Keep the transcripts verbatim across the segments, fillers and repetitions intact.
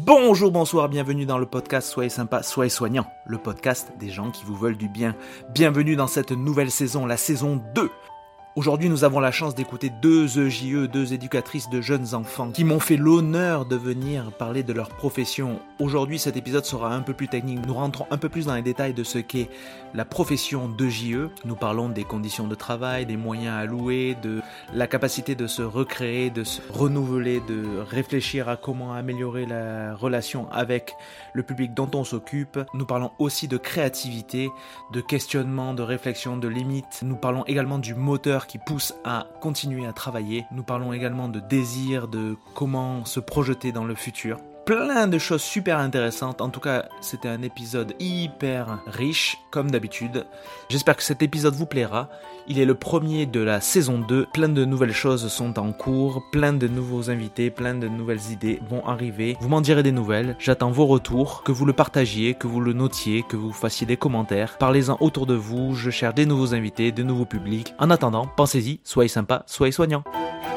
Bonjour, bonsoir, bienvenue dans le podcast Soyez sympa, soyez soignant, le podcast des gens qui vous veulent du bien. Bienvenue dans cette nouvelle saison, la saison deux. Aujourd'hui, nous avons la chance d'écouter deux E J E, deux éducatrices de jeunes enfants qui m'ont fait l'honneur de venir parler de leur profession. Aujourd'hui, cet épisode sera un peu plus technique. Nous rentrons un peu plus dans les détails de ce qu'est la profession d'E J E. Nous parlons des conditions de travail, des moyens alloués, de la capacité de se recréer, de se renouveler, de réfléchir à comment améliorer la relation avec le public dont on s'occupe. Nous parlons aussi de créativité, de questionnement, de réflexion, de limites. Nous parlons également du moteur qui pousse à continuer à travailler. Nous parlons également de désir, de comment se projeter dans le futur. Plein de choses super intéressantes. En tout cas, c'était un épisode hyper riche, comme d'habitude. J'espère que cet épisode vous plaira. Il est le premier de la saison deux. Plein de nouvelles choses sont en cours. Plein de nouveaux invités, plein de nouvelles idées vont arriver. Vous m'en direz des nouvelles. J'attends vos retours, que vous le partagiez, que vous le notiez, que vous fassiez des commentaires. Parlez-en autour de vous. Je cherche des nouveaux invités, de nouveaux publics. En attendant, pensez-y, soyez sympa, soyez soignants.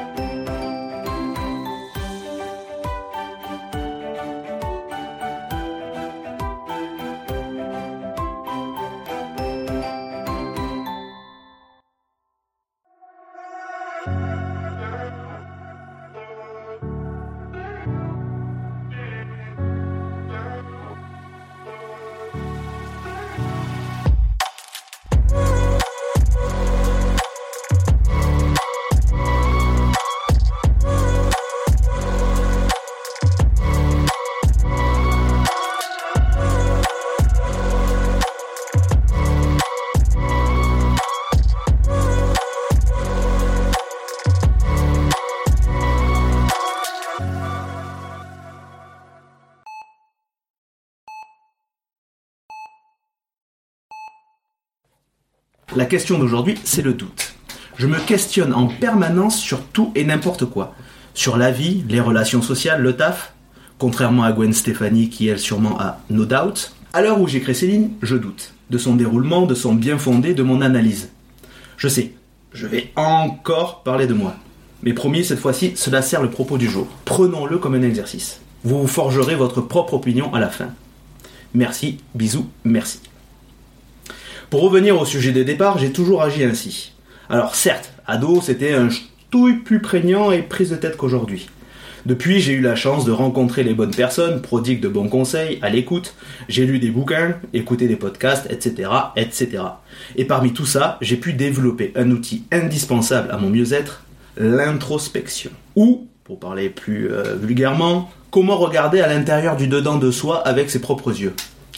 La question d'aujourd'hui, c'est le doute. Je me questionne en permanence sur tout et n'importe quoi. Sur la vie, les relations sociales, le taf. Contrairement à Gwen Stefani qui, elle, sûrement a no doubt. À l'heure où j'écris ces lignes, je doute. De son déroulement, de son bien fondé, de mon analyse. Je sais, je vais encore parler de moi. Mais promis, cette fois-ci, cela sert le propos du jour. Prenons-le comme un exercice. Vous vous forgerez votre propre opinion à la fin. Merci, bisous, merci. Pour revenir au sujet de départ, j'ai toujours agi ainsi. Alors certes, ado, c'était un ch'touille plus prégnant et prise de tête qu'aujourd'hui. Depuis, j'ai eu la chance de rencontrer les bonnes personnes, prodigues de bons conseils, à l'écoute. J'ai lu des bouquins, écouté des podcasts, et cetera, et cetera. Et parmi tout ça, j'ai pu développer un outil indispensable à mon mieux-être, l'introspection. Ou, pour parler plus euh, vulgairement, comment regarder à l'intérieur du dedans de soi avec ses propres yeux.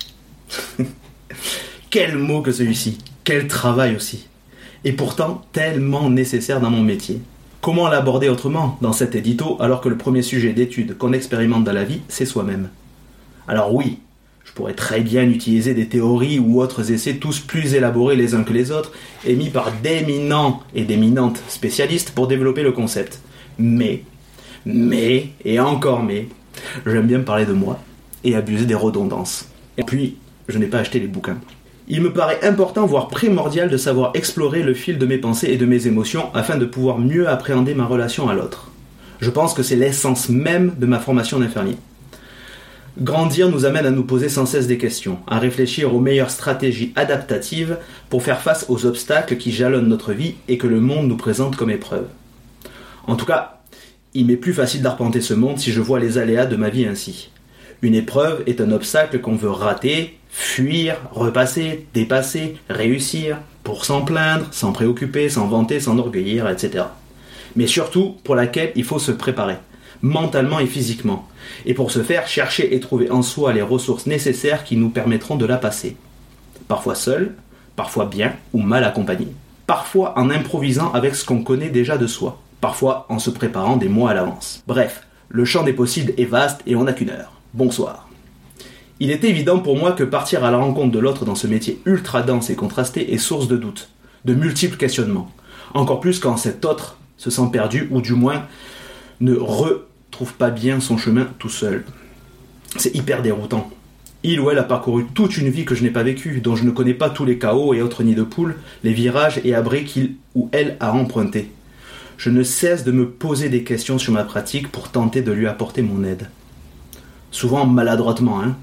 Quel mot que celui-ci, quel travail aussi. Et pourtant tellement nécessaire dans mon métier. Comment l'aborder autrement dans cet édito alors que le premier sujet d'étude qu'on expérimente dans la vie, c'est soi-même. Alors oui, je pourrais très bien utiliser des théories ou autres essais tous plus élaborés les uns que les autres, émis par d'éminents et d'éminentes spécialistes pour développer le concept. Mais, mais, et encore mais, j'aime bien parler de moi et abuser des redondances. Et puis, je n'ai pas acheté les bouquins. Il me paraît important, voire primordial, de savoir explorer le fil de mes pensées et de mes émotions afin de pouvoir mieux appréhender ma relation à l'autre. Je pense que c'est l'essence même de ma formation d'infirmier. Grandir nous amène à nous poser sans cesse des questions, à réfléchir aux meilleures stratégies adaptatives pour faire face aux obstacles qui jalonnent notre vie et que le monde nous présente comme épreuve. En tout cas, il m'est plus facile d'arpenter ce monde si je vois les aléas de ma vie ainsi. Une épreuve est un obstacle qu'on veut rater, fuir, repasser, dépasser, réussir, pour s'en plaindre, s'en préoccuper, s'en vanter, s'enorgueillir, et cetera. Mais surtout, pour laquelle il faut se préparer, mentalement et physiquement. Et pour ce faire, chercher et trouver en soi les ressources nécessaires qui nous permettront de la passer. Parfois seul, parfois bien ou mal accompagné. Parfois en improvisant avec ce qu'on connaît déjà de soi. Parfois en se préparant des mois à l'avance. Bref, le champ des possibles est vaste et on n'a qu'une heure. Bonsoir. Il est évident pour moi que partir à la rencontre de l'autre dans ce métier ultra dense et contrasté est source de doutes, de multiples questionnements. Encore plus quand cet autre se sent perdu ou du moins ne retrouve pas bien son chemin tout seul. C'est hyper déroutant. Il ou elle a parcouru toute une vie que je n'ai pas vécue, dont je ne connais pas tous les chaos et autres nids de poules, les virages et abris qu'il ou elle a empruntés. Je ne cesse de me poser des questions sur ma pratique pour tenter de lui apporter mon aide. souvent maladroitement, hein,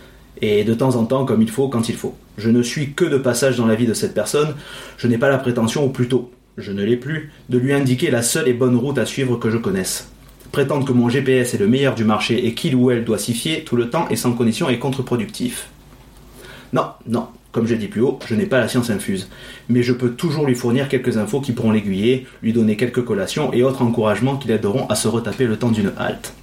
et de temps en temps comme il faut quand il faut. Je ne suis que de passage dans la vie de cette personne, je n'ai pas la prétention, ou plutôt, je ne l'ai plus, de lui indiquer la seule et bonne route à suivre que je connaisse. Prétendre que mon G P S est le meilleur du marché et qu'il ou elle doit s'y fier tout le temps et sans condition est contre-productif. Non, non, comme j'ai dit plus haut, je n'ai pas la science infuse, mais je peux toujours lui fournir quelques infos qui pourront l'aiguiller, lui donner quelques collations et autres encouragements qui l'aideront à se retaper le temps d'une halte.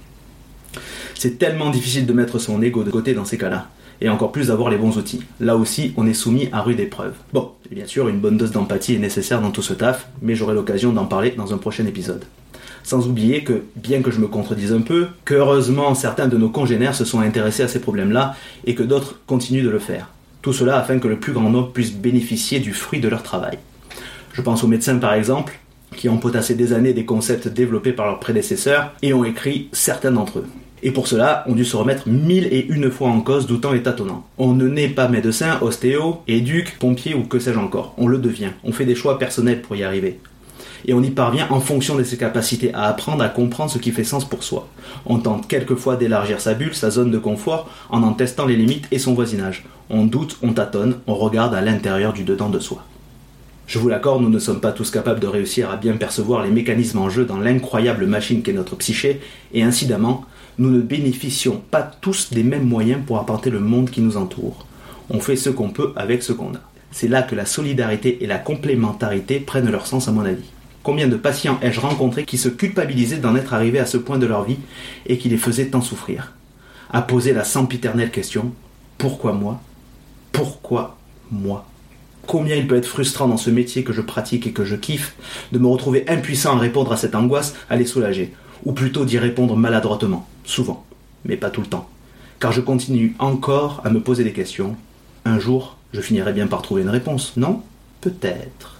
C'est tellement difficile de mettre son ego de côté dans ces cas-là, et encore plus d'avoir les bons outils. Là aussi, on est soumis à rude épreuve. Bon, et bien sûr, une bonne dose d'empathie est nécessaire dans tout ce taf, mais j'aurai l'occasion d'en parler dans un prochain épisode. Sans oublier que, bien que je me contredise un peu, que heureusement certains de nos congénères se sont intéressés à ces problèmes-là et que d'autres continuent de le faire. Tout cela afin que le plus grand nombre puisse bénéficier du fruit de leur travail. Je pense aux médecins par exemple, qui ont potassé des années des concepts développés par leurs prédécesseurs et ont écrit certains d'entre eux. Et pour cela, ont dû se remettre mille et une fois en cause, doutant et tâtonnant. On ne naît pas médecin, ostéo, éduc, pompier ou que sais-je encore. On le devient. On fait des choix personnels pour y arriver. Et on y parvient en fonction de ses capacités à apprendre à comprendre ce qui fait sens pour soi. On tente quelquefois d'élargir sa bulle, sa zone de confort, en en testant les limites et son voisinage. On doute, on tâtonne, on regarde à l'intérieur du dedans de soi. Je vous l'accorde, nous ne sommes pas tous capables de réussir à bien percevoir les mécanismes en jeu dans l'incroyable machine qu'est notre psyché, et incidemment, nous ne bénéficions pas tous des mêmes moyens pour apporter le monde qui nous entoure. On fait ce qu'on peut avec ce qu'on a. C'est là que la solidarité et la complémentarité prennent leur sens à mon avis. Combien de patients ai-je rencontrés qui se culpabilisaient d'en être arrivés à ce point de leur vie et qui les faisaient tant souffrir ? À poser la sempiternelle question « Pourquoi moi ? Pourquoi moi ?» Combien il peut être frustrant dans ce métier que je pratique et que je kiffe de me retrouver impuissant à répondre à cette angoisse, à les soulager, ou plutôt d'y répondre maladroitement, souvent, mais pas tout le temps. Car je continue encore à me poser des questions. Un jour, je finirai bien par trouver une réponse, non ? Peut-être.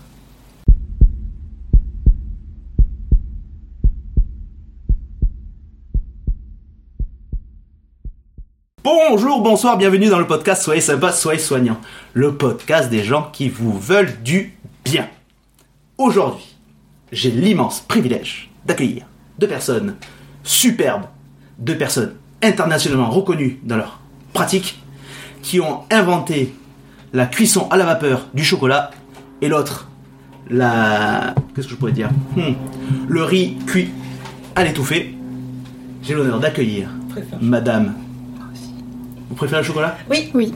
Bonjour, bonsoir, bienvenue dans le podcast Soyez sympa, soyez soignant. Le podcast des gens qui vous veulent du bien. Aujourd'hui, j'ai l'immense privilège d'accueillir deux personnes superbes, deux personnes internationalement reconnues dans leur pratique, qui ont inventé la cuisson à la vapeur du chocolat, et l'autre, la... qu'est-ce que je pourrais dire hmm. le riz cuit à l'étouffée. J'ai l'honneur d'accueillir Madame... Vous préférez le chocolat ? Oui. Oui.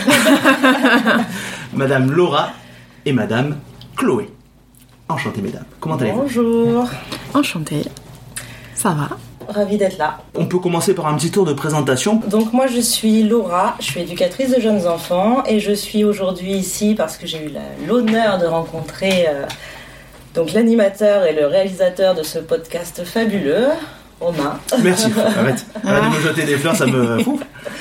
Madame Laura et Madame Chloé. Enchantées, mesdames. Comment allez-vous ? Bonjour. Enchantée. Ça va ? Ravie d'être là. On peut commencer par un petit tour de présentation. Donc moi je suis Laura, je suis éducatrice de jeunes enfants et je suis aujourd'hui ici parce que j'ai eu la, l'honneur de rencontrer euh, donc l'animateur et le réalisateur de ce podcast fabuleux, Romain. Merci, arrête, arrête de me jeter des fleurs, ça me fout.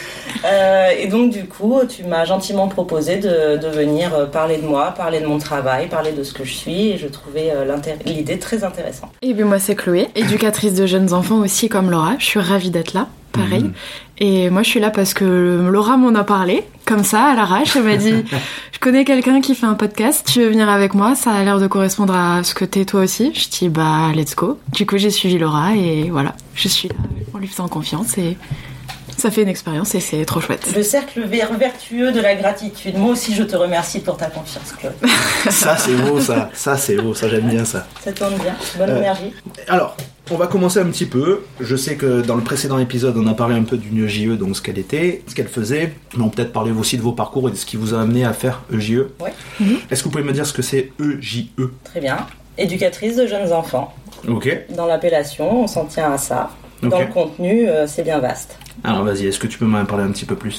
Euh, et donc du coup, tu m'as gentiment proposé de, de venir parler de moi, parler de mon travail, parler de ce que je suis, et je trouvais euh, l'idée très intéressante. Et bien moi c'est Chloé, éducatrice de jeunes enfants aussi comme Laura, je suis ravie d'être là, pareil. Mmh. Et moi je suis là parce que Laura m'en a parlé, comme ça, à l'arrache, elle m'a dit « Je connais quelqu'un qui fait un podcast, tu veux venir avec moi, ça a l'air de correspondre à ce que t'es toi aussi ?» Je dis « Bah let's go ». Du coup j'ai suivi Laura et voilà, je suis là en lui faisant confiance et... Ça fait une expérience et c'est trop chouette. Le cercle vertueux de la gratitude. Moi aussi, je te remercie pour ta confiance, Claude. Ça, c'est beau, ça. Ça, c'est beau. Ça, j'aime bien ça. Ça tourne bien. Bonne euh, énergie. Alors, on va commencer un petit peu. Je sais que dans le précédent épisode, on a parlé un peu d'une E J E, donc ce qu'elle était, ce qu'elle faisait. Mais on peut peut-être parler aussi de vos parcours et de ce qui vous a amené à faire E J E. Oui. Mm-hmm. Est-ce que vous pouvez me dire ce que c'est E J E ? Très bien. Éducatrice de jeunes enfants. Ok. Dans l'appellation, on s'en tient à ça. Okay. Dans le contenu, euh, c'est bien vaste. Alors vas-y, est-ce que tu peux m'en parler un petit peu plus ?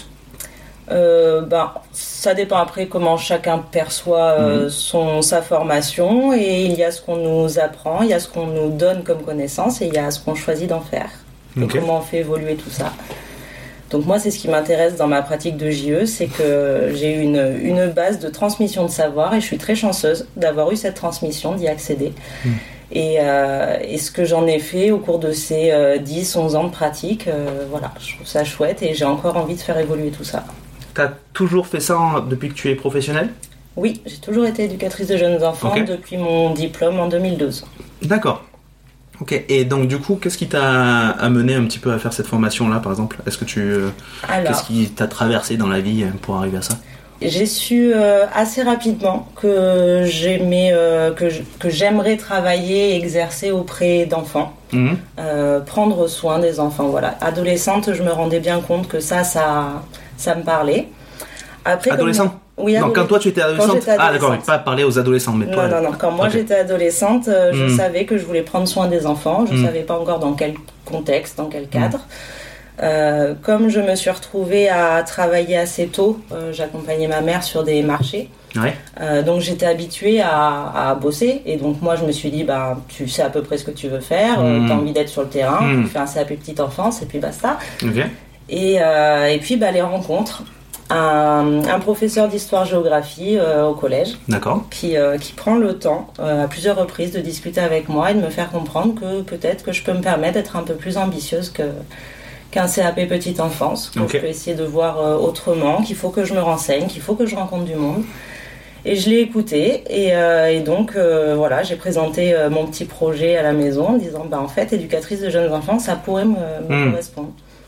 euh, ben, Ça dépend après comment chacun perçoit euh, mmh. son, sa formation. Et il y a ce qu'on nous apprend, il y a ce qu'on nous donne comme connaissance et il y a ce qu'on choisit d'en faire. Donc okay. Comment on fait évoluer tout ça. Donc moi, c'est ce qui m'intéresse dans ma pratique de J E, c'est que j'ai eu une, une base de transmission de savoir et je suis très chanceuse d'avoir eu cette transmission, d'y accéder. Mmh. Et, euh, et ce que j'en ai fait au cours de ces euh, dix onze ans de pratique, euh, voilà, je trouve ça chouette et j'ai encore envie de faire évoluer tout ça. T'as toujours fait ça en, depuis que tu es professionnelle ? Oui, j'ai toujours été éducatrice de jeunes enfants okay. depuis mon diplôme en deux mille douze. D'accord. Ok, et donc du coup, qu'est-ce qui t'a amené un petit peu à faire cette formation-là, par exemple ? Est-ce que tu... Alors, qu'est-ce qui t'a traversé dans la vie pour arriver à ça ? J'ai su euh, assez rapidement que j'aimais, euh, que, je, que j'aimerais travailler et exercer auprès d'enfants, mmh. euh, prendre soin des enfants. Voilà. Adolescente, je me rendais bien compte que ça, ça, ça me parlait. Après, adolescente comme... Oui, non, quand toi tu étais adolescente, j'étais adolescente. Ah d'accord, pas parler aux adolescents, mais toi... Non, non, non, quand moi okay. j'étais adolescente, euh, je mmh. savais que je voulais prendre soin des enfants, je ne mmh. savais pas encore dans quel contexte, dans quel cadre. Mmh. Euh, comme je me suis retrouvée à travailler assez tôt, euh, j'accompagnais ma mère sur des marchés, ouais. euh, donc j'étais habituée à, à bosser, et donc moi je me suis dit, bah, tu sais à peu près ce que tu veux faire, mmh. euh, tu as envie d'être sur le terrain, mmh. tu fais un C A P petite enfance, et puis basta. Okay. Et, euh, et puis bah, les rencontres. Un, un professeur d'histoire-géographie euh, au collège qui, euh, qui prend le temps euh, à plusieurs reprises de discuter avec moi et de me faire comprendre que peut-être que je peux me permettre d'être un peu plus ambitieuse que, qu'un C A P petite enfance, que okay. je peux essayer de voir euh, autrement, qu'il faut que je me renseigne, qu'il faut que je rencontre du monde. Et je l'ai écouté et, euh, et donc euh, voilà, j'ai présenté euh, mon petit projet à la maison en disant bah, en fait éducatrice de jeunes enfants ça pourrait me, me mmh. correspondre.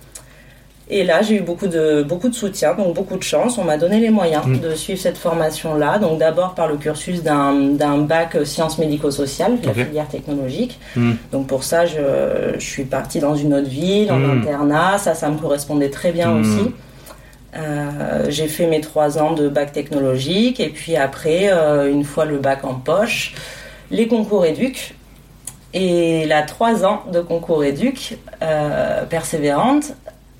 Et là, j'ai eu beaucoup de, beaucoup de soutien, donc beaucoup de chance. On m'a donné les moyens mmh. de suivre cette formation-là. Donc d'abord par le cursus d'un, d'un bac sciences médico-sociales, la okay. filière technologique. Mmh. Donc pour ça, je, je suis partie dans une autre ville, en mmh. internat. Ça, ça me correspondait très bien mmh. aussi. Euh, j'ai fait mes trois ans de bac technologique. Et puis après, euh, une fois le bac en poche, les concours éduc. Et là, trois ans de concours éduc, euh, persévérante.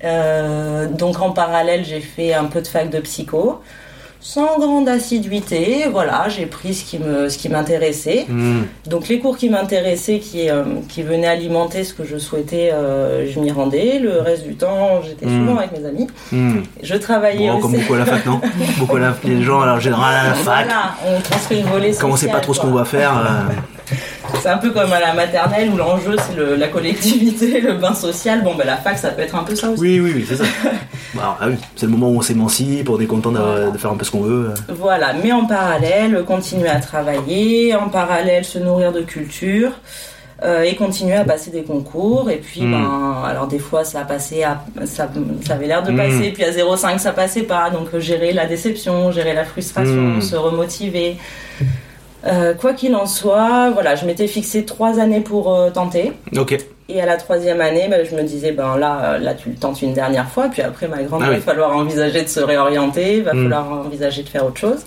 Euh, donc en parallèle j'ai fait un peu de fac de psycho sans grande assiduité, voilà, j'ai pris ce qui, me, ce qui m'intéressait mmh. donc les cours qui m'intéressaient qui, euh, qui venaient alimenter ce que je souhaitais, euh, je m'y rendais, le reste du temps j'étais mmh. souvent avec mes amis mmh. je travaillais bon, aussi comme beaucoup à la fac, non beaucoup à la, les gens en général à la fac voilà, on transmet le volet social, comme on sait pas trop quoi. Ce qu'on va faire euh... C'est un peu comme à la maternelle où l'enjeu c'est le, la collectivité, le bain social. Bon, ben la fac ça peut être un peu ça aussi. Oui, oui, oui, c'est ça. Alors, ah oui, c'est le moment où on s'émancipe, on est content de, voilà. de faire un peu ce qu'on veut. Voilà, mais en parallèle, continuer à travailler, en parallèle se nourrir de culture euh, et continuer à passer des concours. Et puis, mmh. ben, alors des fois ça passait, à, ça, ça avait l'air de mmh. passer, puis à zéro virgule cinq ça passait pas. Donc gérer la déception, gérer la frustration, mmh. se remotiver. Euh, quoi qu'il en soit, voilà, je m'étais fixé trois années pour euh, tenter. Ok. Et à la troisième année, ben, je me disais, ben là, là, tu le tentes une dernière fois, puis après, ma grande, il ah va oui. falloir envisager de se réorienter, il va mm. falloir envisager de faire autre chose.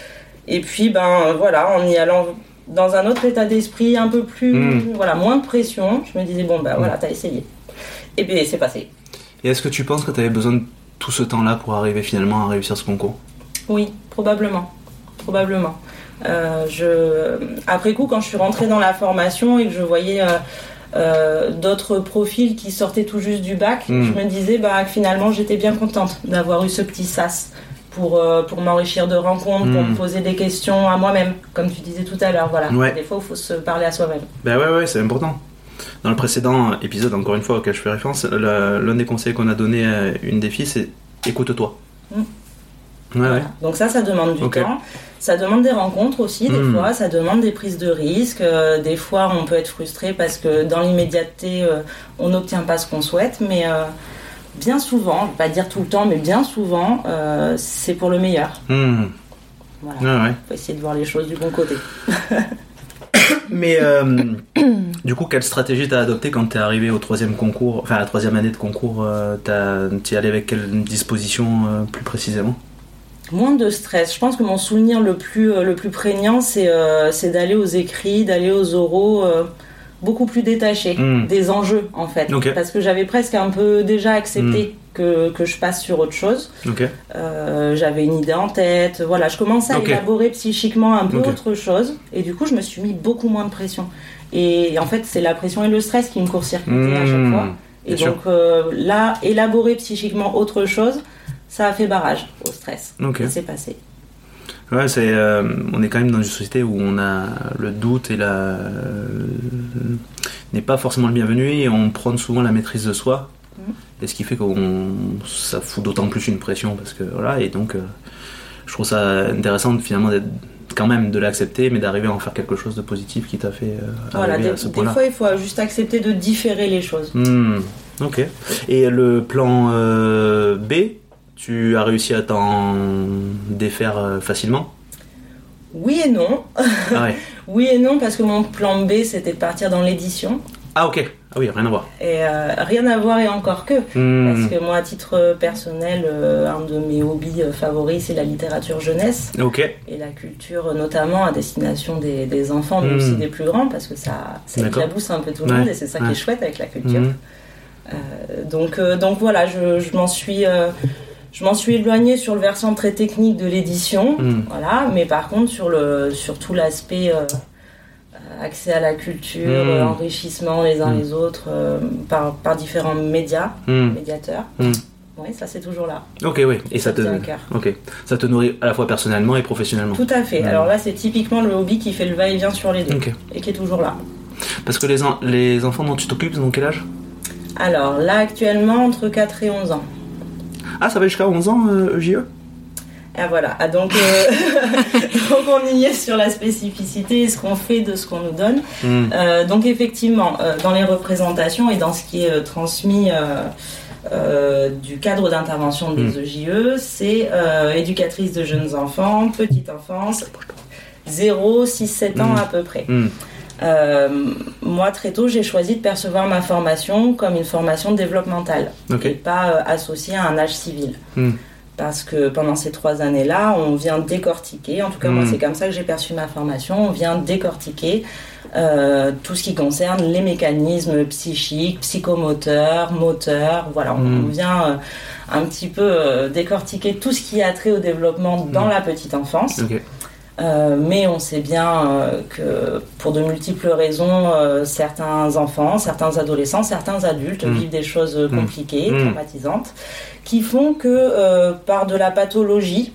Et puis, ben voilà, en y allant dans un autre état d'esprit, un peu plus, mm. voilà, moins de pression, je me disais, bon, ben mm. voilà, t'as essayé. Et puis, c'est passé. Et est-ce que tu penses que tu avais besoin de tout ce temps-là pour arriver finalement à réussir ce concours ? Oui, probablement. Probablement. Euh, je... Après coup, quand je suis rentrée dans la formation et que je voyais euh, euh, d'autres profils qui sortaient tout juste du bac, mmh. je me disais bah, que finalement j'étais bien contente d'avoir eu ce petit sas pour, euh, pour m'enrichir de rencontres, mmh. pour me poser des questions à moi-même, comme tu disais tout à l'heure. Voilà. Ouais. Des fois, il faut se parler à soi-même. Ben ouais, ouais, c'est important. Dans le précédent épisode, encore une fois, auquel je fais référence, le, l'un des conseils qu'on a donné à une des filles, c'est écoute-toi. Mmh. Ouais, voilà. ouais. Donc ça, ça demande du okay. temps. Ça demande des rencontres aussi, des mmh. fois. Ça demande des prises de risques. Euh, des fois, on peut être frustré parce que dans l'immédiateté, euh, on n'obtient pas ce qu'on souhaite. Mais euh, bien souvent, je ne vais pas dire tout le temps, mais bien souvent, euh, c'est pour le meilleur. Mmh. Voilà. Ah ouais. Faut essayer de voir les choses du bon côté. Mais euh, du coup, quelle stratégie t'as adoptée quand t'es arrivé au troisième concours, enfin à la troisième année de concours, euh, t'as, t'y allé avec quelle disposition euh, plus précisément ? Moins de stress. Je pense que mon souvenir le plus, euh, le plus prégnant, c'est, euh, c'est d'aller aux écrits, d'aller aux oraux, euh, beaucoup plus détaché mmh. des enjeux, en fait. Okay. Parce que j'avais presque un peu déjà accepté mmh. que, que je passe sur autre chose. Okay. Euh, j'avais une idée en tête. Voilà, je commençais à okay. élaborer psychiquement un peu okay. autre chose. Et du coup, je me suis mis beaucoup moins de pression. Et en fait, c'est la pression et le stress qui me court-circuitaient mmh. à chaque fois. Et Bien donc euh, là, élaborer psychiquement autre chose, ça a fait barrage au stress. Okay. C'est passé. Ouais, c'est, euh, on est quand même dans une société où on a le doute et la euh, n'est pas forcément le bienvenu et on prône souvent la maîtrise de soi. Mmh. Et ce qui fait qu'on ça fout d'autant plus une pression parce que voilà et donc euh, je trouve ça intéressant finalement d'être quand même de l'accepter, mais d'arriver à en faire quelque chose de positif qui t'a fait euh, voilà, arriver des, à ce des point-là. fois il faut juste accepter de différer les choses. Mmh, ok. Et le plan euh, B, tu as réussi à t'en défaire euh, facilement? Oui et non. Ah ouais. Oui et non, parce que mon plan B c'était de partir dans l'édition. Ah ok. Ah oui, rien à voir. Et euh, rien à voir et encore que. Mmh. Parce que moi, à titre personnel, euh, un de mes hobbies euh, favoris, c'est la littérature jeunesse. Ok. Et la culture, notamment à destination des, des enfants, mais mmh. aussi des plus grands, parce que ça, ça éclabousse un peu tout le ouais. monde, et c'est ça ouais. qui est chouette avec la culture. Mmh. Euh, donc, euh, donc voilà, je, je m'en suis... Euh, Je m'en suis éloignée sur le versant très technique de l'édition, mmh. voilà, mais par contre sur, le, sur tout l'aspect euh, accès à la culture, mmh. euh, enrichissement les uns mmh. les autres euh, par, par différents médias, mmh. médiateurs, mmh. oui, ça c'est toujours là. Ok, oui, et ça, ça te... tient à cœur. Ok, ça te nourrit à la fois personnellement et professionnellement. Tout à fait, mmh. alors là c'est typiquement le hobby qui fait le va-et-vient sur les deux, okay. et qui est toujours là. Parce que les, en... les enfants dont tu t'occupes, ils ont quel âge? Alors là actuellement entre quatre et onze ans. Ah, ça va jusqu'à onze ans, euh, J E? Ah voilà, ah, donc, euh, donc on y est sur la spécificité et ce qu'on fait de ce qu'on nous donne. Mm. Euh, donc effectivement, euh, dans les représentations et dans ce qui est euh, transmis euh, euh, du cadre d'intervention des mm. E J E, c'est euh, éducatrice de jeunes enfants, petite enfance, zéro, six, sept ans mm. à peu près. Mm. Euh, moi, très tôt, j'ai choisi de percevoir ma formation comme une formation développementale okay. et pas euh, associée à un âge civil. Mm. Parce que pendant ces trois années-là, on vient décortiquer, en tout cas mmh. moi c'est comme ça que j'ai perçu ma formation, on vient décortiquer euh, tout ce qui concerne les mécanismes psychiques, psychomoteurs, moteurs, voilà, on, mmh. on vient euh, un petit peu euh, décortiquer tout ce qui a trait au développement dans mmh. la petite enfance. Okay. Euh, mais on sait bien euh, que pour de multiples raisons, euh, certains enfants, certains adolescents, certains adultes mmh. vivent des choses compliquées, mmh. traumatisantes, qui font que euh, par de la pathologie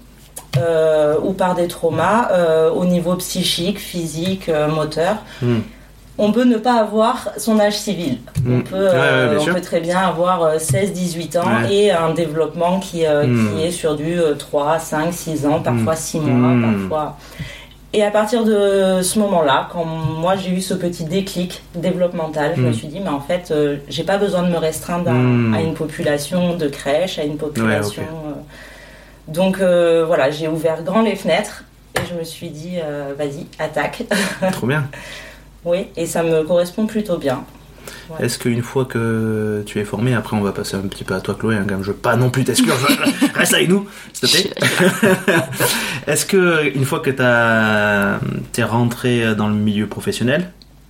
euh, ou par des traumas euh, au niveau psychique, physique, euh, moteur, mmh. on peut ne pas avoir son âge civil. Mmh. On, peut, euh, ouais, ouais, on peut très bien avoir seize dix-huit ans ouais. et un développement qui, euh, mmh. qui est sur du trois, cinq, six ans, parfois six mmh. mois, parfois... Et à partir de ce moment-là, quand moi j'ai eu ce petit déclic développemental, mmh. je me suis dit, mais en fait, euh, j'ai pas besoin de me restreindre à, mmh. à une population de crèche, à une population... Ouais, okay. euh... Donc euh, voilà, j'ai ouvert grand les fenêtres et je me suis dit, euh, vas-y, attaque. Trop bien. Oui, et ça me correspond plutôt bien. Ouais. Est-ce qu'une fois que tu es formé, après on va passer un petit peu à toi Chloé, hein, je veux pas non plus t'exclure, reste avec nous, s'il te plaît. Est-ce qu'une fois que tu es rentré dans le milieu professionnel,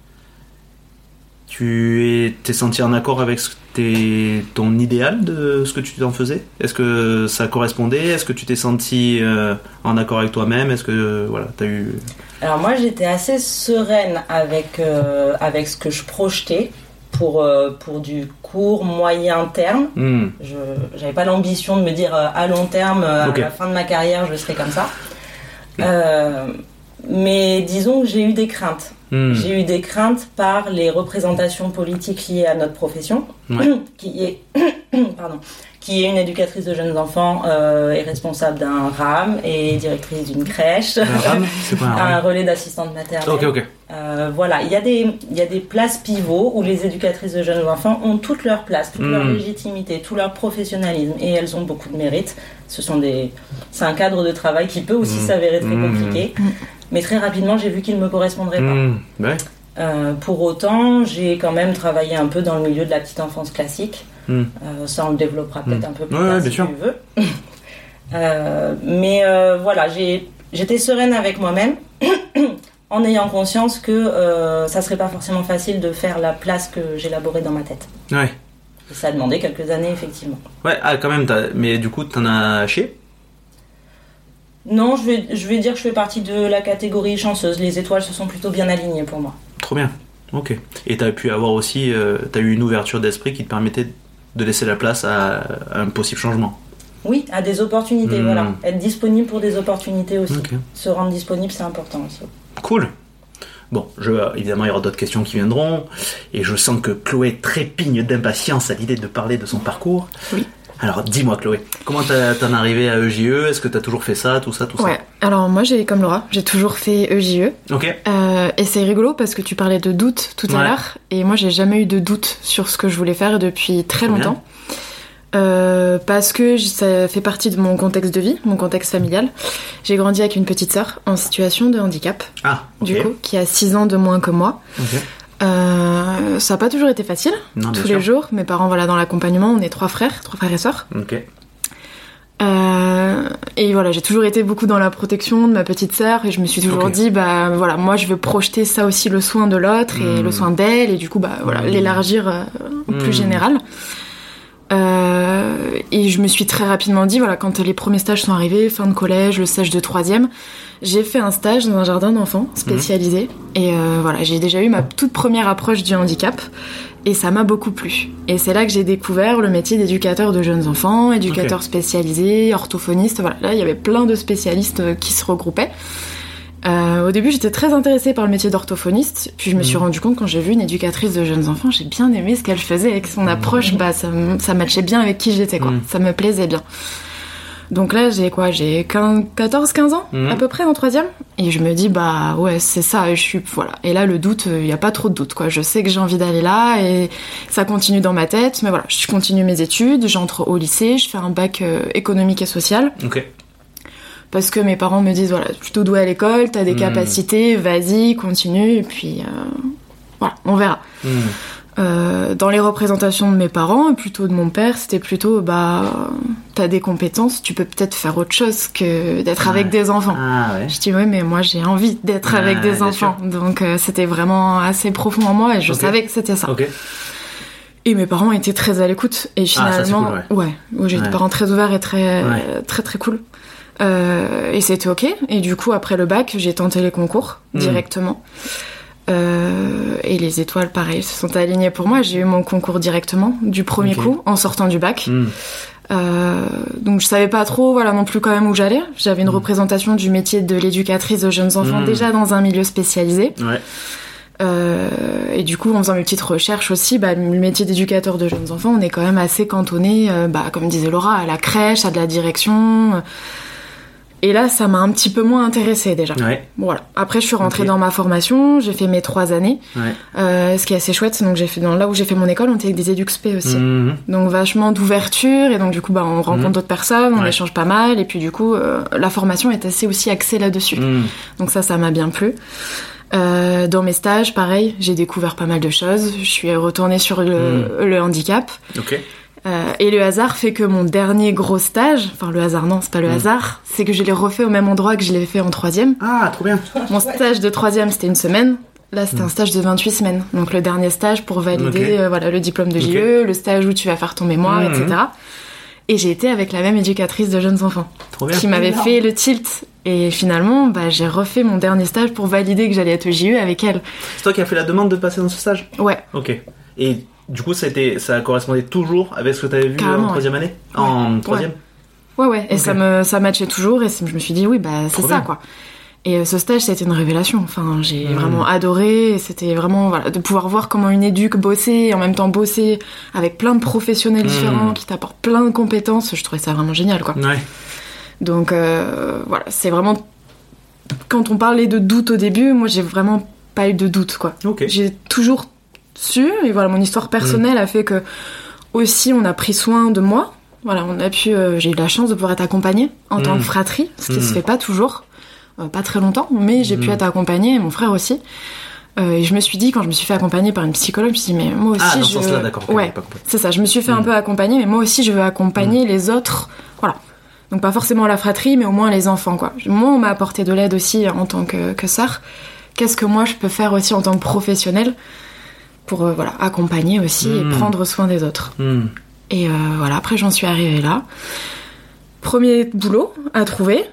tu t'es senti en accord avec ce t'es, ton idéal de ce que tu t'en faisais? Est-ce que ça correspondait? Est-ce que tu t'es senti euh, en accord avec toi-même? Est-ce que voilà, t'as eu... Alors moi j'étais assez sereine avec, euh, avec ce que je projetais pour, euh, pour du court, moyen terme. Mm. Je n'avais pas l'ambition de me dire euh, à long terme, euh, okay. à la fin de ma carrière je serai comme ça. Mm. Euh, mais disons que j'ai eu des craintes. Mm. J'ai eu des craintes par les représentations politiques liées à notre profession, ouais. qui est... Pardon. qui est une éducatrice de jeunes enfants euh, et responsable d'un R A M et directrice d'une crèche, un, RAM, c'est pas un, un relais d'assistante maternelle. Ok, ok. Euh, voilà, il y a des il y a des places pivots où les éducatrices de jeunes enfants ont toute leur place, toute mmh. leur légitimité, tout leur professionnalisme et elles ont beaucoup de mérite. Ce sont des c'est un cadre de travail qui peut aussi mmh. s'avérer très mmh. compliqué, mmh. mais très rapidement j'ai vu qu'il ne me correspondrait mmh. pas. Ouais. Euh, pour autant, j'ai quand même travaillé un peu dans le milieu de la petite enfance classique. Mm. Euh, ça on le développera peut-être mm. un peu plus ouais, tard si sûr. tu veux. euh, mais euh, voilà, j'ai, j'étais sereine avec moi-même en ayant conscience que euh, ça serait pas forcément facile de faire la place que j'élaborais dans ma tête. Ouais. Et ça a demandé quelques années effectivement. Ouais, ah, quand même. T'as... Mais du coup, t'en as chié? Non, je vais, je vais dire que je fais partie de la catégorie chanceuse. Les étoiles se sont plutôt bien alignées pour moi. Trop bien. Ok. Et t'as pu avoir aussi, euh, t'as eu une ouverture d'esprit qui te permettait de laisser la place à, à un possible changement. Oui, à des opportunités, mmh. voilà. Être disponible pour des opportunités aussi. Okay. Se rendre disponible, c'est important aussi. Cool. Bon, je, évidemment, il y aura d'autres questions qui viendront. Et je sens que Chloé trépigne d'impatience à l'idée de parler de son parcours. Oui. Alors, dis-moi, Chloé, comment t'as, t'en es arrivée à E J E? Est-ce que t'as toujours fait ça, tout ça, tout ouais. ça? Alors, moi, j'ai, comme Laura, j'ai toujours fait E J E. Ok. Euh, et c'est rigolo parce que tu parlais de doute tout à ouais. l'heure. Et moi, j'ai jamais eu de doute sur ce que je voulais faire depuis très Trop longtemps. Euh, parce que ça fait partie de mon contexte de vie, mon contexte familial. J'ai grandi avec une petite sœur en situation de handicap. Ah, ok. Du coup, qui a six ans de moins que moi. Ok. Euh, ça n'a pas toujours été facile, non, tous sûr. les jours. Mes parents, voilà, dans l'accompagnement, on est trois frères, trois frères et sœurs. Ok. Euh, et voilà, j'ai toujours été beaucoup dans la protection de ma petite sœur et je me suis toujours okay. dit, bah voilà, moi je veux projeter ça aussi, le soin de l'autre et mmh. le soin d'elle et du coup, bah voilà, mmh. l'élargir euh, au mmh. plus général. Euh, et je me suis très rapidement dit, voilà, quand les premiers stages sont arrivés, fin de collège, le stage de troisième, j'ai fait un stage dans un jardin d'enfants spécialisé. Mmh. Et euh, voilà, j'ai déjà eu ma toute première approche du handicap. Et ça m'a beaucoup plu. Et c'est là que j'ai découvert le métier d'éducateur de jeunes enfants, éducateur okay. spécialisé, orthophoniste. Voilà, là, il y avait plein de spécialistes qui se regroupaient. Euh, au début, j'étais très intéressée par le métier d'orthophoniste. Puis je me suis mmh. rendu compte, quand j'ai vu une éducatrice de jeunes enfants, j'ai bien aimé ce qu'elle faisait. Avec son approche, bah, ça, ça matchait bien avec qui j'étais, quoi. Mmh. Ça me plaisait bien. Donc là, j'ai quoi? J'ai quatorze quinze ans, mmh. à peu près, en troisième. Et je me dis, bah ouais, c'est ça, je suis... Voilà. Et là, le doute, il n'y a pas trop de doute, quoi. Je sais que j'ai envie d'aller là et ça continue dans ma tête. Mais voilà, je continue mes études, j'entre au lycée, je fais un bac euh, économique et social. Ok. Parce que mes parents me disent, voilà, plutôt doué à l'école, t'as des mmh. capacités, vas-y, continue. Et puis, euh, voilà, on verra. Mmh. Euh, dans les représentations de mes parents, plutôt de mon père, c'était plutôt, bah, t'as des compétences, tu peux peut-être faire autre chose que d'être ouais. avec des enfants. Ah, ouais. Je dis, oui, mais moi, j'ai envie d'être ah, avec des enfants. Sûr. Donc, euh, c'était vraiment assez profond en moi et je okay. savais que c'était ça. Okay. Et mes parents étaient très à l'écoute. Et finalement, ah, ça, cool, ouais. ouais, j'ai ouais. des parents très ouverts et très, ouais. euh, très, très cool. Euh, et c'était ok. Et du coup, après le bac, j'ai tenté les concours mmh. directement. Euh, et les étoiles, pareil, se sont alignées pour moi. J'ai eu mon concours directement du premier okay. coup en sortant du bac. Mm. Euh, donc je savais pas trop, voilà, non plus quand même où j'allais. J'avais une mm. représentation du métier de l'éducatrice de jeunes enfants mm. déjà dans un milieu spécialisé. Ouais. Euh, et du coup, en faisant mes petites recherches aussi, bah, le métier d'éducateur de jeunes enfants, on est quand même assez cantonné, euh, bah, comme disait Laura, à la crèche, à de la direction. Euh, Et là, ça m'a un petit peu moins intéressée déjà. Ouais. Voilà. Après, je suis rentrée okay. dans ma formation, j'ai fait mes trois années. Ouais. Euh, ce qui est assez chouette, donc j'ai fait dans là où j'ai fait mon école, on était avec des EduxP aussi. Mmh. Donc vachement d'ouverture et donc du coup, bah, on rencontre mmh. d'autres personnes, on ouais. échange pas mal et puis du coup, euh, la formation est assez aussi axée là-dessus. Mmh. Donc ça, ça m'a bien plu. Euh, dans mes stages, pareil, j'ai découvert pas mal de choses. Je suis retournée sur le, mmh. le handicap. Ok. Euh, et le hasard fait que mon dernier gros stage, enfin le hasard non, c'est pas le mmh. hasard, c'est que je l'ai refait au même endroit que je l'ai fait en troisième. Ah, trop bien. Mon stage de troisième, c'était une semaine. Là, c'était mmh. un stage de vingt-huit semaines. Donc le dernier stage pour valider okay. euh, voilà, le diplôme de J E, okay. le stage où tu vas faire ton mémoire, mmh. et cetera. Et j'ai été avec la même éducatrice de jeunes enfants. Trop bien. Qui m'avait non. fait le tilt. Et finalement, bah, j'ai refait mon dernier stage pour valider que j'allais être au J E avec elle. C'est toi qui as fait la demande de passer dans ce stage ? Ouais. Ok. Et du coup, ça, était, ça correspondait toujours avec ce que tu avais vu Carrément, en troisième ouais. année ouais. En troisième Ouais, ouais. Et okay. ça, me, ça matchait toujours. Et je me suis dit, oui, bah, c'est Trop ça, bien. quoi. Et ce stage, c'était une révélation. Enfin, j'ai mmh. vraiment adoré. Et c'était vraiment, voilà, de pouvoir voir comment une éduque bossait et en même temps bosser avec plein de professionnels mmh. différents qui t'apportent plein de compétences. Je trouvais ça vraiment génial, quoi. Ouais. Donc, euh, voilà, c'est vraiment... Quand on parlait de doute au début, moi, j'ai vraiment pas eu de doute, quoi. Okay. J'ai toujours su, et voilà, mon histoire personnelle mmh. a fait que, aussi, on a pris soin de moi. Voilà, on a pu... Euh, j'ai eu la chance de pouvoir être accompagnée en mmh. tant que fratrie, ce qui mmh. se fait pas toujours. Euh, pas très longtemps, mais j'ai mmh. pu être accompagnée, et mon frère aussi. Euh, et je me suis dit, quand je me suis fait accompagner par une psychologue, je me suis dit, mais moi aussi, ah, dans je... ce sens-là, d'accord. Ouais, c'est ça. Je me suis fait mmh. un peu accompagner, mais moi aussi, je veux accompagner mmh. les autres. Voilà. Donc pas forcément la fratrie, mais au moins les enfants, quoi. Moi, on m'a apporté de l'aide aussi en tant que, que sœur. Qu'est-ce que moi, je peux faire aussi en tant que professionnelle pour euh, voilà, accompagner aussi mmh. et prendre soin des autres. Mmh. Et euh, voilà, après, j'en suis arrivée là. Premier boulot à trouver.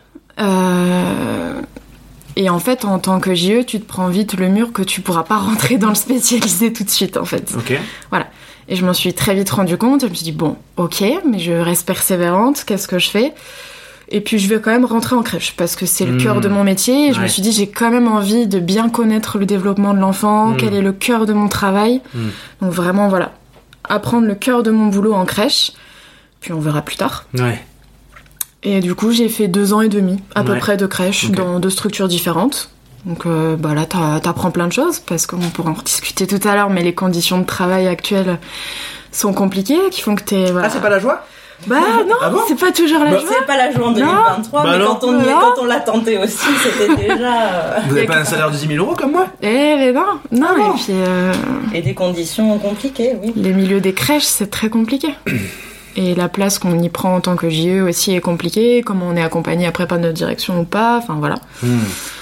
Euh... Et en fait, en tant que J E, tu te prends vite le mur que tu pourras pas rentrer dans le spécialisé tout de suite, en fait. Ok. Voilà. Et je m'en suis très vite rendu compte. Je me suis dit, bon, ok, mais je reste persévérante. Qu'est-ce que je fais ? Et puis, je vais quand même rentrer en crèche parce que c'est le mmh. cœur de mon métier. Et ouais. je me suis dit, j'ai quand même envie de bien connaître le développement de l'enfant. Mmh. Quel est le cœur de mon travail ? mmh. Donc vraiment, voilà. Apprendre le cœur de mon boulot en crèche. puis on verra plus tard. Ouais. Et du coup, j'ai fait deux ans et demi, à peu Ouais. près, de crèche, Okay. dans deux structures différentes. Donc euh, bah là, t'as- t'apprends plein de choses, parce qu'on pourra en rediscuter tout à l'heure, mais les conditions de travail actuelles sont compliquées, qui font que t'es... Voilà. Ah, c'est pas la joie? Bah non, Ah bon c'est pas toujours la Bah, joie. C'est pas la joie en deux mille vingt-trois, Bah mais non. quand on, y est, Voilà. quand on l'a tenté aussi, c'était déjà. euh, Vous avez pas un salaire de dix mille euros comme moi? Eh mais non, non, Ah bon et puis euh, Et des conditions compliquées, oui. les milieux des crèches, c'est très compliqué. Et la place qu'on y prend en tant que J E aussi est compliquée, comment on est accompagné après par notre direction ou pas, enfin voilà. Hmm.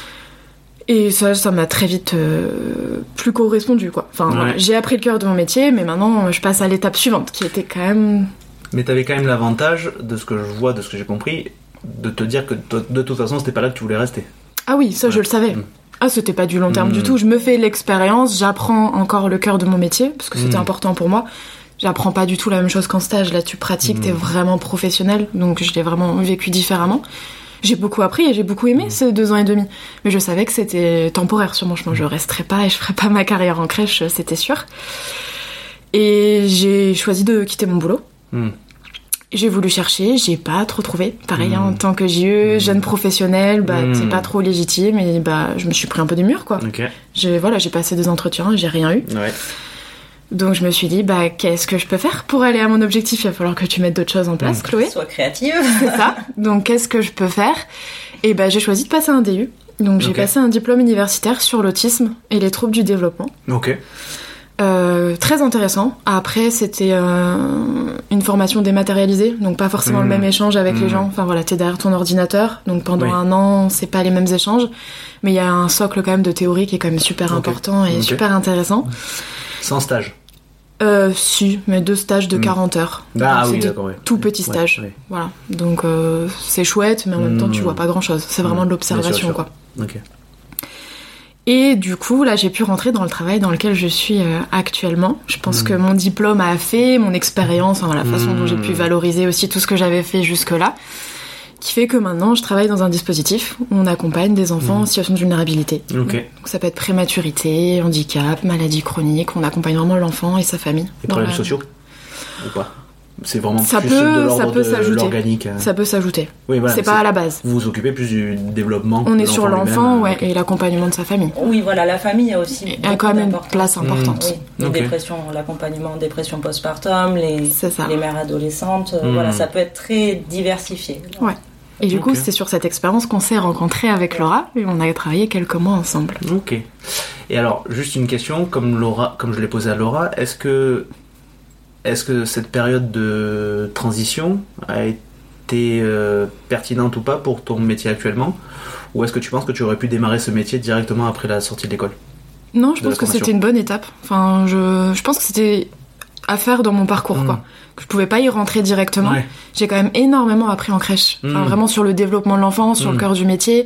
Et ça, ça m'a très vite euh, plus correspondu, quoi. Enfin, Ouais. voilà. J'ai appris le cœur de mon métier, mais maintenant, je passe à l'étape suivante, qui était quand même... Mais t'avais quand même l'avantage, de ce que je vois, de ce que j'ai compris, de te dire que de, de toute façon, c'était pas là que tu voulais rester. Ah oui, ça, Ouais. je le savais. Mm. Ah, c'était pas du long terme Mm. du tout. Je me fais l'expérience, j'apprends encore le cœur de mon métier, parce que c'était Mm. important pour moi. J'apprends pas du tout la même chose qu'en stage. Là, tu pratiques, Mm. t'es vraiment professionnel, donc je l'ai vraiment vécu différemment. J'ai beaucoup appris et j'ai beaucoup aimé Mm. ces deux ans et demi. Mais je savais que c'était temporaire sur mon chemin. Je resterais pas et je ferais pas ma carrière en crèche, c'était sûr. Et j'ai choisi de quitter mon boulot. Hmm. J'ai voulu chercher, j'ai pas trop trouvé. Pareil, hein, Mm. en tant que J E, Mm. jeune professionnelle, bah Mm. c'est pas trop légitime et bah je me suis pris un peu des murs, quoi. Ok. J'ai voilà, j'ai passé des entretiens, j'ai rien eu. Ouais. Donc je me suis dit bah qu'est-ce que je peux faire pour aller à mon objectif? Il va falloir que tu mettes d'autres choses en place, Mm. Chloé. Sois créative. C'est ça. Donc qu'est-ce que je peux faire? Et bah j'ai choisi de passer un D U. Donc j'ai Ok. passé un diplôme universitaire sur l'autisme et les troubles du développement. Ok. Euh, très intéressant. Après, c'était euh, une formation dématérialisée, donc pas forcément Mmh. le même échange avec Mmh. les gens. Enfin voilà, t'es derrière ton ordinateur, donc pendant Oui. un an, c'est pas les mêmes échanges, mais il y a un socle quand même de théorie qui est quand même super Ok. important et Ok. super intéressant. Sans stage. Euh, si, mais deux stages de Mmh. quarante heures. Ah Donc, oui, c'est des d'accord, ouais. tout petits Ouais, stages. ouais. Voilà, donc euh, c'est chouette, mais en même temps, tu Mmh. vois pas grand-chose. C'est vraiment Mmh. de Bien sûr, l'observation, sûr. quoi. Ok. Et du coup, là, j'ai pu rentrer dans le travail dans lequel je suis euh, actuellement. Je pense Mmh. que mon diplôme a fait, mon expérience, enfin, la façon dont j'ai pu Mmh. valoriser aussi tout ce que j'avais fait jusque-là, qui fait que maintenant, je travaille dans un dispositif où on accompagne des enfants Mmh. en situation de vulnérabilité. Ok. Donc, ça peut être prématurité, handicap, maladie chronique. On accompagne vraiment l'enfant et sa famille. Les dans problèmes la- sociaux ou pas? C'est vraiment Ça plus peut- de ça l'ordre peut de s'ajouter. l'organique. hein. Ça peut s'ajouter. Oui, voilà. c'est pas à la base. Vous vous occupez plus du développement. On de est sur l'enfant l'enfant, lui-même, ouais, ok. et l'accompagnement de sa famille. Oui, voilà, la famille a aussi. Il y a beaucoup quand même une d'importance. place importante. Oui, les Ok. dépressions, l'accompagnement en dépression postpartum, les, C'est ça. les mères adolescentes, euh, Mm. voilà, ça peut être très diversifié. Ouais. Et du coup, Ok. c'est sur cette expérience qu'on s'est rencontrés avec Laura et on a travaillé quelques mois ensemble. Ok. Et alors, juste une question, comme Laura, comme je l'ai posé à Laura, est-ce que, est-ce que cette période de transition a été euh, pertinente ou pas pour ton métier actuellement, ou est-ce que tu penses que tu aurais pu démarrer ce métier directement après la sortie de l'école? Non, je De la pense que formation. c'était une bonne étape. Enfin, je, je pense que c'était à faire dans mon parcours, Mm. quoi. Que je pouvais pas y rentrer directement. Ouais. J'ai quand même énormément appris en crèche. Enfin, Mm. vraiment sur le développement de l'enfant, sur Mm. le cœur du métier.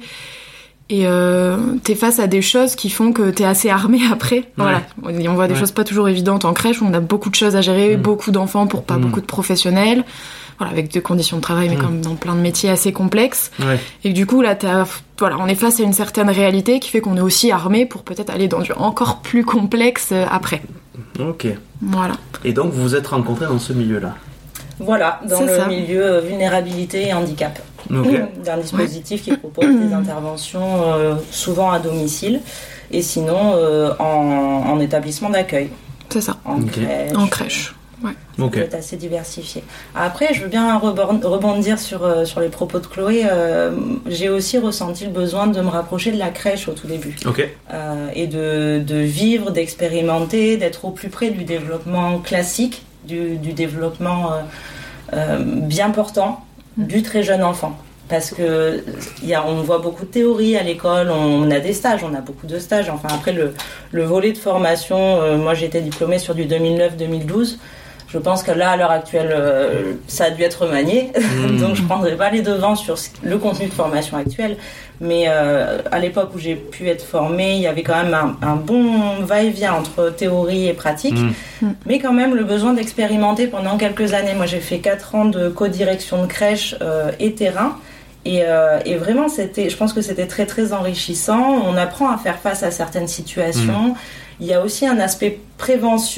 Et euh, t'es face à des choses qui font que t'es assez armé après. Voilà. Et on voit des Ouais. choses pas toujours évidentes en crèche où on a beaucoup de choses à gérer, Mm. beaucoup d'enfants pour pas Mm. beaucoup de professionnels. Voilà, avec des conditions de travail, mais Mm. comme dans plein de métiers assez complexes. Ouais. Et que du coup, là, t'as, voilà, on est face à une certaine réalité qui fait qu'on est aussi armé pour peut-être aller dans du encore plus complexe euh, après. Ok. Voilà. Et donc, vous vous êtes rencontrés dans ce milieu-là. Voilà, dans C'est le ça. milieu euh, vulnérabilité et handicap. Ok. D'un dispositif qui propose des interventions euh, souvent à domicile et sinon euh, en, en établissement d'accueil, C'est ça. en Ok. crèche. En crèche. Ouais. Ça Ok. peut être assez diversifié. Après, je veux bien rebord- rebondir sur, euh, sur les propos de Chloé. Euh, j'ai aussi ressenti le besoin de me rapprocher de la crèche au tout début. Ok. Euh, et de, de vivre, d'expérimenter, d'être au plus près du développement classique, du, du développement euh, euh, bien portant du très jeune enfant. Parce que il y a, on voit beaucoup de théories à l'école, on a des stages, on a beaucoup de stages. Enfin, après, le, le volet de formation, euh, moi j'ai été diplômée sur du deux mille neuf deux mille douze. Je pense que là, à l'heure actuelle, euh, ça a dû être remanié. Mmh. Donc je ne prendrai pas les devants sur le contenu de formation actuel. Mais euh, à l'époque où j'ai pu être formée, il y avait quand même un, un bon va-et-vient entre théorie et pratique. Mmh. Mais quand même le besoin d'expérimenter pendant quelques années. Moi, j'ai fait quatre ans de co-direction de crèche euh, et terrain. Et, euh, et vraiment, c'était, je pense que c'était très, très enrichissant. On apprend à faire face à certaines situations. Mmh. Il y a aussi un aspect prévention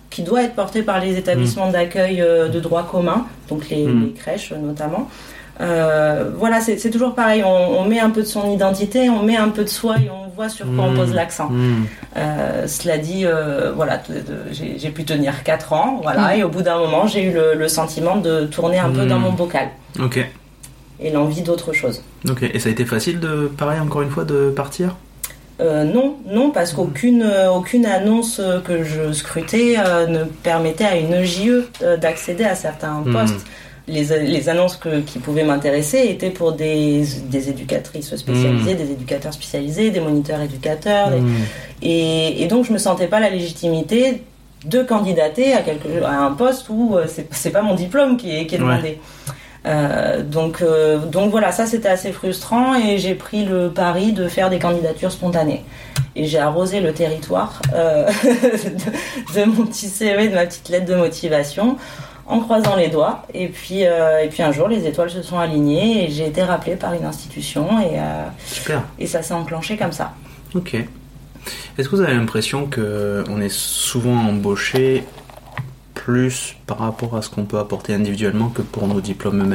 qui doit être porté par les établissements mmh. d'accueil euh, de droit commun, donc les, mmh. les crèches notamment. Euh, voilà, c'est, c'est toujours pareil, on, on met un peu de son identité, on met un peu de soi et on voit sur quoi mmh. on pose l'accent. Mmh. Euh, cela dit, euh, voilà, de, de, j'ai, j'ai pu tenir quatre ans, voilà, mmh. et au bout d'un moment, j'ai eu le, le sentiment de tourner un mmh. peu dans mon bocal. Ok. Et l'envie d'autre chose. Ok, et ça a été facile de, pareil, encore une fois, de partir ? Euh, non, non, parce qu'aucune euh, aucune annonce que je scrutais euh, ne permettait à une J E euh, d'accéder à certains postes. Mmh. Les, les annonces que, qui pouvaient m'intéresser étaient pour des, des éducatrices spécialisées, mmh. des éducateurs spécialisés, des moniteurs éducateurs. Mmh. Des, et, et donc, je ne me sentais pas la légitimité de candidater à, quelque, à un poste où euh, c'est, c'est pas mon diplôme qui est, qui est demandé. Ouais. Euh, donc, euh, donc voilà, ça c'était assez frustrant et j'ai pris le pari de faire des candidatures spontanées. Et j'ai arrosé le territoire euh, de, de mon petit C V, de ma petite lettre de motivation, en croisant les doigts. Et puis, euh, et puis un jour, les étoiles se sont alignées et j'ai été rappelée par une institution et, euh, Super. et ça s'est enclenché comme ça. Ok. Est-ce que vous avez l'impression qu'on est souvent embauché plus par rapport à ce qu'on peut apporter individuellement que pour nos diplômes eux-mêmes ?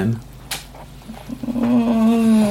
Mmh,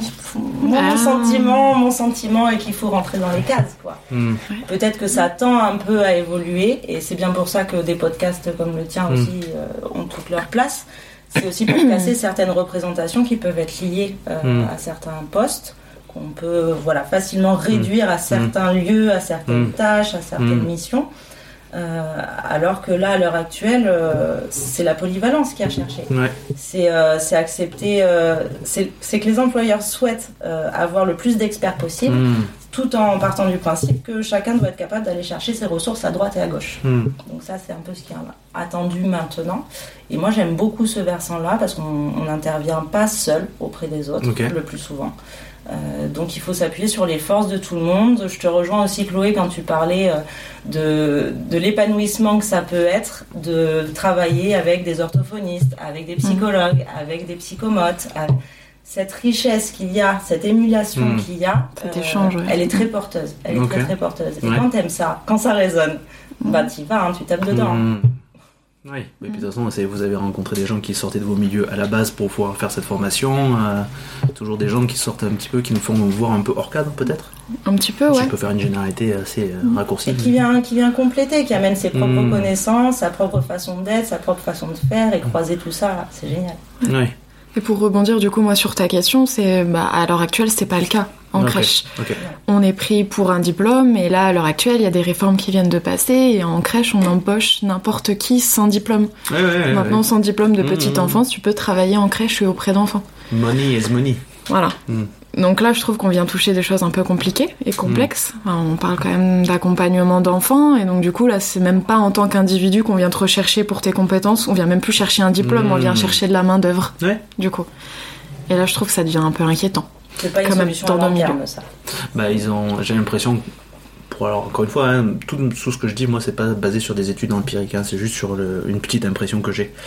mon, ah. sentiment, mon sentiment est qu'il faut rentrer dans les cases, quoi. Mmh. Peut-être que ça tend un peu à évoluer et c'est bien pour ça que des podcasts comme le tien aussi mmh. euh, ont toute leur place. C'est aussi pour casser certaines représentations qui peuvent être liées euh, mmh. à certains postes qu'on peut voilà, facilement réduire mmh. à certains mmh. lieux, à certaines mmh. tâches, à certaines mmh. missions. Euh, alors que là, à l'heure actuelle, euh, c'est la polyvalence qui a cherché. Ouais. C'est, euh, c'est accepter, euh, c'est, c'est que les employeurs souhaitent euh, avoir le plus d'experts possible, mmh. tout en partant du principe que chacun doit être capable d'aller chercher ses ressources à droite et à gauche. Mmh. Donc ça, c'est un peu ce qui est attendu maintenant. Et moi, j'aime beaucoup ce versant-là parce qu'on n'intervient pas seul auprès des autres, okay. le plus souvent. Euh, donc il faut s'appuyer sur les forces de tout le monde. Je te rejoins aussi, Chloé, quand tu parlais euh, de, de l'épanouissement que ça peut être de travailler avec des orthophonistes, avec des psychologues, mmh. avec des psychomotes. Avec cette richesse qu'il y a, cette émulation mmh. qu'il y a, cet euh, échange, ouais. elle est très porteuse. Elle est okay. très très porteuse. Et ouais. quand t'aimes ça, quand ça résonne, mmh. bah t'y vas, hein, tu tapes dedans. Mmh. Oui, mais puis de toute façon, c'est, vous avez rencontré des gens qui sortaient de vos milieux à la base pour pouvoir faire cette formation. Euh, toujours des gens qui sortent un petit peu, qui nous font nous voir un peu hors cadre, peut-être. Un petit peu, ouais. Je peux faire une généralité assez euh, raccourcie. Et qui vient, qui vient compléter, qui amène ses propres mmh. connaissances, sa propre façon d'être, sa propre façon de faire, et croiser tout ça, c'est génial. Oui. Et pour rebondir du coup moi sur ta question, c'est bah, à l'heure actuelle c'est pas le cas en okay. crèche. Okay. On est pris pour un diplôme et là à l'heure actuelle il y a des réformes qui viennent de passer et en crèche on embauche n'importe qui sans diplôme. Ouais, ouais, Maintenant ouais. sans diplôme de mmh, petite mmh. enfance tu peux travailler en crèche et auprès d'enfants. Money is money. Voilà. Mmh. Donc là je trouve qu'on vient toucher des choses un peu compliquées et complexes. Mmh. Enfin, on parle quand même d'accompagnement d'enfants et donc du coup là c'est même pas en tant qu'individu qu'on vient te rechercher pour tes compétences, on vient même plus chercher un diplôme, mmh. on vient chercher de la main d'œuvre. Ouais. Du coup. Et là, je trouve que ça devient un peu inquiétant. C'est pas une solution à long terme, ça. Bah, ils ont, j'ai l'impression, pour alors encore une fois, hein, tout, tout ce que je dis, moi, c'est pas basé sur des études empiriques, hein, c'est juste sur le, une petite impression que j'ai.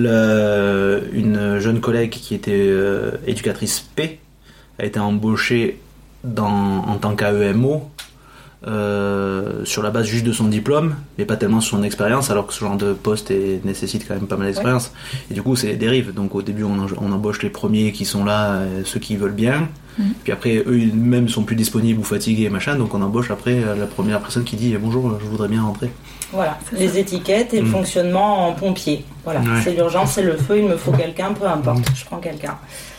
Le, une jeune collègue qui était euh, éducatrice P a été embauchée dans, en tant qu'A E M O. Euh, sur la base juste de son diplôme mais pas tellement sur son expérience alors que ce genre de poste est, nécessite quand même pas mal d'expérience ouais. et du coup c'est des dérives donc au début on, on embauche les premiers qui sont là euh, ceux qui veulent bien mmh. puis après eux mêmes sont plus disponibles ou fatigués machin donc on embauche après euh, la première personne qui dit bonjour je voudrais bien rentrer voilà les ça. Étiquettes et mmh. le fonctionnement en pompier voilà ouais. c'est l'urgence c'est le feu il me faut quelqu'un peu importe mmh. je prends quelqu'un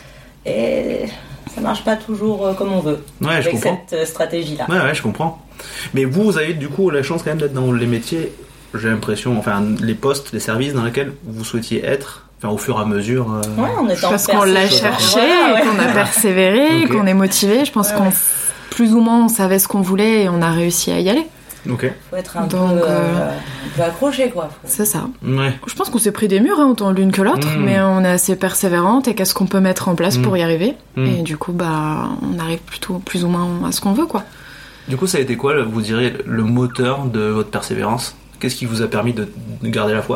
et ça marche pas toujours comme on veut ouais, avec je cette stratégie là ouais ouais je comprends. Mais vous, vous avez du coup la chance quand même d'être dans les métiers, j'ai l'impression, enfin les postes, les services dans lesquels vous souhaitiez être, enfin au fur et à mesure. Euh... Ouais, on est parce qu'on l'a cherché, voilà, ouais. qu'on a persévéré, okay. qu'on est motivé. Je pense ouais, qu'on, ouais. plus ou moins, on savait ce qu'on voulait et on a réussi à y aller. Ok. Faut être un Donc, peu, euh, un peu accroché, quoi. Faut... C'est ça. Ouais. Je pense qu'on s'est pris des murs, hein, autant l'une que l'autre, mmh. mais on est assez persévérante et qu'est-ce qu'on peut mettre en place mmh. pour y arriver. Mmh. Et du coup, bah, on arrive plutôt plus ou moins à ce qu'on veut, quoi. Du coup, ça a été quoi, vous direz, le moteur de votre persévérance ? Qu'est-ce qui vous a permis de, de garder la foi ?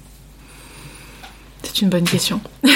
C'est une bonne question. Je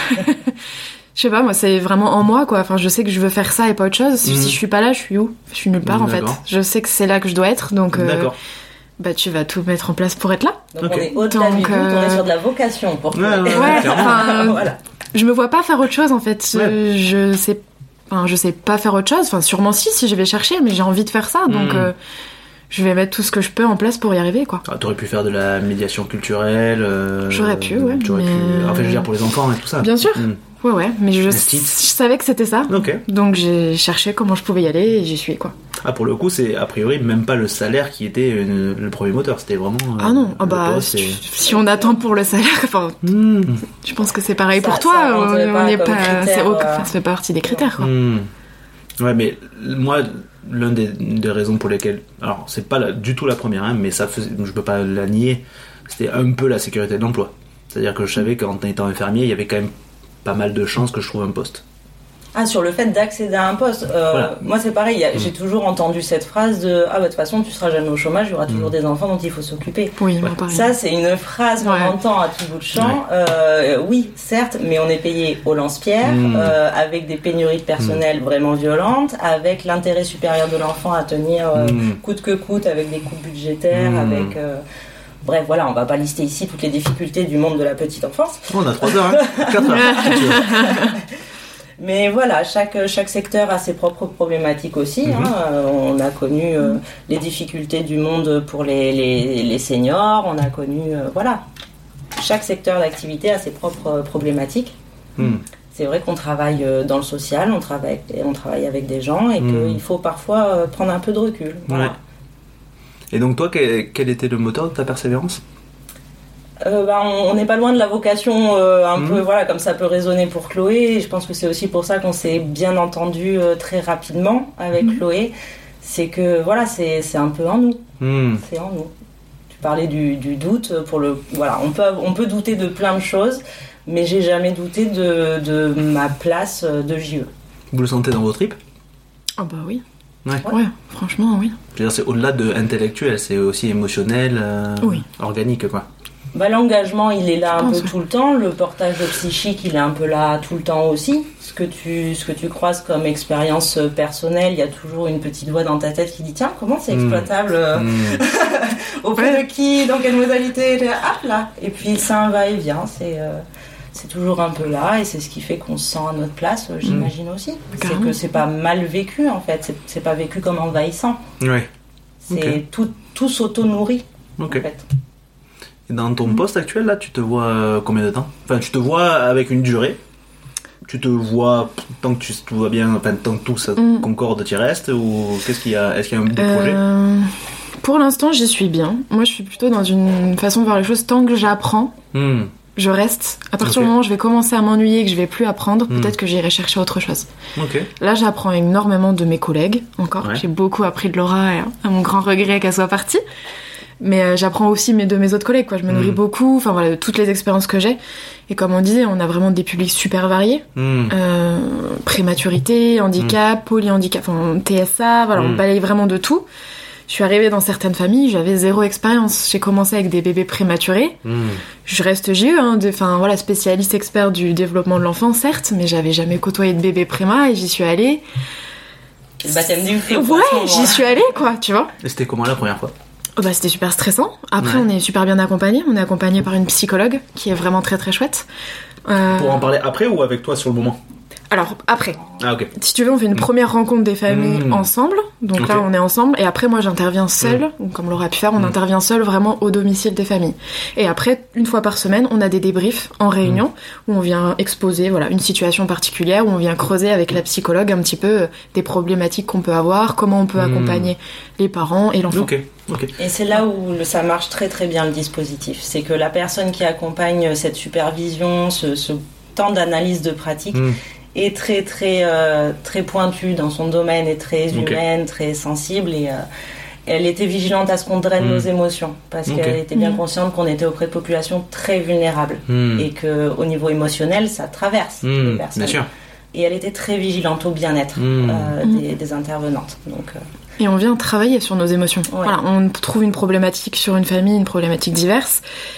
sais pas, moi, c'est vraiment en moi, quoi. Enfin, je sais que je veux faire ça et pas autre chose. Si, mmh. si je suis pas là, je suis où ? Je suis nulle part, mmh, en d'accord. fait. Je sais que c'est là que je dois être, donc... Euh, d'accord. bah tu vas tout mettre en place pour être là. Donc okay. on est au-delà Donc, du doute, euh... on est sur de la vocation pour ouais, ouais, ouais, enfin, voilà. Je me vois pas faire autre chose en fait. Ouais. Je sais, enfin, je sais pas faire autre chose. Enfin, sûrement si, si je vais chercher, mais j'ai envie de faire ça, donc. Mm. Euh... Je vais mettre tout ce que je peux en place pour y arriver, quoi. Ah, t'aurais pu faire de la médiation culturelle. Euh, J'aurais pu, ouais. J'aurais mais... pu. Enfin, je veux dire pour les enfants et tout ça. Bien sûr. Mm. Ouais, ouais. Mais je, je savais que c'était ça. Ok. Donc j'ai cherché comment je pouvais y aller et j'y suis, quoi. Ah, pour le coup, c'est a priori même pas le salaire qui était une, le premier moteur. C'était vraiment. Euh, ah non. Ah bah poste, si, si on attend pour le salaire, enfin. Mm. Je pense que c'est pareil ça, pour toi. Ça on n'est pas. Critère, c'est, euh... ça fait pas partie des critères, quoi. Mm. Ouais, mais moi, l'une des, des raisons pour lesquelles, alors c'est pas la, du tout la première, hein, mais ça faisait, je peux pas la nier, c'était un peu la sécurité de l'emploi. C'est-à-dire que je savais qu'en étant infirmier, il y avait quand même pas mal de chances que je trouve un poste. Ah, sur le fait d'accéder à un poste. Euh, voilà. Moi, c'est pareil. Mmh. J'ai toujours entendu cette phrase de ah bah de toute façon, tu seras jamais au chômage, il y aura toujours mmh. des enfants dont il faut s'occuper. Oui, ouais. Ça, c'est une phrase qu'on ouais. entend à tout bout de champ. Ouais. Euh, oui, certes, mais on est payé au lance-pierre, mmh. euh, avec des pénuries de personnel mmh. vraiment violentes, avec l'intérêt supérieur de l'enfant à tenir euh, mmh. coûte que coûte, avec des coupes budgétaires, mmh. avec. Euh, Bref, voilà, on va pas lister ici toutes les difficultés du monde de la petite enfance. On a trois heures, hein. quatre heures. Mais voilà, chaque, chaque secteur a ses propres problématiques aussi. Mm-hmm. Hein. Euh, on a connu euh, les difficultés du monde pour les, les, les seniors. On a connu, euh, voilà, chaque secteur d'activité a ses propres problématiques. Mm. C'est vrai qu'on travaille dans le social, on travaille, on travaille avec des gens et mm. qu'il faut parfois prendre un peu de recul. Voilà. Ouais. Et donc toi, quel, quel était le moteur de ta persévérance ? Euh, bah, on n'est pas loin de la vocation euh, un mmh. peu voilà comme ça peut résonner pour Chloé et je pense que c'est aussi pour ça qu'on s'est bien entendu euh, très rapidement avec mmh. Chloé, c'est que voilà c'est, c'est un peu en nous mmh. c'est en nous. Tu parlais du, du doute pour le voilà on peut on peut douter de plein de choses mais j'ai jamais douté de, de ma place de J E. Vous le sentez dans vos tripes ? Ah bah oui. Ouais. ouais, franchement oui. Je veux dire, c'est au-delà de intellectuel, c'est aussi émotionnel, euh, oui. organique quoi. Bah, l'engagement il est là je un pense, peu ouais. tout le temps, le portage psychique il est un peu là tout le temps aussi. Ce que tu, ce que tu croises comme expérience personnelle, il y a toujours une petite voix dans ta tête qui dit tiens comment c'est exploitable mmh. mmh. auprès ouais. de qui, dans quelle modalité, hop là. Et puis c'est un va-et-vient, c'est, euh, c'est toujours un peu là et c'est ce qui fait qu'on se sent à notre place, j'imagine mmh. aussi. C'est que c'est pas mal vécu en fait, c'est, c'est pas vécu comme envahissant. Ouais. C'est okay. tout, tout s'auto-nourrit okay. en fait. Et dans ton poste actuel, là, tu te vois euh, combien de temps ? Enfin, tu te vois avec une durée ? Tu te vois tant que tu, tout va bien, enfin, tant que tout ça mm. concorde, tu y restes ? Ou qu'est-ce qu'il y a ? Est-ce qu'il y a un des euh, projets ? Pour l'instant, j'y suis bien. Moi, je suis plutôt dans une façon de voir les choses. Tant que j'apprends, mm. je reste. À partir okay. du moment où je vais commencer à m'ennuyer et que je vais plus apprendre, mm. peut-être que j'irai chercher autre chose. Okay. Là, j'apprends énormément de mes collègues, encore. Ouais. J'ai beaucoup appris de Laura, et à mon grand regret qu'elle soit partie. Mais euh, j'apprends aussi mes, de mes autres collègues, quoi. Je me nourris mmh. beaucoup, enfin voilà, de toutes les expériences que j'ai. Et comme on disait, on a vraiment des publics super variés. Mmh. Euh, prématurité, handicap, mmh. polyhandicap, enfin T S A, voilà, mmh. on balaye vraiment de tout. Je suis arrivée dans certaines familles, j'avais zéro expérience. J'ai commencé avec des bébés prématurés. Mmh. Je reste J E, hein, enfin voilà, spécialiste expert du développement de l'enfant, certes, mais j'avais jamais côtoyé de bébé préma et j'y suis allée. Le baptême du feu. Ouais, j'y suis allée, quoi, tu vois. Et c'était comment la première fois ? Oh bah, c'était super stressant. Après, ouais. on est super bien accompagné. On est accompagné par une psychologue qui est vraiment très très chouette. Euh... Pour en parler après ou avec toi sur le moment ? Alors, après. Ah, ok. Si tu veux, on fait une mmh. première rencontre des familles mmh. ensemble. Donc okay. là, on est ensemble. Et après, moi, j'interviens seule. Mmh. Comme Laura a pu faire, on mmh. intervient seule vraiment au domicile des familles. Et après, une fois par semaine, on a des débriefs en réunion mmh. où on vient exposer voilà, une situation particulière, où on vient creuser avec la psychologue un petit peu des problématiques qu'on peut avoir, comment on peut mmh. accompagner les parents et l'enfant. Okay. Okay. Et c'est là où le, ça marche très très bien le dispositif. C'est que la personne qui accompagne cette supervision, ce, ce temps d'analyse de pratique, mmh. est très très euh, très pointue dans son domaine, est très humaine, okay. très sensible et euh, elle était vigilante à ce qu'on draine mmh. nos émotions parce okay. qu'elle était bien mmh. consciente qu'on était auprès de populations très vulnérables mmh. et que au niveau émotionnel ça traverse mmh. les personnes. Bien sûr. Et elle était très vigilante au bien-être mmh. euh, mmh. des, des intervenantes. Donc euh... et on vient travailler sur nos émotions. Ouais. Voilà, on trouve une problématique sur une famille, une problématique diverse.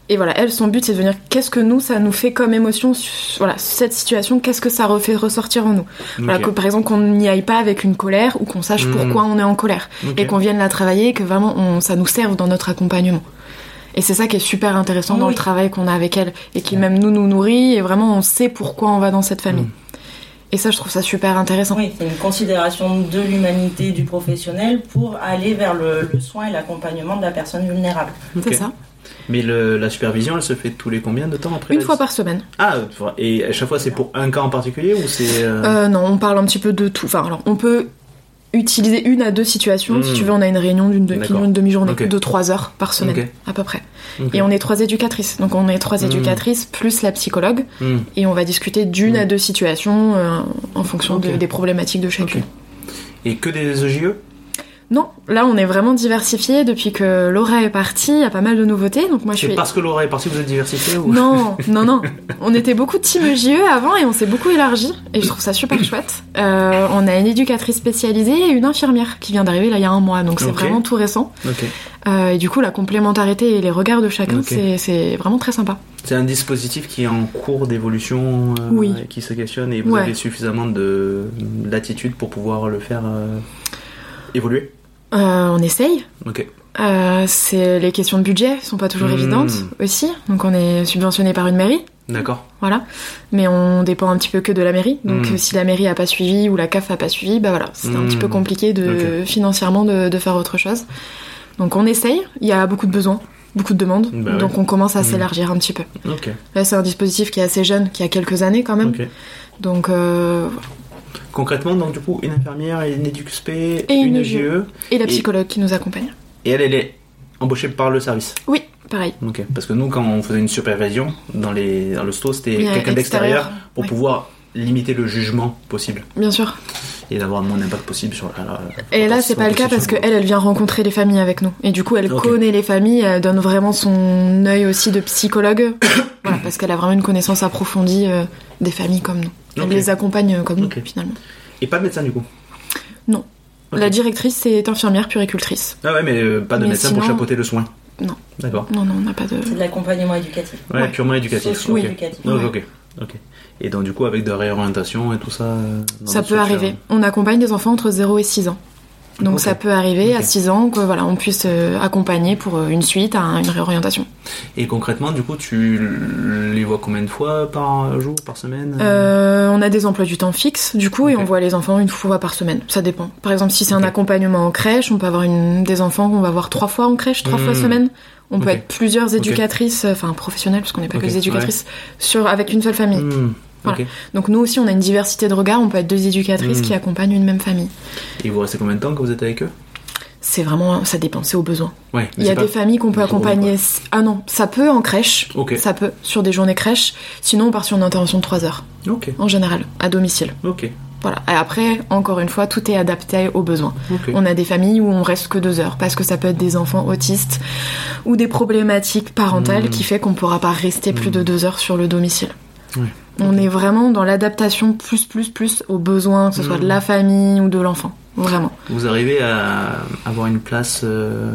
Et voilà, elle, son but, c'est de venir, qu'est-ce que nous, ça nous fait comme émotion, voilà, cette situation, qu'est-ce que ça refait ressortir en nous. Okay. Voilà, que par exemple, qu'on n'y aille pas avec une colère, ou qu'on sache mmh. pourquoi on est en colère. Okay. Et qu'on vienne la travailler, que vraiment, on, ça nous serve dans notre accompagnement. Et c'est ça qui est super intéressant oui. dans le travail qu'on a avec elle, et qui même nous, nous nourrit, et vraiment, on sait pourquoi on va dans cette famille. Mmh. Et ça, je trouve ça super intéressant. Oui, c'est une considération de l'humanité du professionnel pour aller vers le, le soin et l'accompagnement de la personne vulnérable. Okay. C'est ça. Mais le, la supervision, elle se fait tous les combien de temps après? Une fois par semaine. Ah, et à chaque fois, c'est pour un cas en particulier ou c'est... Euh... Euh, non, on parle un petit peu de tout. Enfin, alors, on peut utiliser une à deux situations. Mmh. Si tu veux, on a une réunion d'une de, une demi-journée okay. de trois heures par semaine, okay. à peu près. Okay. Et on est trois éducatrices. Donc, on est trois mmh. éducatrices plus la psychologue. Mmh. Et on va discuter d'une mmh. à deux situations euh, en fonction okay. de, des problématiques de chacune. Okay. Et que des E J E? Non, là on est vraiment diversifié depuis que Laura est partie, il y a pas mal de nouveautés. Donc moi je C'est suis... parce que Laura est partie que vous êtes diversifié ou... Non, non, non. On était beaucoup de team E J E avant et on s'est beaucoup élargi et je trouve ça super chouette. Euh, on a une éducatrice spécialisée et une infirmière qui vient d'arriver là il y a un mois, donc c'est okay. vraiment tout récent. Okay. Euh, et du coup la complémentarité et les regards de chacun, okay. c'est, c'est vraiment très sympa. C'est un dispositif qui est en cours d'évolution, euh, oui. qui se questionne et vous ouais. avez suffisamment de latitude pour pouvoir le faire euh, évoluer. Euh, on essaye. Ok. Euh, c'est les questions de budget sont pas toujours mmh. évidentes aussi. Donc on est subventionné par une mairie. D'accord. Voilà. Mais on dépend un petit peu que de la mairie. Donc mmh. si la mairie a pas suivi ou la C A F a pas suivi, bah voilà, c'est mmh. un petit peu compliqué de okay. financièrement de, de faire autre chose. Donc on essaye. Il y a beaucoup de besoins, beaucoup de demandes. Bah donc ouais. on commence à mmh. s'élargir un petit peu. Ok. Là c'est un dispositif qui est assez jeune, qui a quelques années quand même. Okay. Donc euh, voilà. Concrètement, donc du coup, une infirmière, une éduc-spé, et une E J E. Et la psychologue et... qui nous accompagne. Et elle, elle est embauchée par le service? Oui, pareil. Ok, parce que nous, quand on faisait une supervision dans, les, dans le sto, c'était Bien, quelqu'un d'extérieur pour ouais. pouvoir limiter le jugement possible. Bien sûr. Et d'avoir le moins d'impact possible sur la... la et là, c'est pas le cas parce qu'elle, elle vient rencontrer les familles avec nous. Et du coup, elle okay. connaît les familles, elle donne vraiment son œil aussi de psychologue. Voilà, parce qu'elle a vraiment une connaissance approfondie euh, des familles comme nous. Elle okay. les accompagne comme okay. nous, finalement. Et pas de médecin, du coup? Non. Okay. La directrice, c'est infirmière puéricultrice. Ah ouais, mais euh, pas de mais médecin sinon... pour chapeauter le soin? Non. D'accord. Non, non, on n'a pas de... C'est de l'accompagnement éducatif. Ouais, ouais. purement éducatif. Socio-éducatif. Okay. Ouais. Ok, ok. Et donc, du coup, avec de réorientation et tout ça... Ça peut arriver. On accompagne des enfants entre zéro et six ans. Donc okay. ça peut arriver okay. à six ans que voilà, on puisse euh, accompagner pour euh, une suite à une réorientation. Et concrètement, du coup, tu les vois combien de fois par jour, par semaine? euh, On a des emplois du temps fixes, du coup, okay. et on voit les enfants une fois par semaine. Ça dépend. Par exemple, si c'est okay. un accompagnement en crèche, on peut avoir une, des enfants qu'on va voir trois fois en crèche, trois mmh. fois semaine. On peut okay. être plusieurs éducatrices, okay. enfin professionnelles, parce qu'on n'est pas okay. que des éducatrices, ouais. sur, avec une seule famille. Mmh. Voilà. Okay. Donc nous aussi on a une diversité de regards, on peut être deux éducatrices mmh. qui accompagnent une même famille. Et vous restez combien de temps que vous êtes avec eux? C'est vraiment, ça dépend, c'est au besoin. Ouais, il y a des familles qu'on peut accompagner. Ah non, ça peut en crèche, okay. ça peut sur des journées crèche. Sinon on part sur une intervention de trois heures. Okay. En général, à domicile. Ok. Voilà. Et après, encore une fois, tout est adapté aux besoins. Okay. On a des familles où on reste que deux heures parce que ça peut être des enfants autistes ou des problématiques parentales mmh. qui fait qu'on pourra pas rester plus mmh. de deux heures sur le domicile. Ouais. On okay. est vraiment dans l'adaptation plus, plus, plus aux besoins, que ce soit mmh. de la famille ou de l'enfant. Vraiment. Vous arrivez à avoir une place euh,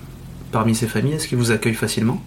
parmi ces familles? Est-ce qu'ils vous accueillent facilement?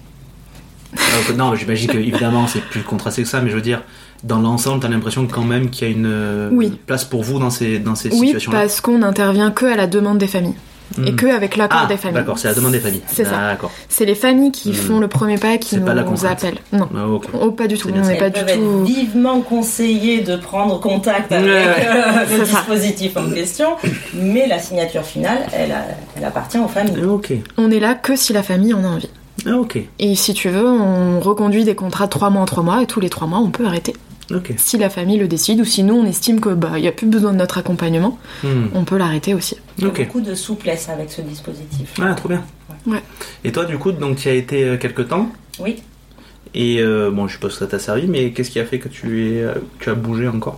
Alors, non, j'imagine que évidemment c'est plus contrasté que ça, mais je veux dire, dans l'ensemble, t'as l'impression quand même qu'il y a une euh, oui. place pour vous dans ces, dans ces oui, situations-là? Oui, parce qu'on n'intervient que à la demande des familles. Mmh. Et que avec l'accord ah, des familles. D'accord, c'est la demande des familles. C'est d'accord. ça. C'est les familles qui mmh. font le premier pas, qui c'est nous, pas la nous appellent. Non, ah, okay. oh, pas du tout. On n'est pas du tout. Être vivement conseillé de prendre contact avec ouais, ouais. Euh, le dispositif en question, mais la signature finale, elle, a, elle appartient aux familles. Okay. On est là que si la famille en a envie. Ah, ok. Et si tu veux, on reconduit des contrats de trois mois en trois mois, et tous les trois mois, on peut arrêter. Okay. Si la famille le décide, ou si nous on estime que bah il y a plus besoin de notre accompagnement, mmh. on peut l'arrêter aussi. Il y a okay. beaucoup de souplesse avec ce dispositif. Ah, trop bien. Ouais. Ouais. Et toi, du coup, donc tu y as été euh, quelques temps. Oui. Et euh, bon, je suppose que ça t'a servi, mais qu'est-ce qui a fait que tu es, tu as bougé encore?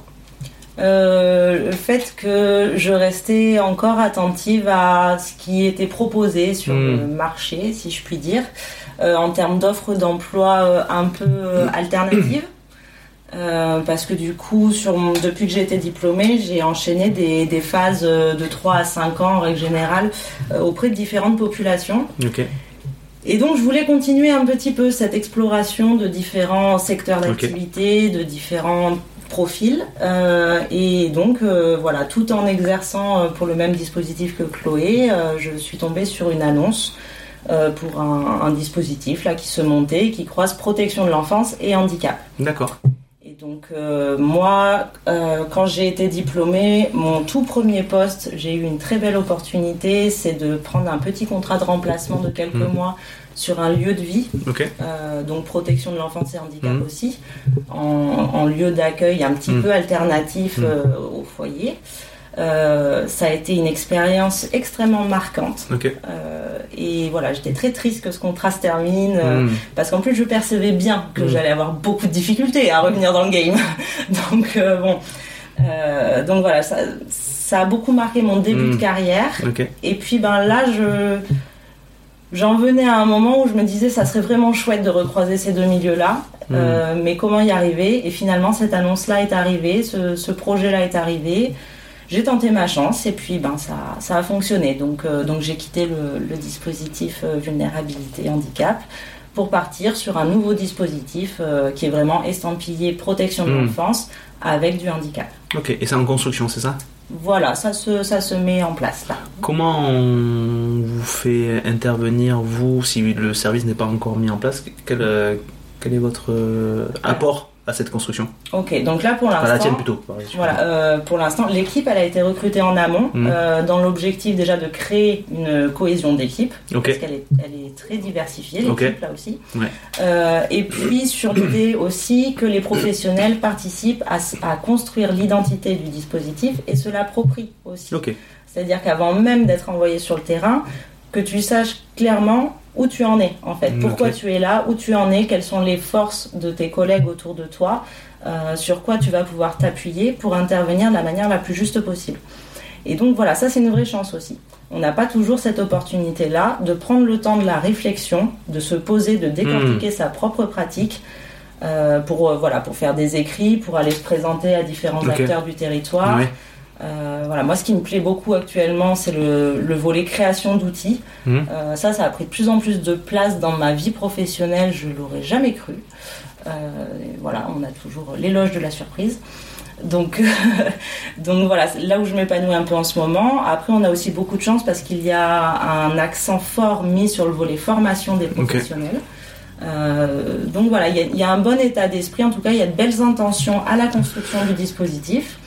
Euh, le fait que je restais encore attentive à ce qui était proposé sur mmh. le marché, si je puis dire, euh, en termes d'offres d'emploi euh, un peu euh, alternatives. Euh, parce que du coup, sur mon, depuis que j'ai été diplômée, j'ai enchaîné des, des phases de trois à cinq ans en règle générale euh, auprès de différentes populations. Okay. Et donc je voulais continuer un petit peu cette exploration de différents secteurs d'activité, okay. de différents profils, euh, et donc euh, voilà, tout en exerçant pour le même dispositif que Chloé, euh, je suis tombée sur une annonce euh, pour un, un dispositif là qui se montait, qui croise protection de l'enfance et handicap. D'accord. Et donc euh, moi, euh, quand j'ai été diplômée, mon tout premier poste, j'ai eu une très belle opportunité, c'est de prendre un petit contrat de remplacement de quelques mmh. mois sur un lieu de vie, okay. euh, donc protection de l'enfance et handicap mmh. aussi, en, en lieu d'accueil un petit mmh. peu alternatif mmh. euh, au foyer. Euh, ça a été une expérience extrêmement marquante. Okay. Euh, et voilà, j'étais très triste que ce contrat se termine, euh, mmh. parce qu'en plus je percevais bien que mmh. j'allais avoir beaucoup de difficultés à revenir dans le game. donc euh, bon, euh, donc voilà, ça, ça a beaucoup marqué mon début mmh. de carrière. Okay. Et puis ben là, je J'en venais à un moment où je me disais ça serait vraiment chouette de recroiser ces deux milieux-là, mmh. euh, mais comment y arriver ? Et finalement cette annonce-là est arrivée, ce, ce projet-là est arrivé. J'ai tenté ma chance et puis ben ça, ça a fonctionné. Donc, euh, donc j'ai quitté le, le dispositif euh, vulnérabilité handicap pour partir sur un nouveau dispositif euh, qui est vraiment estampillé protection de mmh. l'enfance avec du handicap. Ok, et c'est en construction, c'est ça ? Voilà, ça se, ça se met en place là. Comment on vous fait intervenir, vous, si le service n'est pas encore mis en place ? Quel, euh, quel est votre euh, apport à cette construction ? Ok, donc là pour l'instant... Enfin, la tienne plutôt. Pareil, voilà, euh, pour l'instant, l'équipe, elle a été recrutée en amont, mmh. euh, dans l'objectif déjà de créer une cohésion d'équipe, okay. parce qu'elle est, elle est très diversifiée, l'équipe okay. là aussi. Ouais. Euh, et puis sur l'idée aussi que les professionnels participent à, à construire l'identité du dispositif et se l'approprient aussi. Okay. C'est-à-dire qu'avant même d'être envoyé sur le terrain, que tu saches clairement où tu en es en fait, pourquoi okay. tu es là, où tu en es, quelles sont les forces de tes collègues autour de toi, euh, sur quoi tu vas pouvoir t'appuyer pour intervenir de la manière la plus juste possible. Et donc voilà, ça c'est une vraie chance aussi. On n'a pas toujours cette opportunité-là de prendre le temps de la réflexion, de se poser, de décortiquer mmh. sa propre pratique, euh, pour, euh, voilà, pour faire des écrits, pour aller se présenter à différents okay. acteurs du territoire. Ouais. Euh, voilà, moi ce qui me plaît beaucoup actuellement c'est le, le volet création d'outils. Mmh. Euh, ça, ça a pris de plus en plus de place dans ma vie professionnelle, je l'aurais jamais cru. Euh, voilà, on a toujours l'éloge de la surprise. Donc, donc voilà, c'est là où je m'épanouis un peu en ce moment. Après, on a aussi beaucoup de chance parce qu'il y a un accent fort mis sur le volet formation des professionnels. Okay. Euh, donc voilà, il y, y a un bon état d'esprit, en tout cas il y a de belles intentions à la construction du dispositif.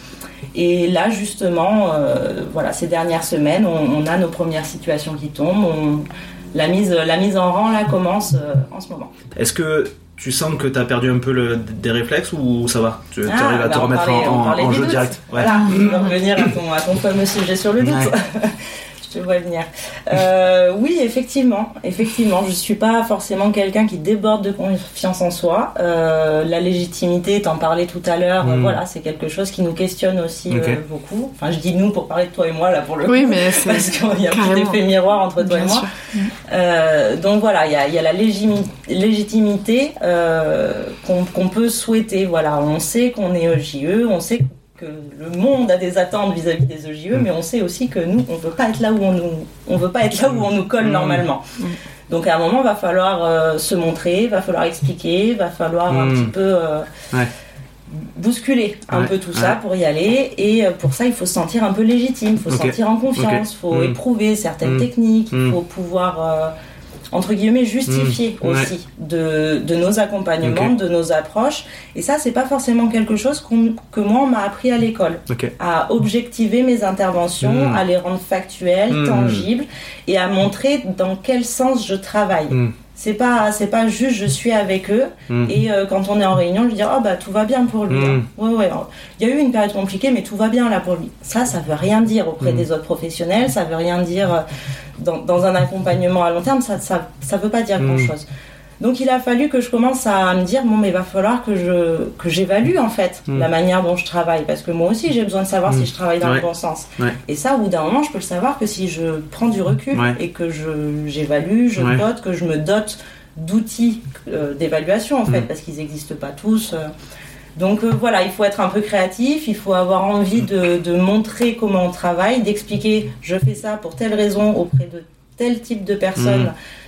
Et là, justement, euh, voilà, ces dernières semaines, on, on a nos premières situations qui tombent. On, la, mise, la mise en rang, là, commence euh, en ce moment. Est-ce que tu sens que tu as perdu un peu le, des réflexes ou ça va ? Tu ah, arrives à bah te remettre parlait, en, en, en jeu direct ? Ouais. Voilà, on va revenir à ton, à ton fameux sujet sur le doute. Ouais. Je te vois venir. Euh, oui, effectivement, effectivement, je suis pas forcément quelqu'un qui déborde de confiance en soi. Euh, la légitimité, t'en parlais tout à l'heure, mmh. voilà, c'est quelque chose qui nous questionne aussi okay. euh, beaucoup. Enfin, je dis nous pour parler de toi et moi là pour le oui, coup, mais c'est parce qu'il y a un petit effet miroir entre toi Bien et moi. Mmh. Euh, donc voilà, il y a, y a la légimi- légitimité euh, qu'on, qu'on peut souhaiter. Voilà, on sait qu'on est E J E, on sait que le monde a des attentes vis-à-vis des E J E, mmh. mais on sait aussi que nous, on veut pas être là où on nous, on veut pas être là où on nous colle mmh. normalement. Mmh. Donc à un moment, va falloir euh, se montrer, va falloir expliquer, va falloir mmh. un petit peu euh, ouais. bousculer un ouais. peu tout ouais. ça pour y aller. Et pour ça, il faut se sentir un peu légitime, il faut okay. se sentir en confiance, il okay. faut mmh. éprouver certaines mmh. techniques, il mmh. faut pouvoir euh, entre guillemets justifier mmh. aussi ouais. de, de nos accompagnements, okay. de nos approches. Et ça, c'est pas forcément quelque chose qu'on, que moi on m'a appris à l'école, okay. à objectiver mes interventions, mmh. à les rendre factuelles, mmh. tangibles, et à montrer dans quel sens je travaille. Mmh. C'est pas, c'est pas juste je suis avec eux mmh. et euh, quand on est en réunion, je dis oh bah tout va bien pour lui. Mmh. Ouais ouais. Il y a eu une période compliquée, mais tout va bien là pour lui. Ça, ça veut rien dire auprès mmh. des autres professionnels. Ça veut rien dire euh, dans, dans un accompagnement à long terme. Ça, ça, ça veut pas dire mmh. grand chose. Donc il a fallu que je commence à me dire bon mais il va falloir que je que j'évalue en fait mmh. la manière dont je travaille parce que moi aussi j'ai besoin de savoir mmh. si je travaille dans ouais. le bon sens. Ouais. Et ça au bout d'un moment je peux le savoir que si je prends du recul ouais. et que je j'évalue, je ouais. note, que je me dote d'outils euh, d'évaluation en fait mmh. parce qu'ils n'existent pas tous. Euh. Donc euh, voilà, il faut être un peu créatif, il faut avoir envie de, de montrer comment on travaille, d'expliquer je fais ça pour telle raison auprès de tel type de personnes. Mmh.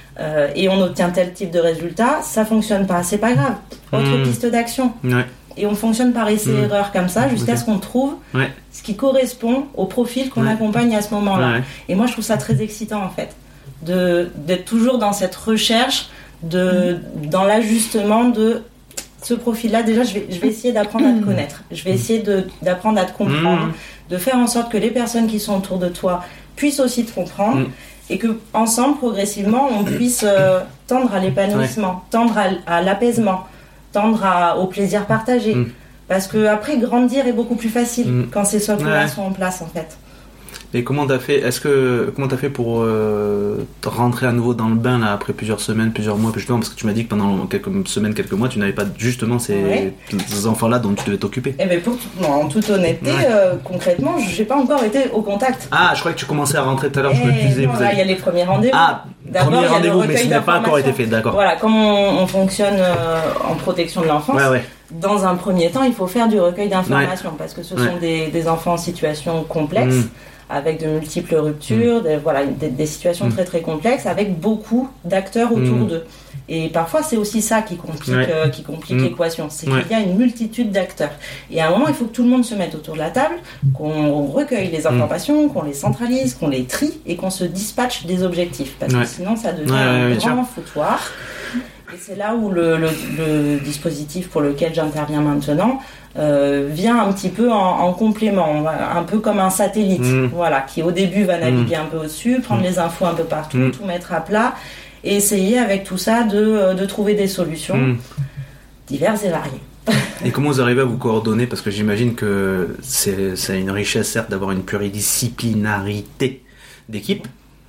euh, et on obtient tel type de résultat, ça fonctionne pas, c'est pas grave. Autre Mmh. piste d'action. Ouais. Et on fonctionne par essai-erreur Mmh. comme ça jusqu'à Okay. ce qu'on trouve Ouais. ce qui correspond au profil qu'on Ouais. accompagne à ce moment-là. Ouais. Et moi, je trouve ça très excitant, en fait, de, d'être toujours dans cette recherche, de, dans l'ajustement de ce profil-là. Déjà, je vais, je vais essayer d'apprendre à te connaître. Je vais essayer de, d'apprendre à te comprendre, Mmh. de faire en sorte que les personnes qui sont autour de toi puissent aussi te comprendre. Mmh. Et que ensemble, progressivement, on puisse euh, tendre à l'épanouissement, tendre à, à l'apaisement, tendre à, au plaisir partagé. Mm. Parce que après, grandir est beaucoup plus facile Mm. quand ces socles-là Ouais. sont en place, en fait. Et comment t'as fait Est-ce que comment t'as fait pour euh, rentrer à nouveau dans le bain là après plusieurs semaines, plusieurs mois, justement parce que tu m'as dit que pendant quelques semaines, quelques mois, tu n'avais pas justement ces, Ouais. ces enfants-là dont tu devais t'occuper. Et bien, pour, tout- en toute honnêteté, Ouais. euh, concrètement, j'ai pas encore été au contact. Ah, je croyais que tu commençais à rentrer tout à l'heure. Je me Et disais, non, vous là, avez- il y a les premiers rendez-vous. Ah, D'abord, premier il y a le rendez-vous, mais recueil ce n'a pas encore été d'informations. fait, d'accord. Voilà, comme on, on fonctionne euh, en protection de l'enfance, Ouais, ouais. dans un premier temps, il faut faire du recueil d'informations parce que ce Ouais. sont des, des enfants en situation complexe, Mm. avec de multiples ruptures, des, voilà, des, des situations Mm. très très complexes, avec beaucoup d'acteurs autour Mm. d'eux. Et parfois, c'est aussi ça qui complique, Ouais. euh, qui complique Mm. l'équation, c'est Ouais. qu'il y a une multitude d'acteurs. Et à un moment, il faut que tout le monde se mette autour de la table, qu'on recueille les informations, qu'on les centralise, qu'on les trie et qu'on se dispatche des objectifs. Parce Ouais. que sinon, ça devient Ouais, ouais, un bien grand sûr. foutoir. Et c'est là où le, le, le dispositif pour lequel j'interviens maintenant euh, vient un petit peu en, en complément, un peu comme un satellite, Mm. voilà, qui au début va naviguer un peu au-dessus, prendre Mm. les infos un peu partout, Mm. tout mettre à plat, et essayer avec tout ça de, de trouver des solutions Mm. diverses et variées. Et comment vous arrivez à vous coordonner? Parce que j'imagine que c'est, c'est une richesse, certes, d'avoir une pluridisciplinarité d'équipe,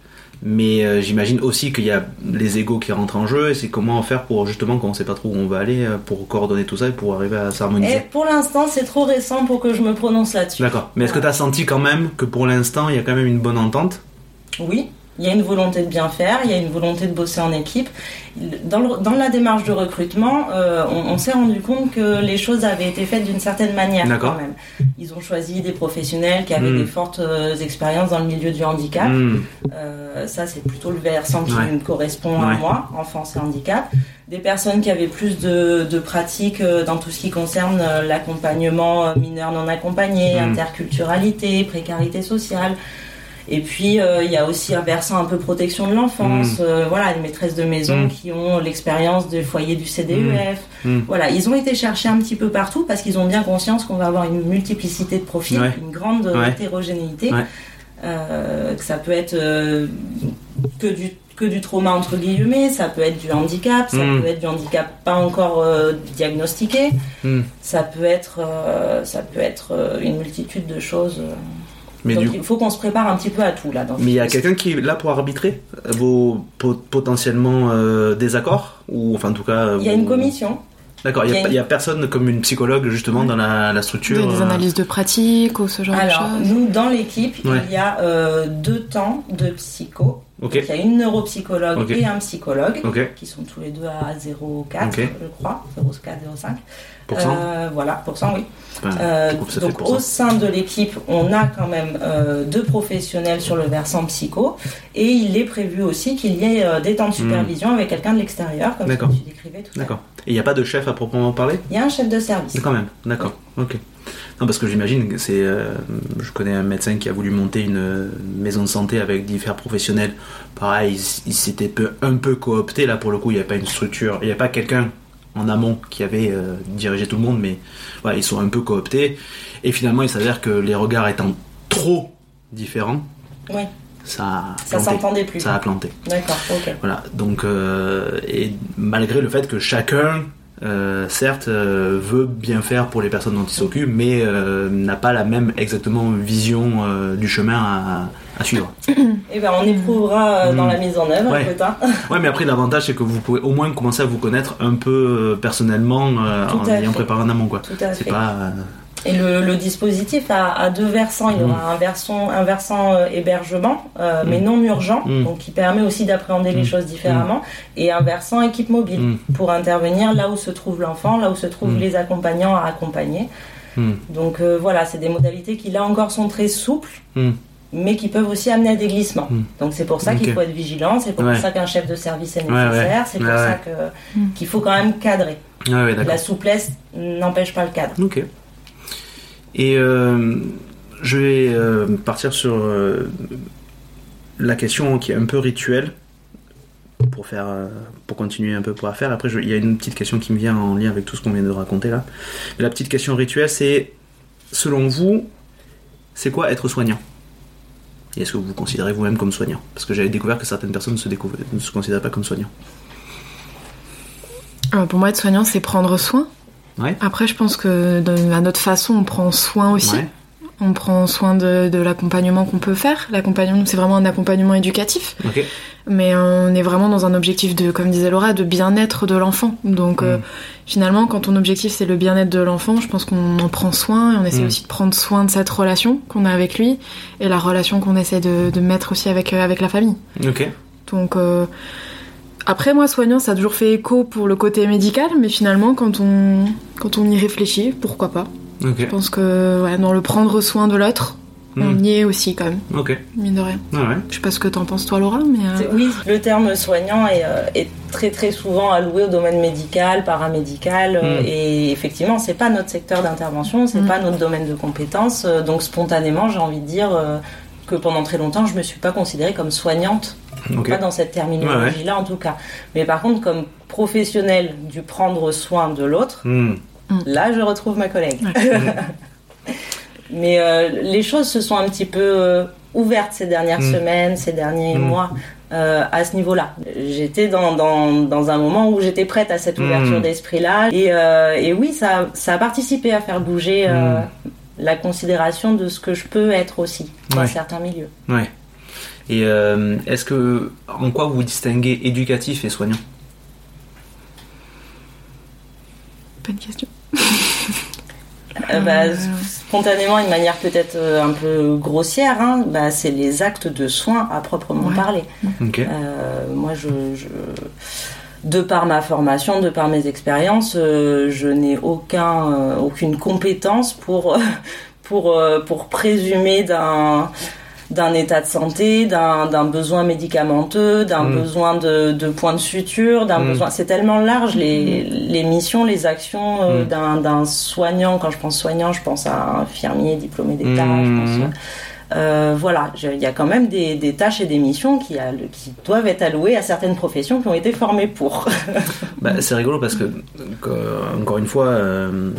mais euh, j'imagine aussi qu'il y a les égos qui rentrent en jeu, et c'est comment faire pour, justement, quand on ne sait pas trop où on va aller, euh, pour coordonner tout ça et pour arriver à s'harmoniser. Et pour l'instant, c'est trop récent pour que je me prononce là-dessus. D'accord. Mais est-ce que tu as senti quand même que pour l'instant, il y a quand même une bonne entente? Oui, il y a une volonté de bien faire, il y a une volonté de bosser en équipe. Dans, le- dans la démarche de recrutement, euh, on, on s'est rendu compte que les choses avaient été faites d'une certaine manière D'accord. quand même. Ils ont choisi des professionnels qui avaient Mm. des fortes euh, expériences dans le milieu du handicap. Mmh. Euh, ça, c'est plutôt le versant qui Ouais. me correspond à Ouais. moi, enfance et handicap. Des personnes qui avaient plus de, de pratiques euh, dans tout ce qui concerne euh, l'accompagnement euh, mineur non accompagné, Mm. interculturalité, précarité sociale. Et puis, euh, il y a aussi un versant un peu protection de l'enfance. Mm. Euh, voilà, les maîtresses de maison Mm. qui ont l'expérience des foyers du C D E F. Mm. Voilà, ils ont été cherchés un petit peu partout parce qu'ils ont bien conscience qu'on va avoir une multiplicité de profils, Ouais. une grande euh, Ouais. hétérogénéité. Ouais. Euh, que ça peut être euh, que du que du trauma entre guillemets, ça peut être du handicap, ça Mm. peut être du handicap pas encore euh, diagnostiqué, Mmh. ça peut être euh, ça peut être euh, une multitude de choses. euh. Mais Donc du il faut qu'on se prépare un petit peu à tout là. Dans Mais il y a ce- quelqu'un qui est là pour arbitrer vos po- potentiellement euh, désaccords, ou enfin en tout cas. Il y a vos- une commission. D'accord, il il y a n'y a, une- il y a personne comme une psychologue justement dans la, la structure. Des euh, analyses de pratique ou ce genre Alors de choses. nous dans l'équipe Ouais. il y a euh, deux temps de psycho. Ok. Donc, il y a une neuropsychologue Ok. et un psychologue Ok. qui sont tous les deux à zéro virgule quatre Ok. je crois, zéro virgule quatre zéro virgule cinq. Pour cent. Euh, voilà, pour cent, oui. Enfin, Euh, du coup, ça fait donc pour au cent. sein de l'équipe, on a quand même euh, deux professionnels sur le versant psycho et il est prévu aussi qu'il y ait euh, des temps de supervision avec quelqu'un de l'extérieur, comme ce que Hmm. D'accord. tu décrivais tout à l'heure. D'accord. Et il n'y a pas de chef à proprement parler? Il y a un chef de service. Quand même, d'accord, ok. Non, parce que j'imagine que c'est. euh, je connais un médecin qui a voulu monter une euh, maison de santé avec différents professionnels. Pareil, il, il s'était peu, un peu coopté. Là, pour le coup, il n'y avait pas une structure, il n'y avait pas quelqu'un en amont qui avait euh, dirigé tout le monde, mais voilà, ils sont un peu cooptés. Et finalement, il s'avère que les regards étant trop différents, Oui, ça a ça planté. s'entendait plus. Ça a planté. D'accord, ok. Voilà, donc, euh, et malgré le fait que chacun, euh, certes, euh, veut bien faire pour les personnes dont il s'occupe, mais euh, n'a pas la même exactement vision euh, du chemin à, à suivre. Eh ben, on éprouvera euh, dans Mm. la mise en œuvre, Ouais. écoute, hein. Ouais, mais après, l'avantage, c'est que vous pouvez au moins commencer à vous connaître un peu euh, personnellement euh, Tout en à ayant fait. préparé en amont, quoi. Tout à C'est fait. pas. euh, Et le, le dispositif a, a deux versants. Il y Mm. aura un versant, un versant euh, hébergement, euh, Mm. mais non urgent, Mm. donc qui permet aussi d'appréhender les Mm. choses différemment, et un versant équipe mobile Mm. pour intervenir là où se trouve l'enfant, là où se trouvent Mm. les accompagnants à accompagner. hmm, Donc euh, voilà, c'est des modalités qui là encore sont très souples, hmm. mais qui peuvent aussi amener à des glissements. Mmh. Donc c'est pour ça okay. qu'il faut être vigilant, c'est pour ouais. ça qu'un chef de service est nécessaire, ouais, ouais. c'est pour ouais, ça que, mmh. qu'il faut quand même cadrer. Ouais, ouais, la souplesse n'empêche pas le cadre. Ok. Et euh, je vais euh, partir sur euh, la question qui est un peu rituelle, pour, faire, euh, pour continuer un peu pour faire. Après, il y a une petite question qui me vient en lien avec tout ce qu'on vient de raconter là. Mais la petite question rituelle, c'est, selon vous, c'est quoi être soignant ? Et est-ce que vous vous considérez vous-même comme soignant ? Parce que j'avais découvert que certaines personnes ne se, découvre, ne se considèrent pas comme soignants. Alors pour moi, être soignant, c'est prendre soin. Ouais. Après, je pense que de, à notre façon, on prend soin aussi. Ouais. On prend soin de, de l'accompagnement qu'on peut faire. L'accompagnement, c'est vraiment un accompagnement éducatif. Okay. Mais on est vraiment dans un objectif de, comme disait Laura, de bien-être de l'enfant. Donc mmh. euh, finalement, quand ton objectif c'est le bien-être de l'enfant, je pense qu'on en prend soin et on essaie mmh. aussi de prendre soin de cette relation qu'on a avec lui et la relation qu'on essaie de, de mettre aussi avec, avec la famille. Ok. Donc euh, après, moi, soignant, ça a toujours fait écho pour le côté médical, mais finalement, quand on, quand on y réfléchit, pourquoi pas. Okay. Je pense que ouais, dans le prendre soin de l'autre, mmh. on y est aussi quand même. Ok. Mine de rien. Ah ouais. Je sais pas ce que t'en penses toi, Laura, mais... Euh... Oui, le terme soignant est, euh, est très très souvent alloué au domaine médical, paramédical, mmh. euh, et effectivement, c'est pas notre secteur d'intervention, c'est mmh. pas notre domaine de compétences, euh, donc spontanément, j'ai envie de dire euh, que pendant très longtemps, je me suis pas considérée comme soignante. Okay. Pas dans cette terminologie-là, ouais, ouais. en tout cas. Mais par contre, comme professionnel du prendre soin de l'autre, mmh. là, je retrouve ma collègue. Ouais. Mais euh, les choses se sont un petit peu euh, ouvertes ces dernières mmh. semaines, ces derniers mmh. mois, euh, à ce niveau-là. J'étais dans, dans, dans un moment où j'étais prête à cette ouverture mmh. d'esprit-là. Et, euh, et oui, ça, ça a participé à faire bouger euh, mmh. la considération de ce que je peux être aussi dans ouais. certains milieux. Ouais. Et euh, est-ce que, en quoi vous distinguez éducatif et soignant ? Bonne question. euh, bah, spontanément, une manière peut-être un peu grossière, hein, bah, c'est les actes de soins à proprement ouais. parler. Okay. Euh, moi, je, je, de par ma formation, de par mes expériences, euh, je n'ai aucun, euh, aucune compétence pour, pour, euh, pour présumer d'un... d'un état de santé, d'un, d'un besoin médicamenteux, d'un mmh. besoin de, de points de suture, d'un mmh. besoin... C'est tellement large, les, les missions, les actions euh, mmh. d'un, d'un soignant. Quand je pense soignant, je pense à un infirmier diplômé d'État. Mmh. Je pense, euh, voilà, il y a quand même des, des tâches et des missions qui, a, qui doivent être allouées à certaines professions qui ont été formées pour. Bah, c'est rigolo parce que, encore une fois, euh,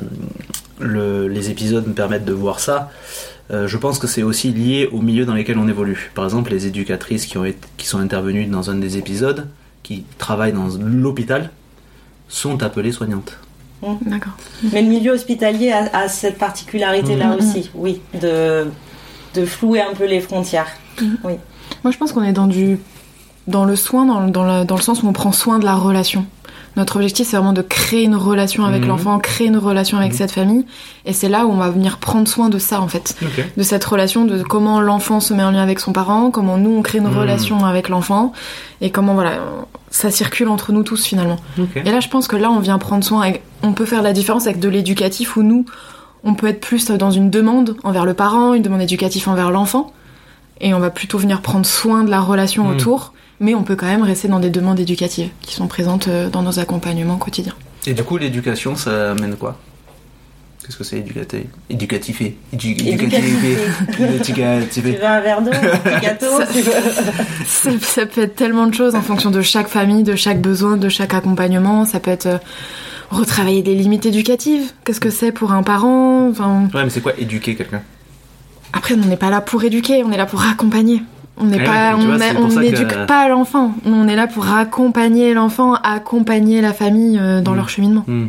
le, les épisodes me permettent de voir ça. Euh, je pense que c'est aussi lié au milieu dans lequel on évolue. Par exemple, les éducatrices qui, ont été, qui sont intervenues dans un des épisodes, qui travaillent dans l'hôpital, sont appelées soignantes. Mmh. D'accord. Mais le milieu hospitalier a, a cette particularité-là mmh. aussi, oui, de, de flouer un peu les frontières. Mmh. Oui. Moi, je pense qu'on est dans, du, dans le soin, dans, dans, la, dans le sens où on prend soin de la relation. Notre objectif, c'est vraiment de créer une relation avec mmh. l'enfant, créer une relation avec mmh. cette famille. Et c'est là où on va venir prendre soin de ça, en fait. Okay. De cette relation, de comment l'enfant se met en lien avec son parent, comment nous, on crée une mmh. relation avec l'enfant, et comment, voilà, ça circule entre nous tous, finalement. Okay. Et là, je pense que là, on vient prendre soin. Avec, on peut faire la différence avec de l'éducatif, où nous, on peut être plus dans une demande envers le parent, une demande éducative envers l'enfant, et on va plutôt venir prendre soin de la relation mmh. autour. Mais on peut quand même rester dans des demandes éducatives qui sont présentes dans nos accompagnements quotidiens. Et du coup, l'éducation, ça amène quoi ? Qu'est-ce que c'est éducatif ? Éducatifé. Éducatifé. Éducatifé. Tu veux un verre d'eau, un petit gâteau ça, ça, ça peut être tellement de choses en fonction de chaque famille, de chaque besoin, de chaque accompagnement. Ça peut être euh, retravailler des limites éducatives. Qu'est-ce que c'est pour un parent ? Enfin... Ouais, mais c'est quoi éduquer quelqu'un ? Après, on n'est pas là pour éduquer, on est là pour accompagner. On n'est pas, on n'éduque que... pas l'enfant. On est là pour accompagner l'enfant, accompagner la famille euh, dans mmh. leur cheminement. Mmh.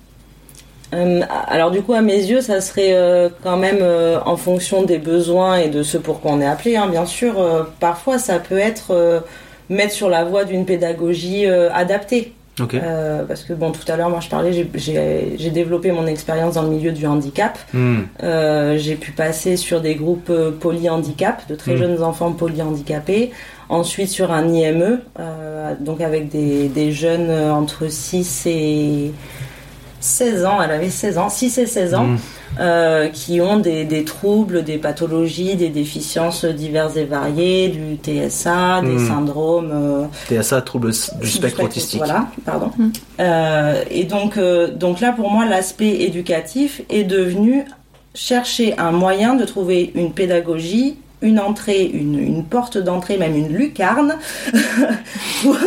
Euh, alors du coup, à mes yeux, ça serait euh, quand même euh, en fonction des besoins et de ce pour quoi on est appelé. Hein, bien sûr, euh, parfois ça peut être euh, mettre sur la voie d'une pédagogie euh, adaptée. Okay. Euh, parce que bon, tout à l'heure, moi je parlais, j'ai, j'ai, j'ai développé mon expérience dans le milieu du handicap. Mm. Euh, j'ai pu passer sur des groupes polyhandicap, de très mm. jeunes enfants polyhandicapés. Ensuite sur un I M E, euh, donc avec des, des jeunes entre six et seize ans. Elle avait seize ans, six et seize ans. Mm. euh, qui ont des, des troubles, des pathologies, des déficiences diverses et variées, du T S A, des mmh. syndromes... Euh, T S A, troubles du spectre autistique. Voilà, pardon. Mmh. Euh, et donc, euh, donc là, pour moi, l'aspect éducatif est devenu chercher un moyen de trouver une pédagogie, une entrée, une, une porte d'entrée, même une lucarne, pour,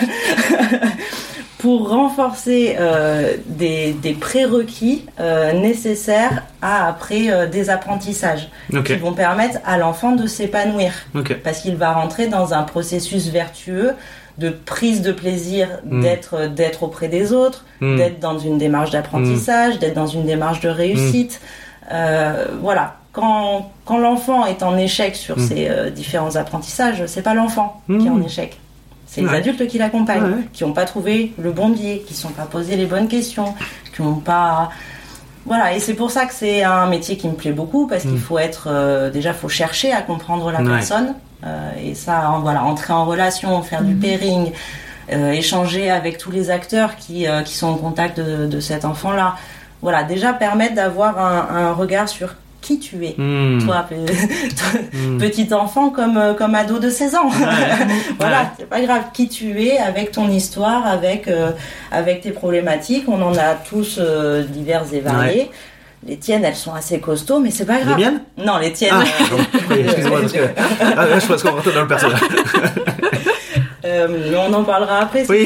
pour renforcer euh, des, des prérequis euh, nécessaires à après euh, des apprentissages okay. qui vont permettre à l'enfant de s'épanouir. Okay. Parce qu'il va rentrer dans un processus vertueux de prise de plaisir mmh. d'être, d'être auprès des autres, mmh. d'être dans une démarche d'apprentissage, mmh. d'être dans une démarche de réussite. Mmh. Euh, voilà. Quand, quand l'enfant est en échec sur mmh. ses euh, différents apprentissages, c'est pas l'enfant mmh. qui est en échec. C'est ouais. les adultes qui l'accompagnent, ouais. qui n'ont pas trouvé le bon biais, qui ne sont pas posé les bonnes questions, qui n'ont pas... Voilà, et c'est pour ça que c'est un métier qui me plaît beaucoup, parce mmh. qu'il faut être... Euh, déjà, il faut chercher à comprendre la ouais. personne, euh, et ça, en, voilà, entrer en relation, faire mmh. du pairing, euh, échanger avec tous les acteurs qui, euh, qui sont en contact de, de cet enfant-là. Voilà, déjà permettre d'avoir un, un regard sur qui tu es, mmh. toi, pe- toi mmh. petit enfant comme, comme ado de seize ans. Ouais. Voilà, ouais. c'est pas grave, qui tu es avec ton histoire, avec, euh, avec tes problématiques. On en a tous euh, diverses et variées. Ouais. Les tiennes, elles sont assez costauds, mais c'est pas grave. Les miennes ? Non, les tiennes. Ah, oui, excusez-moi, parce que ah, là, je pense qu'on rentre dans le personnage. euh, mais on en parlera après. Oui.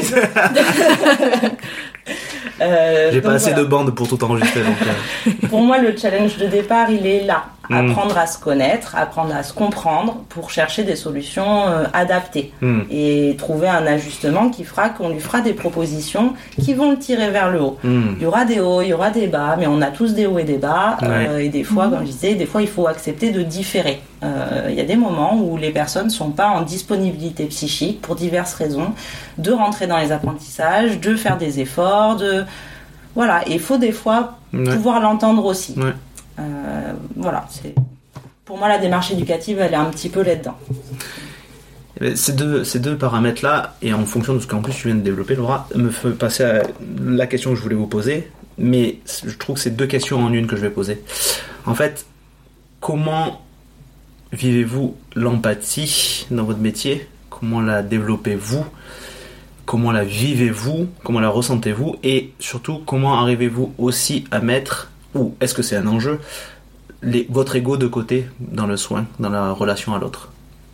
Euh, J'ai pas assez voilà. de bandes pour tout enregistrer. Donc, euh... Pour moi, le challenge de départ, il est là. Mm. Apprendre à se connaître, apprendre à se comprendre pour chercher des solutions euh, adaptées mm. et trouver un ajustement qui fera qu'on lui fera des propositions qui vont le tirer vers le haut. Mm. Il y aura des hauts, il y aura des bas, mais on a tous des hauts et des bas. Ouais. Euh, et des fois, mm. comme je disais, des fois, il faut accepter de différer. Euh, il y a des moments où les personnes ne sont pas en disponibilité psychique pour diverses raisons, de rentrer dans les apprentissages, de faire des efforts, de... Voilà, et il faut des fois ouais. pouvoir l'entendre aussi. Ouais. Euh, voilà, c'est... pour moi la démarche éducative, elle est un petit peu là-dedans. Ces deux, ces deux paramètres-là, et en fonction de ce qu'en plus tu viens de développer, Laura, me fait passer à la question que je voulais vous poser, mais je trouve que c'est deux questions en une que je vais poser. En fait, comment vivez-vous l'empathie dans votre métier ? Comment la développez-vous ? Comment la vivez-vous ? Comment la ressentez-vous ? Et surtout, comment arrivez-vous aussi à mettre, ou est-ce que c'est un enjeu, les, votre ego de côté dans le soin, dans la relation à l'autre ?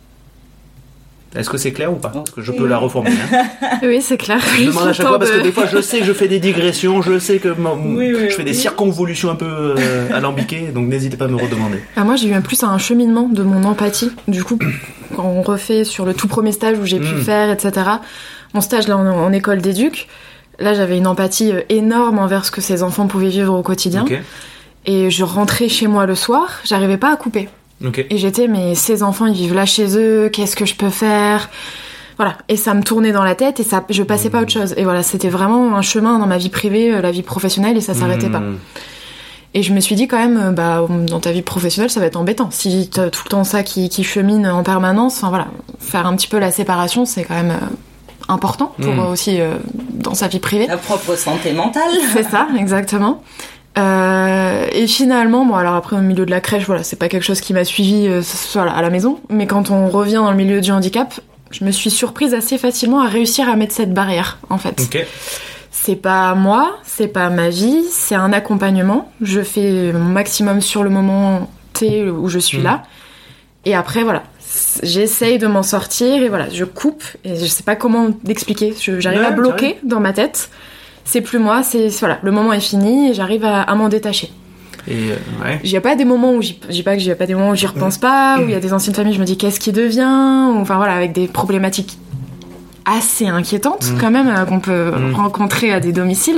Est-ce que c'est clair ou pas ? Parce que je peux la reformuler. Hein. Oui, c'est clair. Je demande à chaque fois parce que des fois, je sais que je fais des digressions, je sais que mon, oui, oui, je fais oui. des circonvolutions un peu euh, alambiquées, donc n'hésitez pas à me redemander. Ah, moi, j'ai eu un plus un cheminement de mon empathie. Du coup, quand on refait sur le tout premier stage où j'ai pu mmh. faire, et cetera. Mon stage là en, en école d'éduc, là, j'avais une empathie énorme envers ce que ces enfants pouvaient vivre au quotidien. Okay. Et je rentrais chez moi le soir, j'arrivais pas à couper. Okay. Et j'étais, mais ces enfants, ils vivent là chez eux, qu'est-ce que je peux faire ? Voilà. Et ça me tournait dans la tête et ça, je passais mmh. pas à autre chose. Et voilà, c'était vraiment un chemin dans ma vie privée, la vie professionnelle, et ça s'arrêtait mmh. pas. Et je me suis dit quand même, bah, dans ta vie professionnelle, ça va être embêtant. Si t'as tout le temps ça qui, qui chemine en permanence, enfin voilà, faire un petit peu la séparation, c'est quand même euh, important pour mmh. aussi euh, dans sa vie privée. La propre santé mentale. C'est ça, exactement. Euh, et finalement, bon, alors après au milieu de la crèche, voilà, c'est pas quelque chose qui m'a suivi euh, voilà, à la maison, mais quand on revient dans le milieu du handicap, je me suis surprise assez facilement à réussir à mettre cette barrière, en fait. Okay. C'est pas moi, c'est pas ma vie, c'est un accompagnement. Je fais mon maximum sur le moment T où je suis mmh. là, et après voilà, j'essaye de m'en sortir et voilà, je coupe et je sais pas comment l'expliquer. Je, j'arrive ouais, à bloquer dans ma tête. C'est plus moi, c'est voilà, le moment est fini et j'arrive à, à m'en détacher. Et euh, ouais. Il y a pas des moments où j'y, j'y pas que j'y a pas des moments où j'y repense pas, où il y a des anciennes familles, je me dis qu'est-ce qui devient, ou, enfin voilà, avec des problématiques assez inquiétantes mmh. quand même euh, qu'on peut mmh. rencontrer à des domiciles.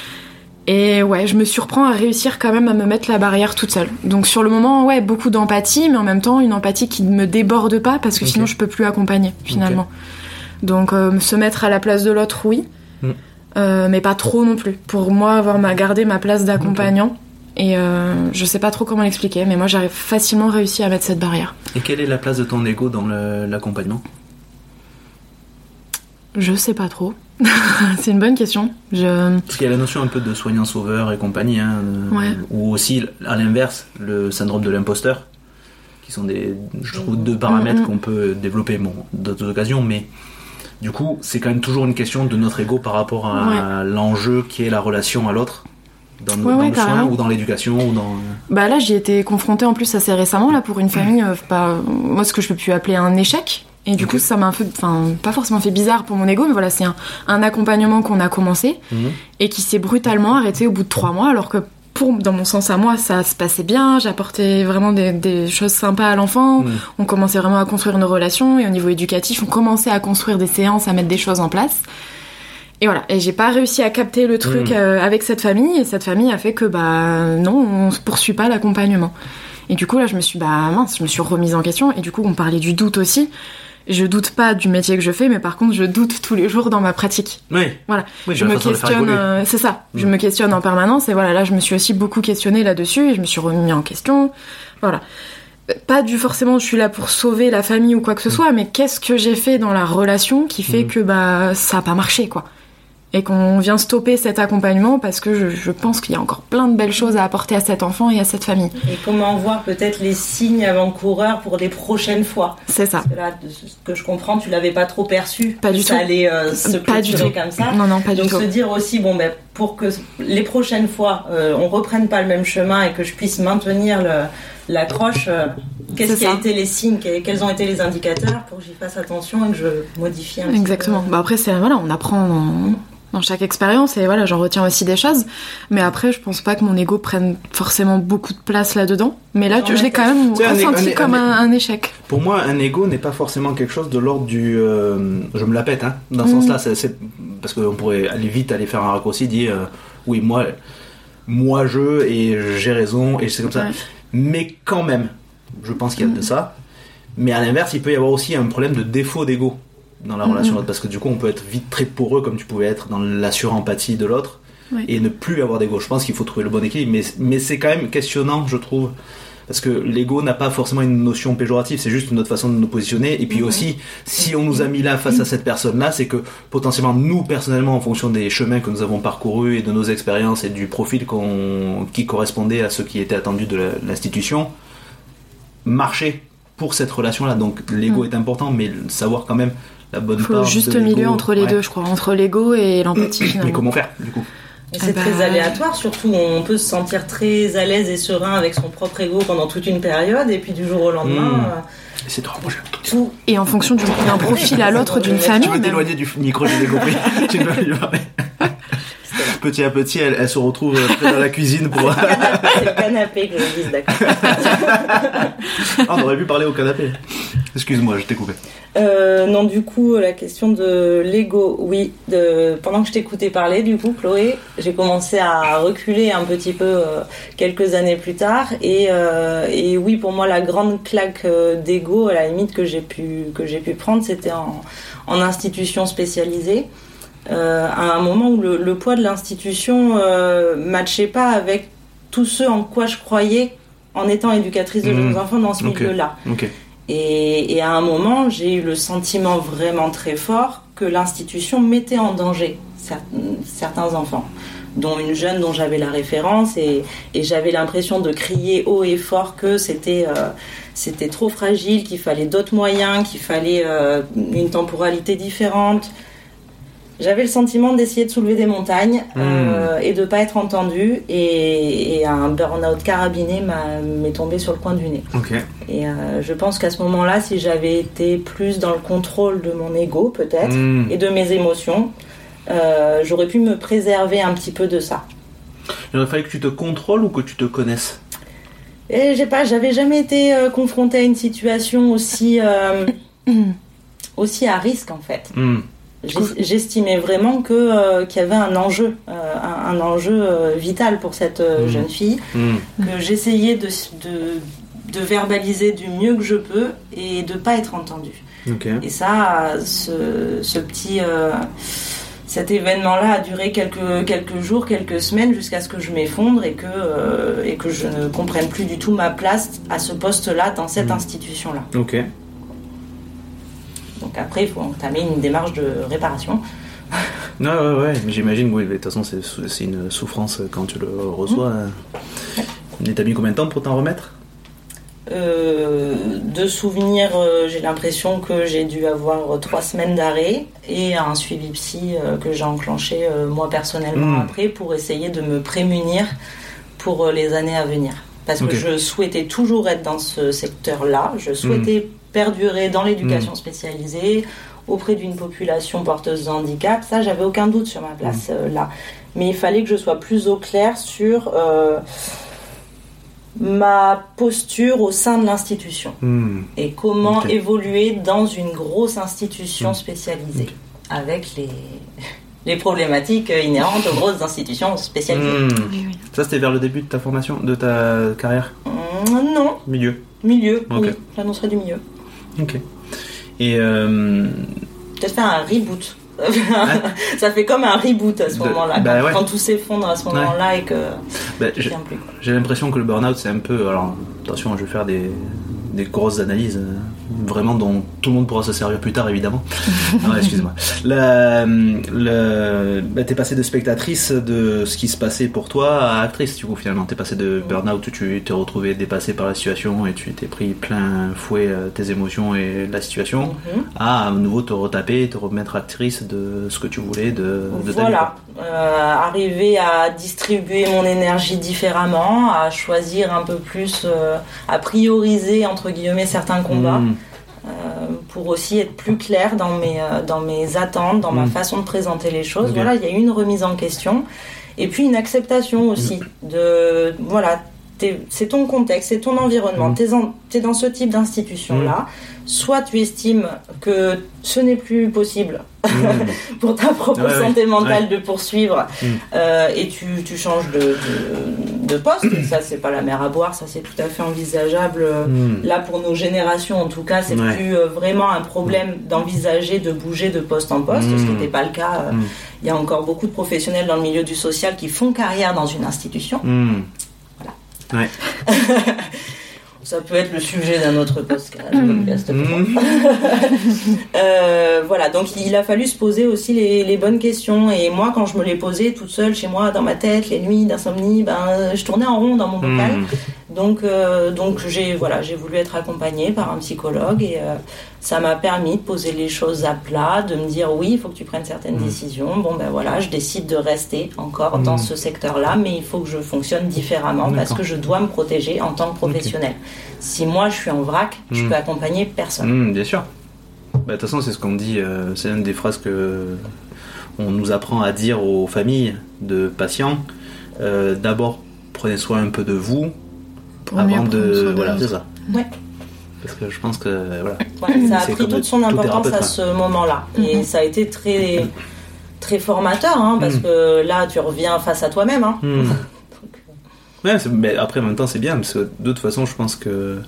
Et ouais, je me surprends à réussir quand même à me mettre la barrière toute seule. Donc sur le moment, ouais, beaucoup d'empathie, mais en même temps une empathie qui ne me déborde pas parce que okay. sinon je peux plus accompagner finalement. Okay. Donc euh, se mettre à la place de l'autre, oui. Mmh. Euh, mais pas trop non plus. Pour moi, avoir ma, garder ma place d'accompagnant. Okay. Et euh, je sais pas trop comment l'expliquer, mais moi j'arrive facilement réussi à mettre cette barrière. Et quelle est la place de ton ego dans le, l'accompagnement ? Je sais pas trop. C'est une bonne question. Je... Parce qu'il y a la notion un peu de soignant-sauveur et compagnie, hein, ouais. ou aussi, à l'inverse, le syndrome de l'imposteur, qui sont des, je trouve, deux paramètres mmh. qu'on peut développer, bon, d'autres occasions, mais du coup, c'est quand même toujours une question de notre ego par rapport à ouais. l'enjeu qui est la relation à l'autre. Dans, ouais, dans ouais, le soin ou dans l'éducation ou dans... Bah là j'y ai été confrontée en plus assez récemment là pour une famille euh, pas, moi ce que je peux plus appeler un échec et du okay. coup ça m'a un peu enfin pas forcément fait bizarre pour mon ego mais voilà c'est un, un accompagnement qu'on a commencé mmh. et qui s'est brutalement arrêté au bout de trois mois alors que pour, dans mon sens à moi ça se passait bien, j'apportais vraiment des, des choses sympas à l'enfant, mmh. on commençait vraiment à construire nos relations et au niveau éducatif on commençait à construire des séances, à mettre des choses en place. Et voilà, et j'ai pas réussi à capter le truc mmh. euh, avec cette famille, et cette famille a fait que, bah, non, on se poursuit pas l'accompagnement. Et du coup, là, je me suis, bah, mince, je me suis remise en question, et du coup, on parlait du doute aussi. Je doute pas du métier que je fais, mais par contre, je doute tous les jours dans ma pratique. Oui. Voilà. Oui, je me questionne, euh, c'est ça. Mmh. Je me questionne en permanence, et voilà, là, je me suis aussi beaucoup questionnée là-dessus, et je me suis remis en question. Voilà. Pas du forcément je suis là pour sauver la famille ou quoi que ce soit, mais qu'est-ce que j'ai fait dans la relation qui fait mmh. que, bah, ça a pas marché, quoi. Et qu'on vient stopper cet accompagnement parce que je, je pense qu'il y a encore plein de belles choses à apporter à cet enfant et à cette famille. Et comment voir peut-être les signes avant-coureurs pour des prochaines fois. C'est ça. Parce que là, de ce que je comprends, tu l'avais pas trop perçu. Pas du ça tout. Ça allait euh, se clôturer comme ça. Non, non, pas Donc du tout. Donc se dire aussi, bon, ben, pour que les prochaines fois, euh, on reprenne pas le même chemin et que je puisse maintenir le, l'accroche, euh, qu'est-ce qui a été les signes, quels ont été les indicateurs pour que j'y fasse attention et que je modifie un Exactement. petit peu. Bah après, c'est, voilà, on apprend... Dans... dans chaque expérience et voilà j'en retiens aussi des choses mais après je pense pas que mon ego prenne forcément beaucoup de place là-dedans mais là tu, je l'ai quand même ressenti un, comme un, un, un échec. Pour moi un ego n'est pas forcément quelque chose de l'ordre du euh, je me la pète hein, dans ce mmh. sens là c'est, c'est, parce qu'on pourrait aller vite aller faire un raccourci dire euh, oui moi moi je et j'ai raison et c'est comme ça ouais. mais quand même je pense qu'il y a mmh. de ça mais à l'inverse il peut y avoir aussi un problème de défaut d'ego dans la relation mmh. parce que du coup on peut être vite très poreux comme tu pouvais être dans la surempathie de l'autre oui. et ne plus avoir d'ego. Je pense qu'il faut trouver le bon équilibre mais, mais c'est quand même questionnant je trouve parce que l'ego n'a pas forcément une notion péjorative, c'est juste une autre façon de nous positionner et puis mmh. aussi si on nous a mis là face à cette personne là c'est que potentiellement nous personnellement en fonction des chemins que nous avons parcourus et de nos expériences et du profil qu'on, qui correspondait à ce qui était attendu de la, l'institution marcher pour cette relation là donc l'ego mmh. est important mais savoir quand même la bonne faut part juste de milieu entre les ouais. deux je crois entre l'ego et l'empathie finalement. Mais comment faire du coup et c'est ah bah... très aléatoire surtout on peut se sentir très à l'aise et serein avec son propre ego pendant toute une période et puis du jour au lendemain mmh. euh... c'est de rapprocher tout et en fonction du, d'un profil à l'autre d'une famille tu veux t'éloigner du micro j'ai compris tu veux lui parler petit à petit elle, elle se retrouve dans la cuisine pour c'est le canapé que je vise d'accord ah, on aurait pu parler au canapé excuse-moi je t'ai coupé euh, non du coup la question de l'ego oui de, pendant que je t'écoutais parler du coup Chloé j'ai commencé à reculer un petit peu euh, quelques années plus tard et, euh, et oui pour moi la grande claque euh, d'ego à la limite que j'ai pu, que j'ai pu prendre c'était en, en institution spécialisée. Euh, à un moment où le, le poids de l'institution euh, matchait pas avec tout ce en quoi je croyais en étant éducatrice de mmh. jeunes enfants dans ce okay. milieu-là. Okay. Et, et à un moment, j'ai eu le sentiment vraiment très fort que l'institution mettait en danger certains enfants, dont une jeune dont j'avais la référence et, et j'avais l'impression de crier haut et fort que c'était, euh, c'était trop fragile, qu'il fallait d'autres moyens, qu'il fallait euh, une temporalité différente. J'avais le sentiment d'essayer de soulever des montagnes mmh. euh, et de ne pas être entendue. Et, et un burn-out carabiné m'a, m'est tombé sur le coin du nez. Okay. Et euh, je pense qu'à ce moment-là, si j'avais été plus dans le contrôle de mon ego, peut-être, mmh. et de mes émotions, euh, j'aurais pu me préserver un petit peu de ça. Il aurait fallu que tu te contrôles ou que tu te connaisses ? Et j'ai pas, j'avais jamais été euh, confrontée à une situation aussi, euh, aussi à risque, en fait. Mmh. J'estimais vraiment que, euh, qu'il y avait un enjeu, euh, un, un enjeu euh, vital pour cette euh, mmh. jeune fille, mmh. que j'essayais de, de, de verbaliser du mieux que je peux et de ne pas être entendue. Okay. Et ça, ce, ce petit, euh, cet événement-là a duré quelques, quelques jours, quelques semaines, jusqu'à ce que je m'effondre et que, euh, et que je ne comprenne plus du tout ma place à ce poste-là, dans cette mmh. institution-là. Okay. Donc après, il faut entamer une démarche de réparation. Ouais, ouais, ouais, mais j'imagine, oui, de toute façon, c'est, c'est une souffrance quand tu le reçois. Mmh. Et t'as mis combien de temps pour t'en remettre ? Euh, de souvenirs, euh, j'ai l'impression que j'ai dû avoir euh, trois semaines d'arrêt et un suivi psy euh, que j'ai enclenché euh, moi personnellement mmh. après pour essayer de me prémunir pour euh, les années à venir. Parce okay. que je souhaitais toujours être dans ce secteur-là, je souhaitais mmh. perdurer dans l'éducation mmh. spécialisée auprès d'une population porteuse de handicap. Ça, j'avais aucun doute sur ma place mmh. euh, là. Mais il fallait que je sois plus au clair sur... Euh, ma posture au sein de l'institution mmh. et comment okay. évoluer dans une grosse institution mmh. spécialisée okay. avec les, les problématiques inhérentes aux grosses institutions spécialisées. Mmh. Oui, oui. Ça, c'était vers le début de ta formation, de ta carrière ? mmh, Non. Milieu ? Milieu, okay. oui. J'annoncerai du milieu. Ok. Et... Euh... Peut-être faire un reboot. Ça fait comme un reboot à ce de, moment-là, bah quand, ouais. quand tout s'effondre à ce moment-là ouais. et que bah, j'ai, plus, j'ai l'impression que le burn-out c'est un peu, alors attention je vais faire des, des grosses analyses euh, vraiment dont tout le monde pourra se servir plus tard évidemment. Ah ouais, excuse-moi. La, le, bah, t'es passé de spectatrice de ce qui se passait pour toi à actrice du coup finalement. T'es passé de burn-out où tu t'es retrouvé dépassé par la situation et tu t'es pris plein fouet euh, tes émotions et la situation mm-hmm. à à nouveau te retaper, te remettre actrice de ce que tu voulais de, de voilà. ta vie. Euh, arriver à distribuer mon énergie différemment, à choisir un peu plus, euh, à prioriser entre guillemets certains combats. Mm. Euh, pour aussi être plus clair dans mes, euh, dans mes attentes, dans mmh. ma façon de présenter les choses. Okay. Voilà, il y a eu une remise en question et puis une acceptation aussi mmh. de voilà, c'est ton contexte, c'est ton environnement, mmh. t'es, en, t'es dans ce type d'institution-là. Mmh. Soit tu estimes que ce n'est plus possible mmh. pour ta propre ouais, santé ouais. mentale ouais. de poursuivre mmh. euh, et tu, tu changes de, de, de poste. Ça, c'est pas la mer à boire, ça c'est tout à fait envisageable. Mmh. Là, pour nos générations, en tout cas, c'est ouais. plus euh, vraiment un problème d'envisager de bouger de poste en poste, mmh. ce qui n'était pas le cas. Il euh, mmh. y a encore beaucoup de professionnels dans le milieu du social qui font carrière dans une institution. Mmh. Voilà. Ouais. Ça peut être le sujet d'un autre podcast. Mmh. euh, voilà, donc il a fallu se poser aussi les, les bonnes questions. Et moi, quand je me les posais toute seule chez moi, dans ma tête, les nuits d'insomnie, ben, je tournais en rond dans mon bocal. Mmh. Donc, euh, donc j'ai, voilà, j'ai voulu être accompagnée par un psychologue et euh, ça m'a permis de poser les choses à plat, de me dire oui, il faut que tu prennes certaines mmh. décisions. Bon, ben voilà, je décide de rester encore mmh. dans ce secteur-là, mais il faut que je fonctionne différemment D'accord. parce que je dois me protéger en tant que professionnelle. Okay. Si moi je suis en vrac, mmh. je peux accompagner personne. Mmh, bien sûr. Bah, de toute façon, c'est ce qu'on dit, euh, c'est une des phrases que on nous apprend à dire aux familles de patients. Euh, d'abord, prenez soin un peu de vous. Pour avant de voilà c'est ça ouais. parce que je pense que voilà ouais, ça a pris toute son importance à ce moment-là mm-hmm. et ça a été très très formateur hein, parce mm. que là tu reviens face à toi-même hein. mm. Donc... ouais, c'est, mais après en même temps c'est bien parce que de toute façon je pense que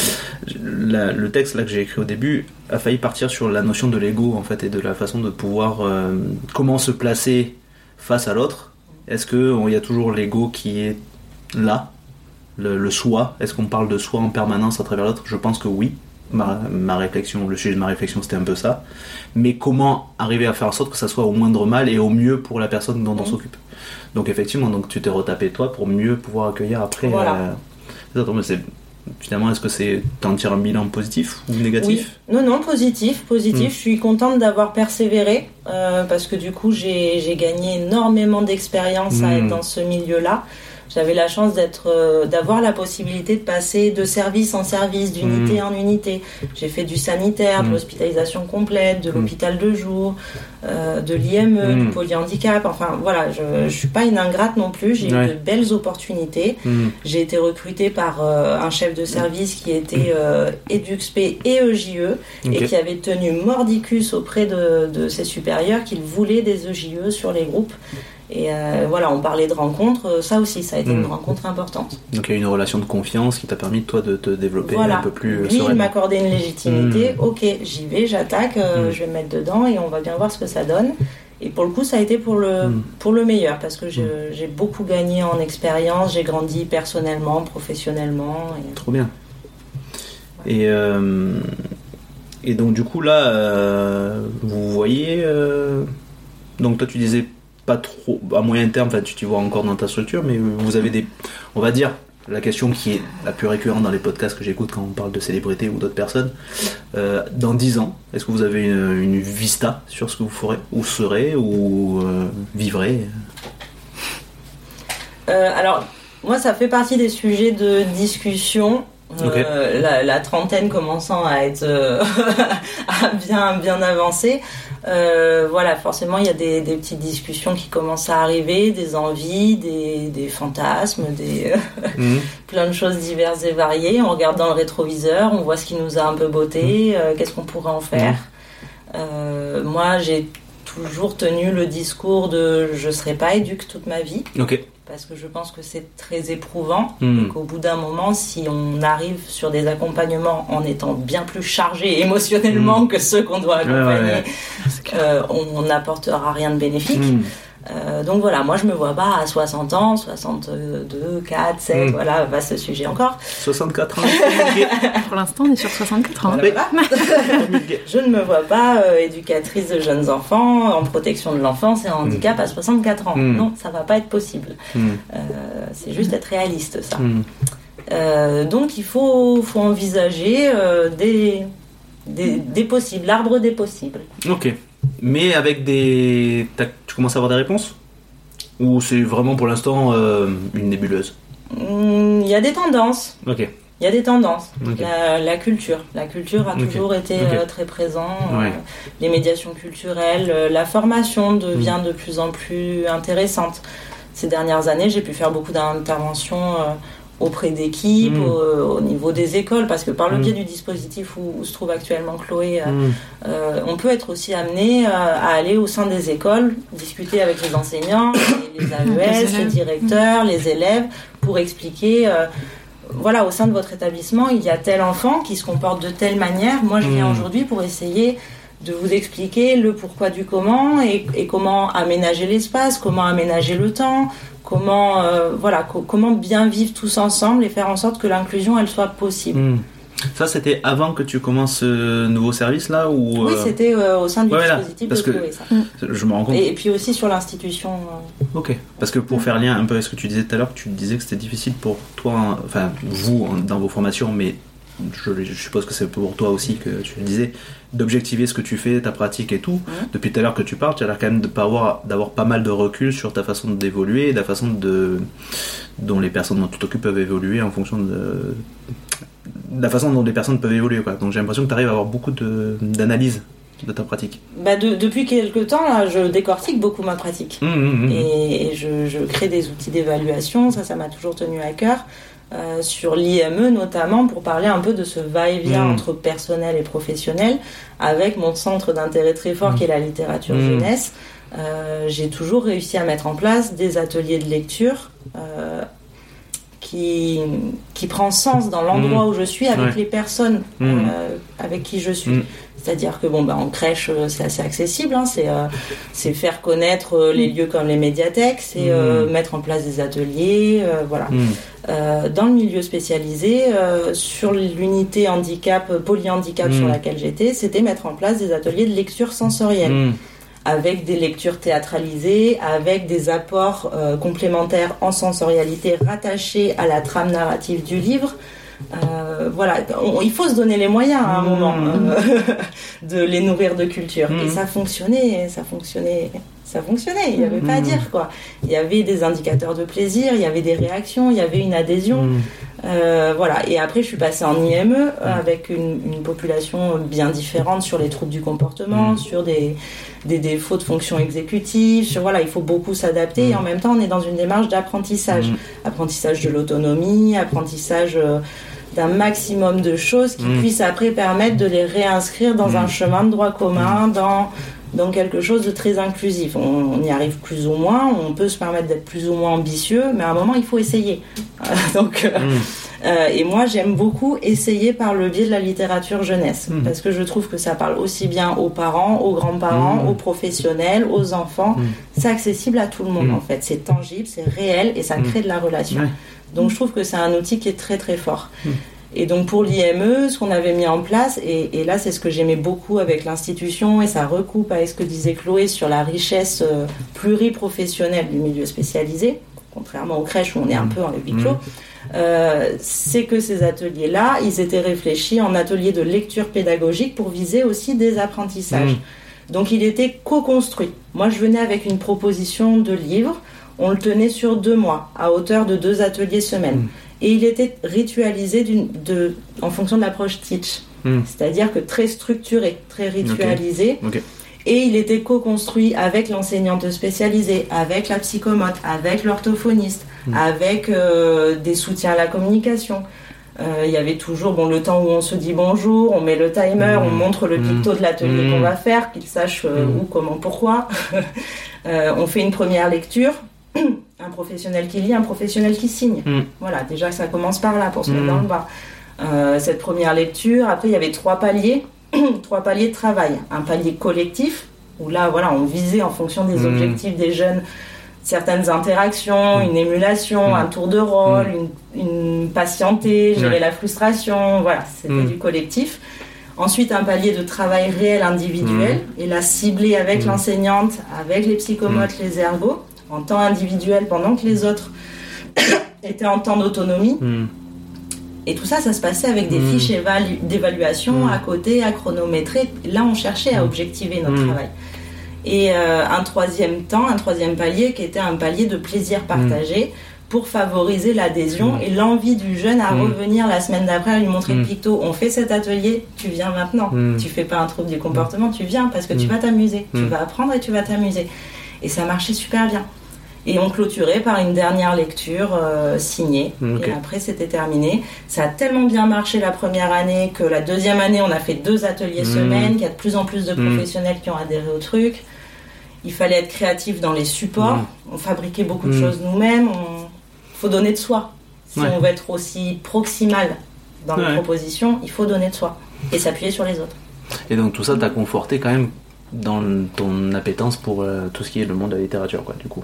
la, le texte là que j'ai écrit au début a failli partir sur la notion de l'ego en fait et de la façon de pouvoir euh, comment se placer face à l'autre. Est-ce que il y a toujours l'ego qui est là? Le, le soi, est-ce qu'on parle de soi en permanence à travers l'autre ? Je pense que oui. Ma, ma réflexion, le sujet de ma réflexion, c'était un peu ça. Mais comment arriver à faire en sorte que ça soit au moindre mal et au mieux pour la personne dont on s'occupe ? Donc effectivement, donc tu t'es retapé toi pour mieux pouvoir accueillir après. Voilà. Euh... Attends, mais c'est... Finalement, est-ce que c'est t'en tires un bilan positif ou négatif ? Oui. Non, non, positif, positif. Mmh. Je suis contente d'avoir persévéré euh, parce que du coup, j'ai, j'ai gagné énormément d'expérience mmh. à être dans ce milieu-là. J'avais la chance d'être, euh, d'avoir la possibilité de passer de service en service, d'unité mmh. en unité. J'ai fait du sanitaire, mmh. de l'hospitalisation complète, de mmh. l'hôpital de jour, euh, de l'I M E, mmh. du polyhandicap. Enfin voilà, je ne suis pas une ingrate non plus. J'ai ouais. eu de belles opportunités. Mmh. J'ai été recrutée par euh, un chef de service qui était euh, EduxP et E J E okay. et qui avait tenu mordicus auprès de, de ses supérieurs qu'il voulait des E J E sur les groupes. Et euh, voilà, on parlait de rencontres, ça aussi, ça a été mmh. une rencontre importante. Donc il y a une relation de confiance qui t'a permis toi de te développer voilà. un peu plus Lui, sereinement. Il m'accordait une légitimité, mmh. ok, j'y vais, j'attaque, euh, mmh. je vais me mettre dedans et on va bien voir ce que ça donne. Et pour le coup, ça a été pour le, mmh. pour le meilleur, parce que je, mmh. j'ai beaucoup gagné en expérience, j'ai grandi personnellement, professionnellement. Et... Trop bien. Ouais. Et, euh, et donc du coup là, euh, vous voyez... Euh... Donc toi tu disais pas trop à moyen terme, enfin tu t'y vois encore dans ta structure, mais vous avez des, on va dire, la question qui est la plus récurrente dans les podcasts que j'écoute quand on parle de célébrités ou d'autres personnes, euh, dans dix ans, est-ce que vous avez une, une vista sur ce que vous ferez, ou serez, ou euh, vivrez euh, Alors, moi ça fait partie des sujets de discussion. Okay. Euh, la, la trentaine commençant à être euh, à bien, bien avancée. Euh, voilà, forcément, il y a des, des petites discussions qui commencent à arriver, des envies, des, des fantasmes, des mmh. plein de choses diverses et variées. On regarde dans le rétroviseur, on voit ce qui nous a un peu botté, mmh. euh, qu'est-ce qu'on pourrait en faire. Mmh. Euh, moi, j'ai toujours tenu le discours de je ne serai pas éduque toute ma vie. Okay. Parce que je pense que c'est très éprouvant mmh. et qu'au bout d'un moment, si on arrive sur des accompagnements en étant bien plus chargé émotionnellement mmh. que ceux qu'on doit accompagner, ouais, ouais. Euh, on n'apportera rien de bénéfique. Mmh. Euh, donc voilà, moi je me vois pas à soixante ans, soixante-deux, quatre, sept, mmh. voilà, vaste sujet encore. soixante-quatre ans. Pour l'instant, on est sur soixante-quatre ans. Voilà, voilà. Je ne me vois pas euh, éducatrice de jeunes enfants en protection de l'enfance et en handicap mmh. à soixante-quatre ans. Mmh. Non, ça va pas être possible. Mmh. Euh, c'est juste être réaliste, ça. Mmh. Euh, donc il faut, faut envisager euh, des, des, des possibles, l'arbre des possibles. Ok. Mais avec des... T'as... Tu commences à avoir des réponses ? Ou c'est vraiment pour l'instant euh, une nébuleuse ? Il y a des tendances. Ok. Il y a des tendances. Okay. La, la culture. La culture a okay. toujours été okay. euh, très présente. Ouais. Euh, les médiations culturelles. Euh, la formation devient mmh. de plus en plus intéressante. Ces dernières années, j'ai pu faire beaucoup d'interventions euh, auprès d'équipes, mmh. au, au niveau des écoles, parce que par le biais mmh. du dispositif où, où se trouve actuellement Chloé, euh, mmh. euh, on peut être aussi amené euh, à aller au sein des écoles, discuter avec les enseignants, les, les A E S, les, les directeurs, les élèves, pour expliquer, euh, voilà, au sein de votre établissement, il y a tel enfant qui se comporte de telle manière. Moi, je viens mmh. aujourd'hui pour essayer de vous expliquer le pourquoi du comment et, et comment aménager l'espace, comment aménager le temps, comment, euh, voilà, co- comment bien vivre tous ensemble et faire en sorte que l'inclusion, elle soit possible. Mmh. Ça, c'était avant que tu commences ce nouveau service là ou Oui, euh... c'était euh, au sein du ouais, dispositif parce de que Chloé, ça. Je me rends compte. Et, et puis aussi sur l'institution. Euh... Ok, parce que pour faire lien un peu avec ce que tu disais tout à l'heure, tu disais que c'était difficile pour toi, enfin vous, dans vos formations, mais je, je suppose que c'est pour toi aussi que tu le disais, d'objectiver ce que tu fais, ta pratique et tout. Mmh. Depuis tout à l'heure que tu parles, tu as l'air quand même de pas avoir, d'avoir pas mal de recul sur ta façon d'évoluer, la façon de, dont les personnes dont tu t'occupes peuvent évoluer en fonction de, de la façon dont les personnes peuvent évoluer, quoi. Donc j'ai l'impression que tu arrives à avoir beaucoup de, d'analyse de ta pratique. Bah de, depuis quelques temps, là, je décortique beaucoup ma pratique. Mmh, mmh, et, et je, je crée des outils d'évaluation, ça, ça m'a toujours tenu à cœur. Euh, sur l'I M E notamment, pour parler un peu de ce va-et-vient mmh. entre personnel et professionnel, avec mon centre d'intérêt très fort mmh. qui est la littérature mmh. jeunesse. Euh, j'ai toujours réussi à mettre en place des ateliers de lecture euh, qui, qui prend sens dans l'endroit mmh. où je suis, avec ouais. les personnes mmh. euh, avec qui je suis. Mmh. C'est-à-dire que bon, bah, en crèche, c'est assez accessible, hein, c'est, euh, c'est faire connaître euh, les lieux comme les médiathèques, c'est euh, mmh. mettre en place des ateliers, euh, voilà. Mmh. Euh, dans le milieu spécialisé, euh, sur l'unité handicap, polyhandicap mmh. sur laquelle j'étais, c'était mettre en place des ateliers de lecture sensorielle. Mmh. Avec des lectures théâtralisées, avec des apports euh, complémentaires en sensorialité rattachés à la trame narrative du livre. Euh, voilà, on, il faut se donner les moyens à un mmh. moment euh, de les nourrir de culture. Mmh. Et ça fonctionnait, ça fonctionnait, ça fonctionnait. Il n'y avait mmh. pas à dire, quoi. Il y avait des indicateurs de plaisir, il y avait des réactions, il y avait une adhésion. Mmh. Euh, voilà. Et après, je suis passée en I M E mmh. avec une, une population bien différente sur les troubles du comportement, mmh. sur des, des défauts de fonction exécutive. Sur voilà, il faut beaucoup s'adapter. Mmh. Et en même temps, on est dans une démarche d'apprentissage, mmh. apprentissage de l'autonomie, apprentissage euh, d'un maximum de choses qui mmh. puissent après permettre de les réinscrire dans mmh. un chemin de droit commun, mmh. dans dans quelque chose de très inclusif. On, on y arrive plus ou moins, on peut se permettre d'être plus ou moins ambitieux, mais à un moment, il faut essayer. Donc, euh, mmh. euh, et moi, j'aime beaucoup essayer par le biais de la littérature jeunesse, mmh. parce que je trouve que ça parle aussi bien aux parents, aux grands-parents, mmh. aux professionnels, aux enfants. Mmh. C'est accessible à tout le monde, mmh. en fait. C'est tangible, c'est réel, et ça mmh. crée de la relation. Ouais. Donc, je trouve que c'est un outil qui est très, très fort. Mmh. Et donc pour l'I M E, ce qu'on avait mis en place, et, et là c'est ce que j'aimais beaucoup avec l'institution, et ça recoupe avec ce que disait Chloé sur la richesse euh, pluriprofessionnelle du milieu spécialisé, contrairement aux crèches où on est un peu en huis clos, euh, c'est que ces ateliers-là, ils étaient réfléchis en ateliers de lecture pédagogique pour viser aussi des apprentissages. Mmh. Donc il était co-construit. Moi je venais avec une proposition de livre, on le tenait sur deux mois, à hauteur de deux ateliers semaine. Mmh. Et il était ritualisé d'une, de, en fonction de l'approche Teach. Mmh. C'est-à-dire que très structuré, très ritualisé. Okay. Okay. Et il était co-construit avec l'enseignante spécialisée, avec la psychomote, avec l'orthophoniste, mmh. avec euh, des soutiens à la communication. Euh, il y avait toujours bon, le temps où on se dit bonjour, on met le timer, mmh. on montre le picto de l'atelier mmh. qu'on va faire, qu'il sache euh, mmh. où, comment, pourquoi. euh, on fait une première lecture. Un professionnel qui lit, un professionnel qui signe. Mmh. Voilà, déjà ça commence par là pour se mettre mmh. dans le bas. Euh, cette première lecture, après il y avait trois paliers, trois paliers de travail. Un palier collectif, où là voilà, on visait en fonction des mmh. objectifs des jeunes certaines interactions, mmh. une émulation, mmh. un tour de rôle, mmh. une, une patienté, gérer ouais. la frustration, voilà, c'était mmh. du collectif. Ensuite, un palier de travail réel individuel, mmh. et là ciblé avec mmh. l'enseignante, avec les psychomotes, mmh. les ergos, en temps individuel pendant que les autres étaient en temps d'autonomie. Mmh. Et tout ça, ça se passait avec des mmh. fiches évalu- d'évaluation mmh. à côté, à chronométrer. Là, on cherchait à objectiver notre mmh. travail. Et euh, un troisième temps, un troisième palier qui était un palier de plaisir partagé mmh. pour favoriser l'adhésion mmh. et l'envie du jeune à mmh. revenir la semaine d'après à lui montrer mmh. le picto. On fait cet atelier, tu viens maintenant. Mmh. Tu fais pas un trouble du comportement, tu viens parce que mmh. tu vas t'amuser. Mmh. Tu vas apprendre et tu vas t'amuser. Et ça marchait super bien. Et on clôturait par une dernière lecture euh, signée. Okay. Et après, c'était terminé. Ça a tellement bien marché la première année que la deuxième année, on a fait deux ateliers mmh. semaine, qu'il y a de plus en plus de professionnels mmh. qui ont adhéré au truc. Il fallait être créatif dans les supports. Mmh. On fabriquait beaucoup de mmh. choses nous-mêmes. Il faut donner de soi. Si ouais. on veut être aussi proximal dans ouais. les propositions, il faut donner de soi et s'appuyer sur les autres. Et donc tout ça t'a conforté quand même dans ton appétence pour euh, tout ce qui est le monde de la littérature, quoi, du coup.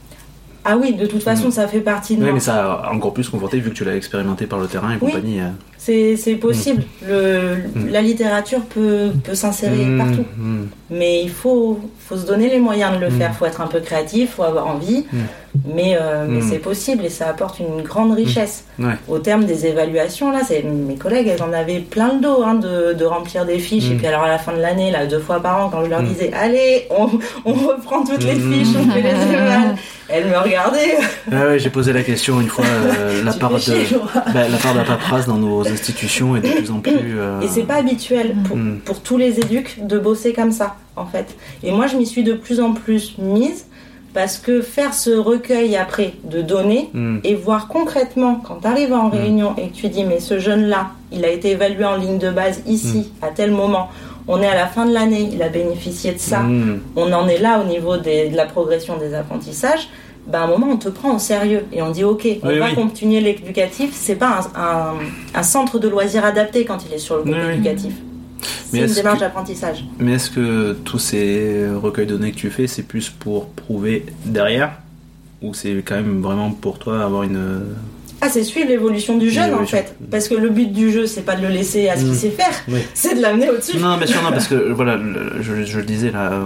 Ah oui, de toute façon, mmh. ça fait partie de oui, moi. Mais ça a encore plus conforté vu que tu l'as expérimenté par le terrain et oui, compagnie. Euh... C'est, c'est possible. Mmh. Le, mmh. La littérature peut, peut s'insérer mmh. partout. Mmh. Mais il faut, faut se donner les moyens de le mmh. faire. Il faut être un peu créatif, il faut avoir envie. Mmh. Mais, euh, mmh. mais c'est possible et ça apporte une grande richesse. Mmh. Ouais. Au terme des évaluations, là, c'est, mes collègues, elles en avaient plein le dos hein, de, de remplir des fiches. Mmh. Et puis alors à la fin de l'année, là, deux fois par an, quand je leur mmh. disais « Allez, on, on reprend toutes les fiches, on fait les évaluations », elles me regardaient. Ah ouais, j'ai posé la question une fois, euh, la, part de, chier, bah, la part de la paperasse dans nos institutions est de plus en plus... Euh... Et c'est pas habituel pour, mmh. pour tous les éducs de bosser comme ça, en fait. Et moi, je m'y suis de plus en plus mise parce que faire ce recueil après de données mmh. et voir concrètement, quand tu arrives en réunion mmh. et que tu dis « Mais ce jeune-là, il a été évalué en ligne de base ici, mmh. à tel moment. On est à la fin de l'année, il a bénéficié de ça. Mmh. On en est là au niveau des, de la progression des apprentissages. » Ben, à un moment, on te prend au sérieux et on dit ok, on oui, va oui. continuer l'éducatif. C'est pas un, un, un centre de loisirs adapté quand il est sur le groupe oui, éducatif. C'est une démarche que, d'apprentissage. Mais est-ce que tous ces recueils de données que tu fais, c'est plus pour prouver derrière ou c'est quand même vraiment pour toi avoir une... Ah, c'est suivre l'évolution du jeune l'évolution. En fait. Parce que le but du jeu, c'est pas de le laisser à ce qu'il mmh. sait faire, oui. c'est de l'amener au-dessus. Non, bien sûr, non, parce que voilà, je, je le disais là,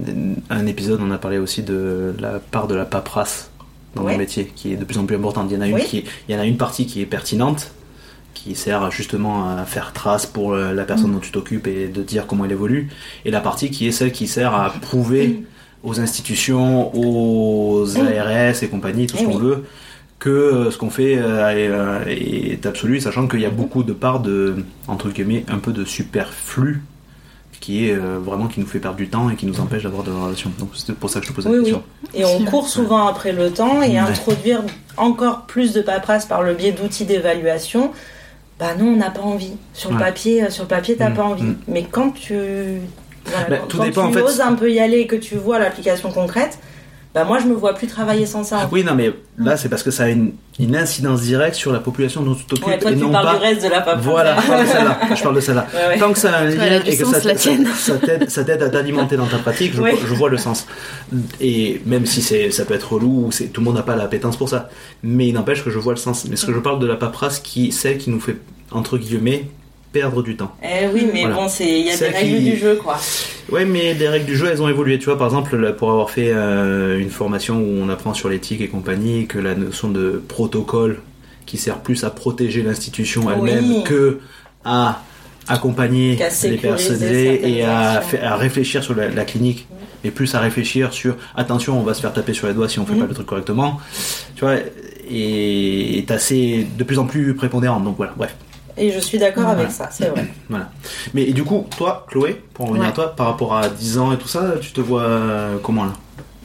un épisode, on a parlé aussi de la part de la paperasse dans ouais. le métier, qui est de plus en plus importante. Il y en a une oui. qui, il y en a une partie qui est pertinente, qui sert justement à faire trace pour la personne mmh. dont tu t'occupes et de dire comment elle évolue, et la partie qui est celle qui sert à prouver mmh. aux institutions, aux A R S et compagnie, tout ce et qu'on oui. veut, que ce qu'on fait euh, est, est absolu, sachant qu'il y a beaucoup de parts de, entre guillemets, un peu de superflu qui est euh, vraiment qui nous fait perdre du temps et qui nous empêche d'avoir de relations. Donc c'est pour ça que je te pose la oui, question. Oui. Et on court souvent ouais. après le temps et ouais. introduire encore plus de paperasse par le biais d'outils d'évaluation, bah non, on n'a pas envie. Sur ouais. le papier, sur le papier, t'as mmh. pas envie. Mmh. Mais quand tu, voilà, bah, quand, tout quand dépend, tu en fait, oses un peu y aller et que tu vois l'application concrète, bah moi je me vois plus travailler sans ça. Oui, non, mais là c'est parce que ça a une, une incidence directe sur la population dont tu t'occupes. Ouais, toi et tu non parles pas... du reste de la paperasse. Voilà, je parle de celle-là. Je parle de celle-là. Ouais, ouais. Tant que ça a un lien Ouais, et que sens, ça, la ça, tienne. ça, t'aide, ça t'aide à t'alimenter dans ta pratique, je, Ouais. vois, je vois le sens. Et même si c'est, ça peut être relou, c'est, tout le monde n'a pas l'appétence pour ça. Mais il n'empêche que je vois le sens. Mais ce que je parle de la paperasse, qui, celle qui nous fait, entre guillemets, perdre du temps. Eh oui, mais Voilà. bon, c'est il y a Celle des règles qui- du jeu, quoi. Ouais, mais les règles du jeu, elles ont évolué. Tu vois, par exemple, là, pour avoir fait euh, une formation où on apprend sur l'éthique et compagnie, que la notion de protocole qui sert plus à protéger l'institution elle-même Oui. que à accompagner Qu'à les sécuriser personnels et à, certaines fa- à réfléchir sur la, la clinique, et plus à réfléchir sur attention, on va se faire taper sur les doigts si on fait Mhm. pas le truc correctement. Tu vois, et est assez de plus en plus prépondérante. Donc voilà, bref. Et je suis d'accord Voilà. avec ça, c'est vrai. Voilà. Mais et du coup, toi, Chloé, pour en revenir Ouais. à toi, par rapport à dix ans et tout ça, tu te vois euh, comment là?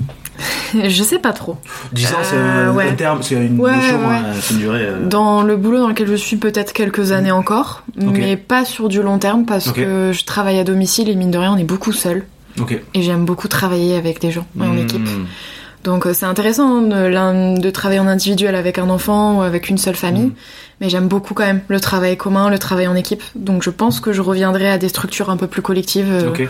Je sais pas trop. dix ans, c'est Euh, un, ouais. un terme, c'est une Ouais, notion, ouais. hein, c'est une durée. euh, Dans le boulot dans lequel je suis, peut-être quelques années encore, Ok. mais pas sur du long terme parce Ok. que je travaille à domicile et mine de rien, on est beaucoup seul. Ok. Et j'aime beaucoup travailler avec des gens en Mmh. équipe. Donc euh, c'est intéressant de, l'un- de travailler en individuel avec un enfant ou avec une seule famille, Mm. mais j'aime beaucoup quand même le travail commun, le travail en équipe. Donc je pense que je reviendrai à des structures un peu plus collectives. euh, Ok.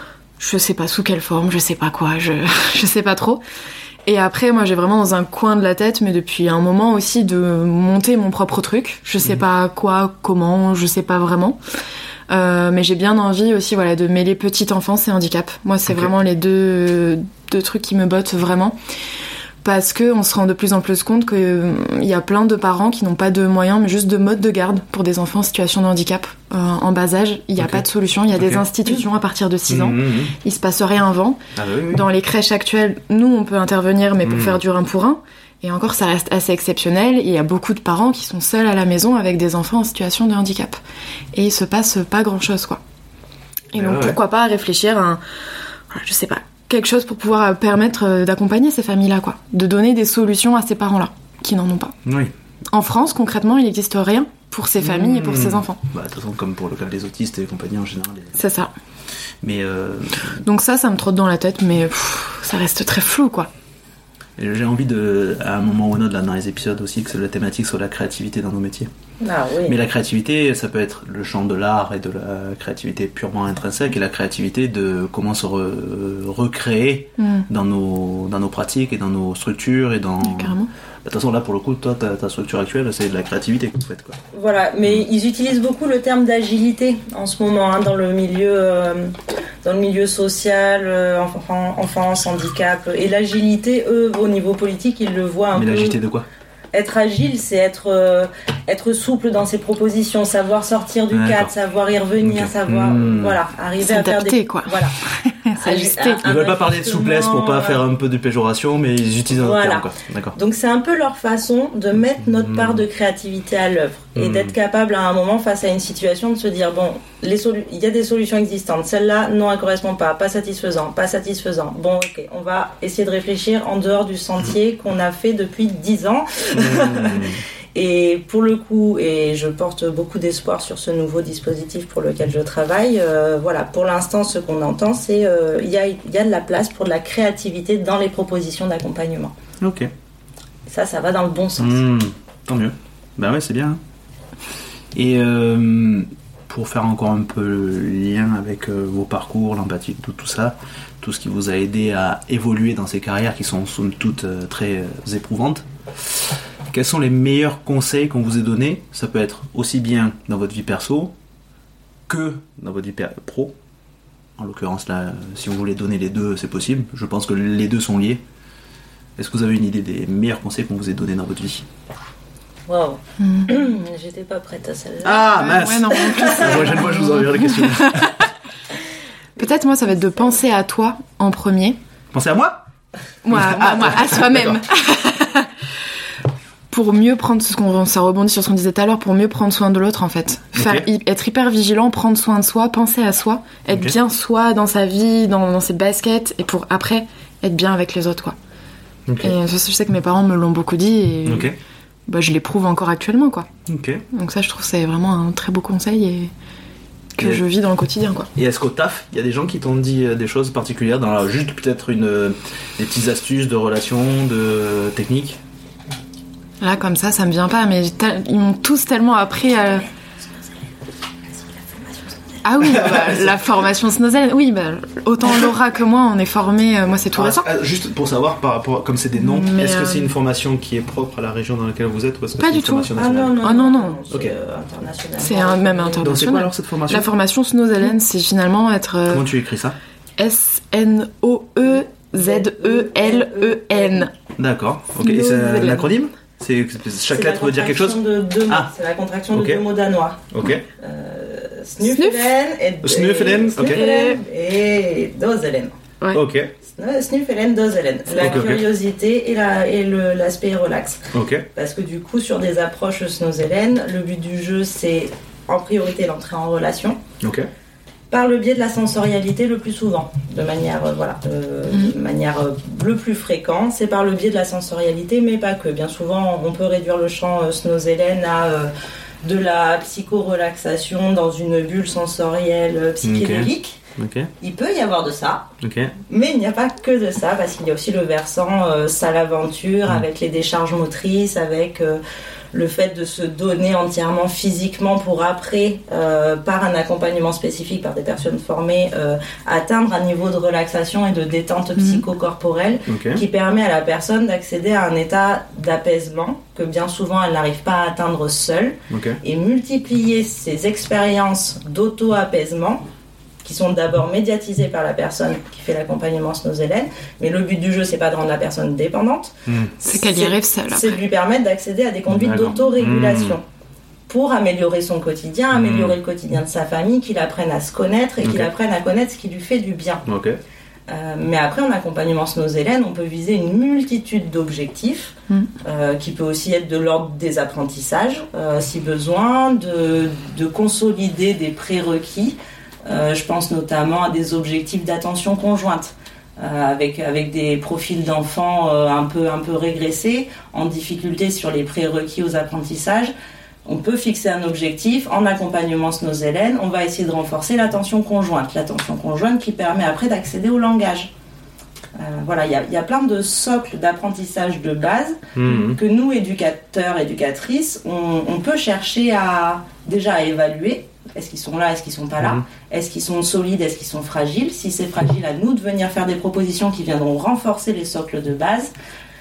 Je sais pas sous quelle forme, je sais pas quoi, je, je sais pas trop. Et après, moi j'ai vraiment dans un coin de la tête, mais depuis un moment aussi, de monter mon propre truc. Je sais Mhm. pas quoi, comment, je sais pas vraiment. Euh, mais j'ai bien envie aussi voilà, de mêler petite enfance et handicap. Moi, c'est Ok. vraiment les deux, deux trucs qui me bottent vraiment. Parce qu'on se rend de plus en plus compte qu'il y a plein de parents qui n'ont pas de moyens, mais juste de mode de garde pour des enfants en situation de handicap euh, en bas âge. Il n'y a Ok. pas de solution. Il y a Ok. des institutions à partir de six ans. Mmh, mmh. Il se passe rien avant. Ah bah oui, oui. Dans les crèches actuelles, nous, on peut intervenir, mais pour Mm. faire du un pour un. Et encore, ça reste assez exceptionnel. Il y a beaucoup de parents qui sont seuls à la maison avec des enfants en situation de handicap. Et il se passe pas grand-chose, quoi. Et Ah donc, ouais. pourquoi pas réfléchir à un... voilà, je sais pas, quelque chose pour pouvoir permettre euh, d'accompagner ces familles-là, quoi. De donner des solutions à ces parents-là, qui n'en ont pas. Oui. En France, concrètement, il n'existe rien pour ces familles et pour Mmh. ces enfants. Bah, de toute façon, comme pour le cas des autistes et compagnie en général. les- C'est ça. Mais euh, Donc ça, ça me trotte dans la tête, mais pff, ça reste très flou, quoi. j'ai envie de, à un moment ou un autre, là, dans les épisodes aussi, que la thématique soit la créativité dans nos métiers. Ah oui. Mais la créativité, ça peut être le champ de l'art et de la créativité purement intrinsèque, et la créativité de comment se re- recréer Mm. dans nos, dans nos pratiques et dans nos structures et dans... Carrément. De toute façon, là, pour le coup, toi, ta, ta structure actuelle, c'est de la créativité que vous faites, quoi. Voilà, mais ils utilisent beaucoup le terme d'agilité en ce moment hein, dans le milieu, euh, dans le milieu social, euh, enfant, enfance, handicap. Et l'agilité, eux, au niveau politique, ils le voient un Mais peu. l'agilité de quoi? Être agile, c'est être euh, être souple dans ses propositions, savoir sortir du D'accord. cadre, savoir y revenir, Ok. savoir, Hmm. voilà, arriver à faire S'adapter, des quoi. Voilà. S'ajuster. Un- Ils un veulent pas parler de souplesse pour pas ajustement, faire un peu de péjoration, mais ils utilisent un autre Voilà. terme, quoi. D'accord. Donc c'est un peu leur façon de mettre notre Mm. part de créativité à l'œuvre et Mm. d'être capable à un moment face à une situation de se dire bon, les solu- il y a des solutions existantes, celle-là non elle correspond pas, pas satisfaisant, pas satisfaisant. Bon ok, on va essayer de réfléchir en dehors du sentier qu'on a fait depuis dix ans. Mmh. Et pour le coup, et je porte beaucoup d'espoir sur ce nouveau dispositif pour lequel je travaille, euh, voilà, pour l'instant, ce qu'on entend, c'est euh, il y, a, il y a de la place pour de la créativité dans les propositions d'accompagnement. Ok. Ça, ça va dans le bon sens. Mmh. Tant mieux. Bah ouais, c'est bien. Et euh, pour faire encore un peu le lien avec euh, vos parcours, l'empathie, tout, tout ça, tout ce qui vous a aidé à évoluer dans ces carrières qui sont somme toute euh, très euh, éprouvantes, quels sont les meilleurs conseils qu'on vous ait donnés? Ça peut être aussi bien dans votre vie perso que dans votre vie per- pro. En l'occurrence, là, si vous voulez donner les deux, c'est possible. Je pense que les deux sont liés. Est-ce que vous avez une idée des meilleurs conseils qu'on vous ait donnés dans votre vie? Waouh, Mm. j'étais pas prête à celle-là. Ah, mince! Ouais, non, en plus, La prochaine fois, je vous enverrai les questions. peut-être moi, ça va être de penser à toi en premier. Pensez à moi? Moi, moi, moi, à soi-même. Pour mieux prendre ce qu'on, ça rebondit sur ce qu'on disait tout à l'heure, pour mieux prendre soin de l'autre en fait. Faire, Ok. hy- être hyper vigilant, prendre soin de soi, penser à soi, être Ok. bien soi dans sa vie, dans, dans ses baskets, et pour après être bien avec les autres quoi. Ok. Et ça, je sais que mes parents me l'ont beaucoup dit et Ok. bah, je l'éprouve encore actuellement quoi. Ok. Donc ça, je trouve que c'est vraiment un très beau conseil et que et je vis dans le quotidien, quoi. Et est-ce qu'au taf, il y a des gens qui t'ont dit des choses particulières, dans la, juste peut-être une, des petites astuces de relations, de techniques? Là, comme ça, ça me vient pas, mais ils m'ont tous tellement appris à... Ah oui, bah, la formation Snozellen, oui, bah, autant Laura que moi, on est formés, moi c'est tout ah, récent. Juste pour savoir, par rapport, comme c'est des noms, mais est-ce euh... que c'est une formation qui est propre à la région dans laquelle vous êtes ou est-ce que pas c'est du une tout. formation nationale? Ah non, non, ah, non, non. C'est okay. euh, international. C'est un, même international. Donc c'est quoi alors cette formation? La formation Snozellen, mmh. c'est finalement être... Euh, Comment tu écris ça? S N O E Z E L E N. D'accord, ok. Et c'est un acronyme? C'est, chaque lettre veut dire quelque chose de deux mots. Ah. C'est la contraction okay. de deux mots danois. Ok. Euh, Snuffelen et, Snuffelen, ok. Et Dozelen. Ouais. Ok. Snuffelen, Dozelen. La okay, curiosité okay. et, la, et le, l'aspect relax. Ok. Parce que du coup, sur des approches Snozellen, le but du jeu, c'est en priorité l'entrée en relation. Ok. Par le biais de la sensorialité le plus souvent, de manière, euh, voilà, euh, mmh. de manière euh, le plus fréquente, c'est par le biais de la sensorialité, mais pas que. Bien souvent, on peut réduire le champ euh, Snozellen à euh, de la psycho-relaxation dans une bulle sensorielle euh, psychédélique. Okay. Okay. Il peut y avoir de ça, okay. mais il n'y a pas que de ça, parce qu'il y a aussi le versant euh, salle aventure, mmh. avec les décharges motrices, avec... Euh, le fait de se donner entièrement physiquement pour après, euh, par un accompagnement spécifique, par des personnes formées, euh, atteindre un niveau de relaxation et de détente psychocorporelle okay. qui permet à la personne d'accéder à un état d'apaisement que bien souvent elle n'arrive pas à atteindre seule okay. et multiplier ces expériences d'auto-apaisement qui sont d'abord médiatisées par la personne qui fait l'accompagnement Snozellen, mais le but du jeu, c'est pas de rendre la personne dépendante, mmh. c'est qu'elle y arrive seule. C'est de lui permettre d'accéder à des conduites D'accord. d'autorégulation mmh. pour améliorer son quotidien, améliorer mmh. le quotidien de sa famille, qu'il apprenne à se connaître et okay. qu'il apprenne à connaître ce qui lui fait du bien. Okay. Euh, mais après, en accompagnement Snozellen, on peut viser une multitude d'objectifs mmh. euh, qui peut aussi être de l'ordre des apprentissages, euh, si besoin, de, de consolider des prérequis. Euh, je pense notamment à des objectifs d'attention conjointe, euh, avec, avec des profils d'enfants euh, un peu, un peu régressés, en difficulté sur les prérequis aux apprentissages. On peut fixer un objectif en accompagnement Snozellen, on va essayer de renforcer l'attention conjointe, l'attention conjointe qui permet après d'accéder au langage. Euh, voilà, il y, y a plein de socles d'apprentissage de base mmh. que nous, éducateurs, éducatrices, on, on peut chercher à, déjà à évaluer. Est-ce qu'ils sont là, est-ce qu'ils sont pas là mmh. Est-ce qu'ils sont solides, est-ce qu'ils sont fragiles? Si c'est fragile, à nous de venir faire des propositions qui viendront renforcer les socles de base.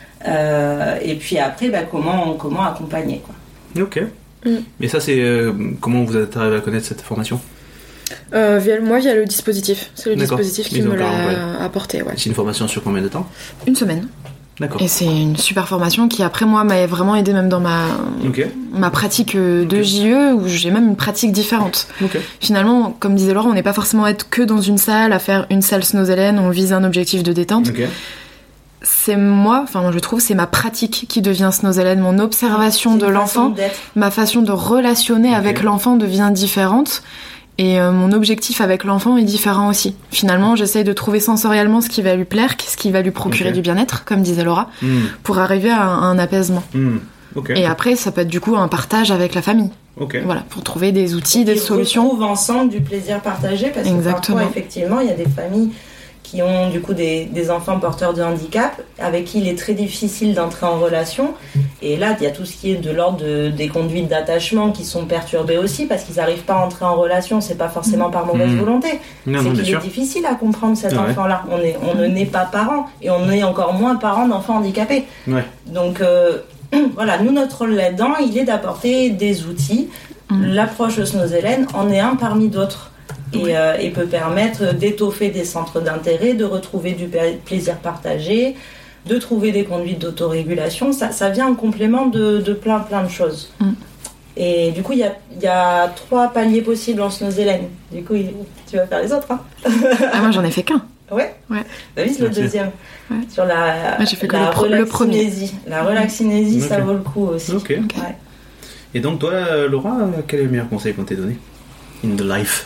Euh, et puis après, bah, comment, comment accompagner, quoi. Ok. Mmh. Mais ça, c'est... Euh, comment vous êtes arrivé à connaître cette formation? euh, via, Moi, via le dispositif. C'est le D'accord. dispositif qui me l'a ouais. apporté. Ouais. C'est une formation sur combien de temps? Une semaine. D'accord. Et c'est une super formation qui, après moi, m'a vraiment aidé même dans ma, okay. ma pratique de okay. J E, où j'ai même une pratique différente. Okay. Finalement, comme disait Laura, on n'est pas forcément à être que dans une salle, à faire une salle Snozellen, on vise un objectif de détente. Okay. C'est moi, enfin je trouve, c'est ma pratique qui devient Snozellen, mon observation de l'enfant, ma façon de relationner okay. avec l'enfant devient différente. Et euh, mon objectif avec l'enfant est différent aussi. Finalement, j'essaye de trouver sensoriellement ce qui va lui plaire, ce qui va lui procurer okay. du bien-être, comme disait Laura, mm. pour arriver à un, à un apaisement. Mm. Okay. Et après, ça peut être du coup un partage avec la famille. Okay. Voilà, pour trouver des outils, des solutions. On retrouve ensemble du plaisir partagé, parce Exactement. que parfois, effectivement, il y a des familles qui ont du coup des, des enfants porteurs de handicap, avec qui il est très difficile d'entrer en relation. Et là, il y a tout ce qui est de l'ordre de, des conduites d'attachement qui sont perturbées aussi, parce qu'ils n'arrivent pas à entrer en relation. C'est pas forcément par mauvaise mmh. volonté. Non, c'est non, qu'il est sûr. difficile à comprendre cet ouais. enfant-là. On, est, on ne naît pas parents, et on est encore moins parents d'enfants handicapés. Ouais. Donc euh, voilà, nous, notre rôle là-dedans, il est d'apporter des outils. Mmh. L'approche Snozellen en est un parmi d'autres. Et, euh, et peut permettre d'étoffer des centres d'intérêt, de retrouver du plaisir partagé, de trouver des conduites d'autorégulation. Ça, ça vient en complément de, de plein plein de choses. Mm. Et du coup, il y a, y a trois paliers possibles en Snozellen. Du coup, il, tu vas faire les autres. Hein. Ah, moi, j'en ai fait qu'un. Ouais. Ouais. Bah oui, c'est le deuxième. Ouais. Sur la, moi, j'ai fait la le, pro- le premier. La relaxinésie, okay. ça vaut le coup aussi. Ok. okay. Ouais. Et donc, toi, Laura, quel est le meilleur conseil qu'on t'ait donné in the life?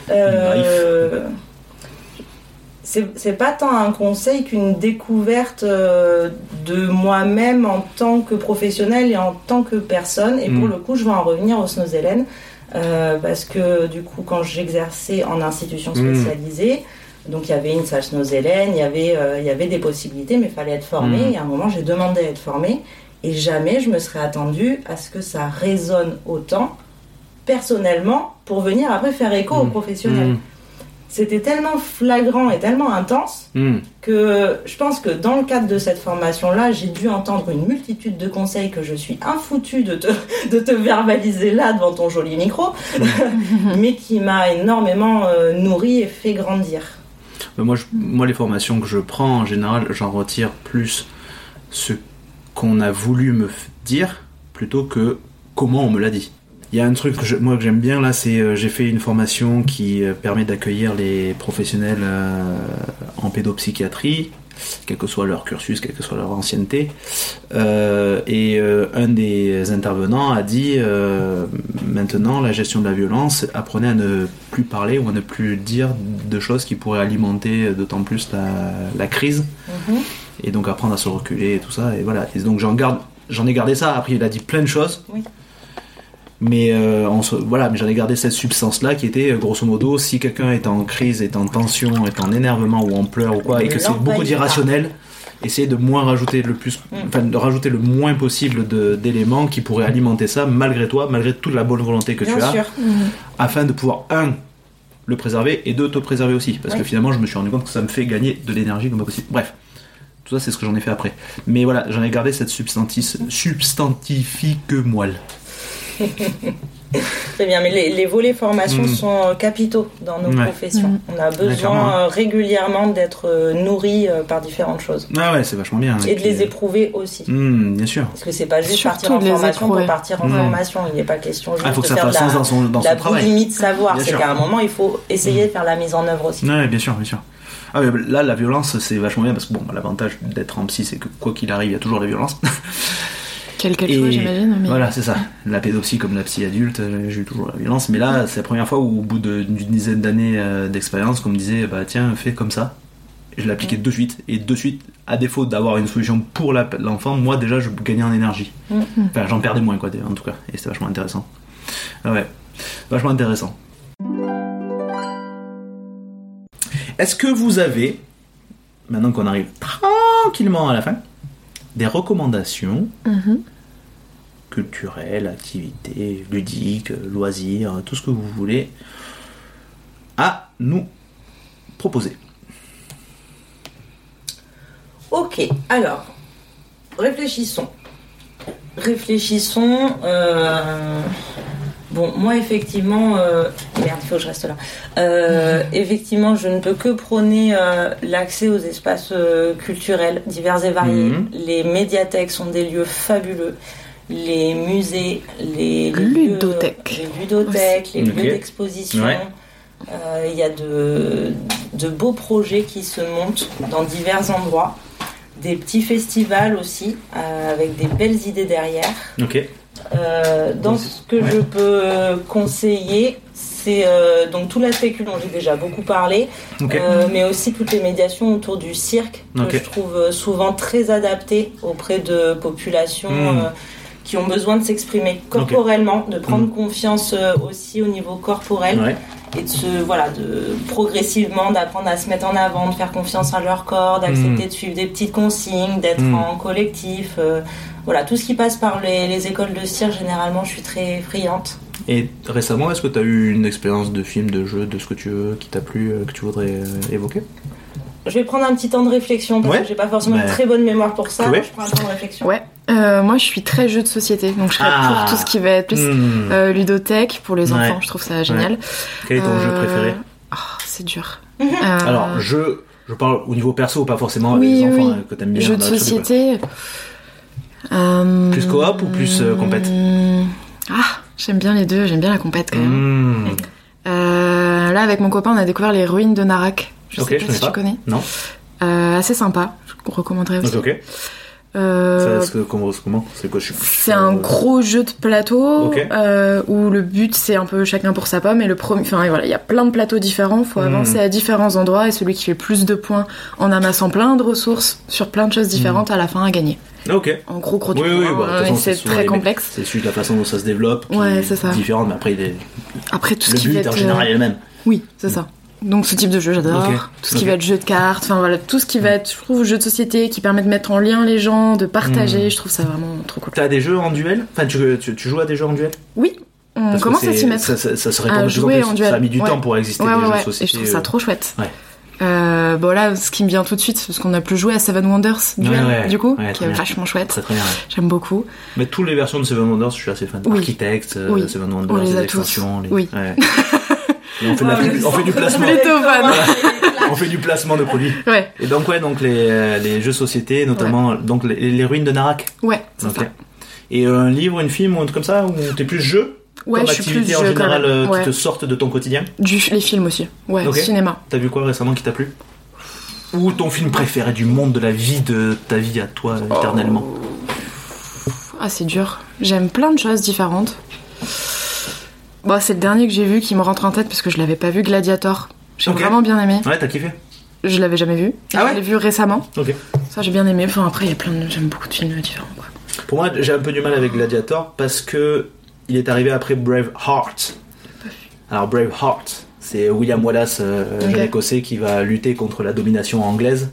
Euh, c'est, c'est pas tant un conseil qu'une découverte euh, de moi-même en tant que professionnelle et en tant que personne. Et mmh. pour le coup, je vais en revenir au Snozellen. Euh, parce que du coup, quand j'exerçais en institution spécialisée, mmh. donc il y avait une Salsnos-Hélène, il y avait, euh, il y avait des possibilités, mais il fallait être formé. Mmh. Et à un moment, j'ai demandé à être formée. Et jamais je me serais attendue à ce que ça résonne autant, personnellement, pour venir après faire écho mmh. aux professionnels. Mmh. C'était tellement flagrant et tellement intense mmh. que je pense que dans le cadre de cette formation-là, j'ai dû entendre une multitude de conseils que je suis infoutue de te, de te verbaliser là devant ton joli micro, mmh. mais qui m'a énormément euh, nourri et fait grandir. Moi, je, moi, les formations que je prends, en général, j'en retire plus ce qu'on a voulu me dire plutôt que comment on me l'a dit. Il y a un truc que je, moi que j'aime bien là, c'est euh, j'ai fait une formation qui euh, permet d'accueillir les professionnels euh, en pédopsychiatrie, quel que soit leur cursus, quelle que soit leur ancienneté. Euh, et euh, un des intervenants a dit euh, maintenant la gestion de la violence, apprenez à ne plus parler ou à ne plus dire de choses qui pourraient alimenter d'autant plus la, la crise. Mm-hmm. Et donc apprendre à se reculer et tout ça. Et voilà. Et donc j'en garde, j'en ai gardé ça. Après il a dit plein de choses. Oui. Mais euh, on se, voilà, mais j'en ai gardé cette substance-là qui était grosso modo, si quelqu'un est en crise, est en tension, est en énervement ou en pleurs ou quoi, et que c'est beaucoup d'irrationnel, essayez de moins rajouter le plus, mm. enfin de rajouter le moins possible de, d'éléments qui pourraient alimenter ça malgré toi, malgré toute la bonne volonté que Bien tu as, mm. afin de pouvoir un le préserver et deux te préserver aussi, parce ouais. que finalement je me suis rendu compte que ça me fait gagner de l'énergie comme pas possible. Bref. Tout ça, c'est ce que j'en ai fait après. Mais voilà, j'en ai gardé cette substantis, substantifique moelle. Très bien, mais les, les volets formation mmh. sont capitaux dans nos ouais. professions. Mmh. On a besoin ouais, régulièrement d'être nourri par différentes choses. Ah ouais, c'est vachement bien. Et, et de puis... les éprouver aussi. Mmh, bien sûr. Parce que c'est pas juste Surtout partir en formation pour partir en mmh. formation. Il n'est pas question juste ah, faut que de ça faire de la, dans son, dans la boulimie de savoir. Bien c'est sûr. Qu'à un moment, il faut essayer mmh. de faire la mise en œuvre aussi. Ouais, bien sûr, bien sûr. Ah, mais là, la violence, c'est vachement bien parce que bon, l'avantage d'être en psy, c'est que quoi qu'il arrive, il y a toujours la violence. Quel qu'elle soit, j'imagine. Mais... Voilà, c'est ça. La pédopsie comme la psy adulte, j'ai eu toujours la violence. Mais là, c'est la première fois où, au bout de, d'une dizaine d'années euh, d'expérience, qu'on me disait, bah tiens, fais comme ça. Et je l'appliquais mmh. de suite. Et de suite, à défaut d'avoir une solution pour la, l'enfant, moi déjà, je gagnais en énergie. Mmh. Enfin, j'en perdais moins, quoi, en tout cas. Et c'était vachement intéressant. Ah ouais, vachement intéressant. Est-ce que vous avez, maintenant qu'on arrive tranquillement à la fin, des recommandations mmh. culturelles, activités, ludiques, loisirs, tout ce que vous voulez, à nous proposer? Ok, alors, réfléchissons. Réfléchissons... Euh... Bon, moi, effectivement... Euh... Merde, il faut que je reste là. Euh, mmh. Effectivement, je ne peux que prôner euh, l'accès aux espaces euh, culturels divers et variés. Mmh. Les médiathèques sont des lieux fabuleux. Les musées, les, les ludothèques, lieux, les, ludothèques, les okay. lieux d'exposition. Il ouais. euh, y a de, de beaux projets qui se montent dans divers endroits. Des petits festivals aussi, euh, avec des belles idées derrière. Ok. Euh, dans donc, ce que ouais. je peux conseiller, c'est euh, donc tout l'aspect culte dont j'ai déjà beaucoup parlé, okay. euh, mais aussi toutes les médiations autour du cirque que okay. je trouve souvent très adaptées auprès de populations mmh. euh, qui ont besoin de s'exprimer corporellement, okay. de prendre mmh. confiance euh, aussi au niveau corporel. Ouais. Et de se, voilà, de progressivement d'apprendre à se mettre en avant, de faire confiance à leur corps, d'accepter mmh. de suivre des petites consignes, d'être mmh. en collectif. Euh, voilà, tout ce qui passe par les, les écoles de cirque, généralement, je suis très friande. Et récemment, est-ce que tu as eu une expérience de film, de jeu, de ce que tu veux, qui t'a plu, que tu voudrais euh, évoquer? Je vais prendre un petit temps de réflexion parce ouais. que j'ai pas forcément bah... une très bonne mémoire pour ça. Ouais. Je prends un temps de réflexion. Ouais. Euh, moi, je suis très jeu de société, donc je serais ah. pour tout ce qui va être plus mmh. euh, ludothèque pour les enfants. Ouais. Je trouve ça génial. Ouais. Quel est ton euh... jeu préféré? Oh, c'est dur. Mmh. Euh... Alors, je, je parle au niveau perso, pas forcément avec oui, les enfants oui. hein, que t'aimes bien. Jeu de société. Euh... Plus coop ou plus euh, compète? Ah, j'aime bien les deux. J'aime bien la compète quand même. Mmh. Euh, là, avec mon copain, on a découvert les ruines de Narak. Je ok, sais je pas si pas. tu connais. Non. Euh, assez sympa. Je recommanderais aussi. Ok. okay. Euh, Ça, c'est, comment, c'est comment c'est quoi je suis, C'est un gros jeu de plateau okay. euh, où le but c'est un peu chacun pour sa pomme et le premier, enfin voilà, il y a plein de plateaux différents, faut mmh. avancer à différents endroits et celui qui fait le plus de points en amassant plein de ressources sur plein de choses différentes mmh. à la fin à gagner. Ok. En gros, gros oui, oui, oui, bah, hein, c'est, c'est très complexe. C'est celui de la façon dont ça se développe, qui ouais, c'est ça. est différente, mais après il est... Après tout ce le qui but va être... en général est le même. Oui, c'est mmh. ça. Donc ce type de jeu j'adore, okay. tout ce qui okay. va être jeu de cartes, enfin voilà, tout ce qui va être, je trouve, jeu de société qui permet de mettre en lien les gens, de partager, mmh. je trouve ça vraiment trop cool. T'as des jeux en duel ? Enfin tu, tu, tu joues à des jeux en duel ? Oui, on Parce commence à s'y mettre. Ça, ça, ça se répand de plus en plus, en duel. Ça a mis du ouais. temps pour exister ouais, des ouais, jeux ouais. de société. Et je trouve ça trop chouette. Ouais. Euh, bon là, ce qui me vient tout de suite, c'est parce qu'on a plus joué à Seven Wonders duel, ouais, ouais, du coup, ouais, qui est bien. vachement chouette. Très, très bien, ouais. J'aime beaucoup. Mais toutes les versions de Seven Wonders, je suis assez fan. Oui. Architect, oui. euh, Seven Wonders, on les, les a extensions. tous. Les... Oui. Ouais. Et on fait, de la, on fait du placement. On fait du placement de produits. Ouais. Et donc ouais, donc les, euh, les jeux société, notamment ouais. donc les, les ruines de Narak. Ouais. C'est okay. ça. Et euh, un livre, une film ou un truc comme ça, ou t'es plus jeu? Ouais, comme je suis activité plus en jeu général quand même. Ouais. qui te sortent de ton quotidien. Du, les films aussi. Ouais. Okay. Cinéma. T'as vu quoi récemment qui t'a plu? Ou ton film préféré du monde, de la vie, de ta vie à toi oh. éternellement? Ah, c'est dur. J'aime plein de choses différentes. Bon, c'est le dernier que j'ai vu qui me rentre en tête parce que je l'avais pas vu, Gladiator. J'ai okay. vraiment bien aimé. Ouais, t'as kiffé? Je l'avais jamais vu. Ah ouais? Je l'ai vu récemment. Ok. Ça, j'ai bien aimé. Enfin, après, il y a plein de... J'aime beaucoup de films différents, quoi. Pour moi, j'ai un peu du mal avec Gladiator parce que il est arrivé après Braveheart. Alors, Braveheart, c'est William Wallace, euh, okay. jeune écossais, qui va lutter contre la domination anglaise.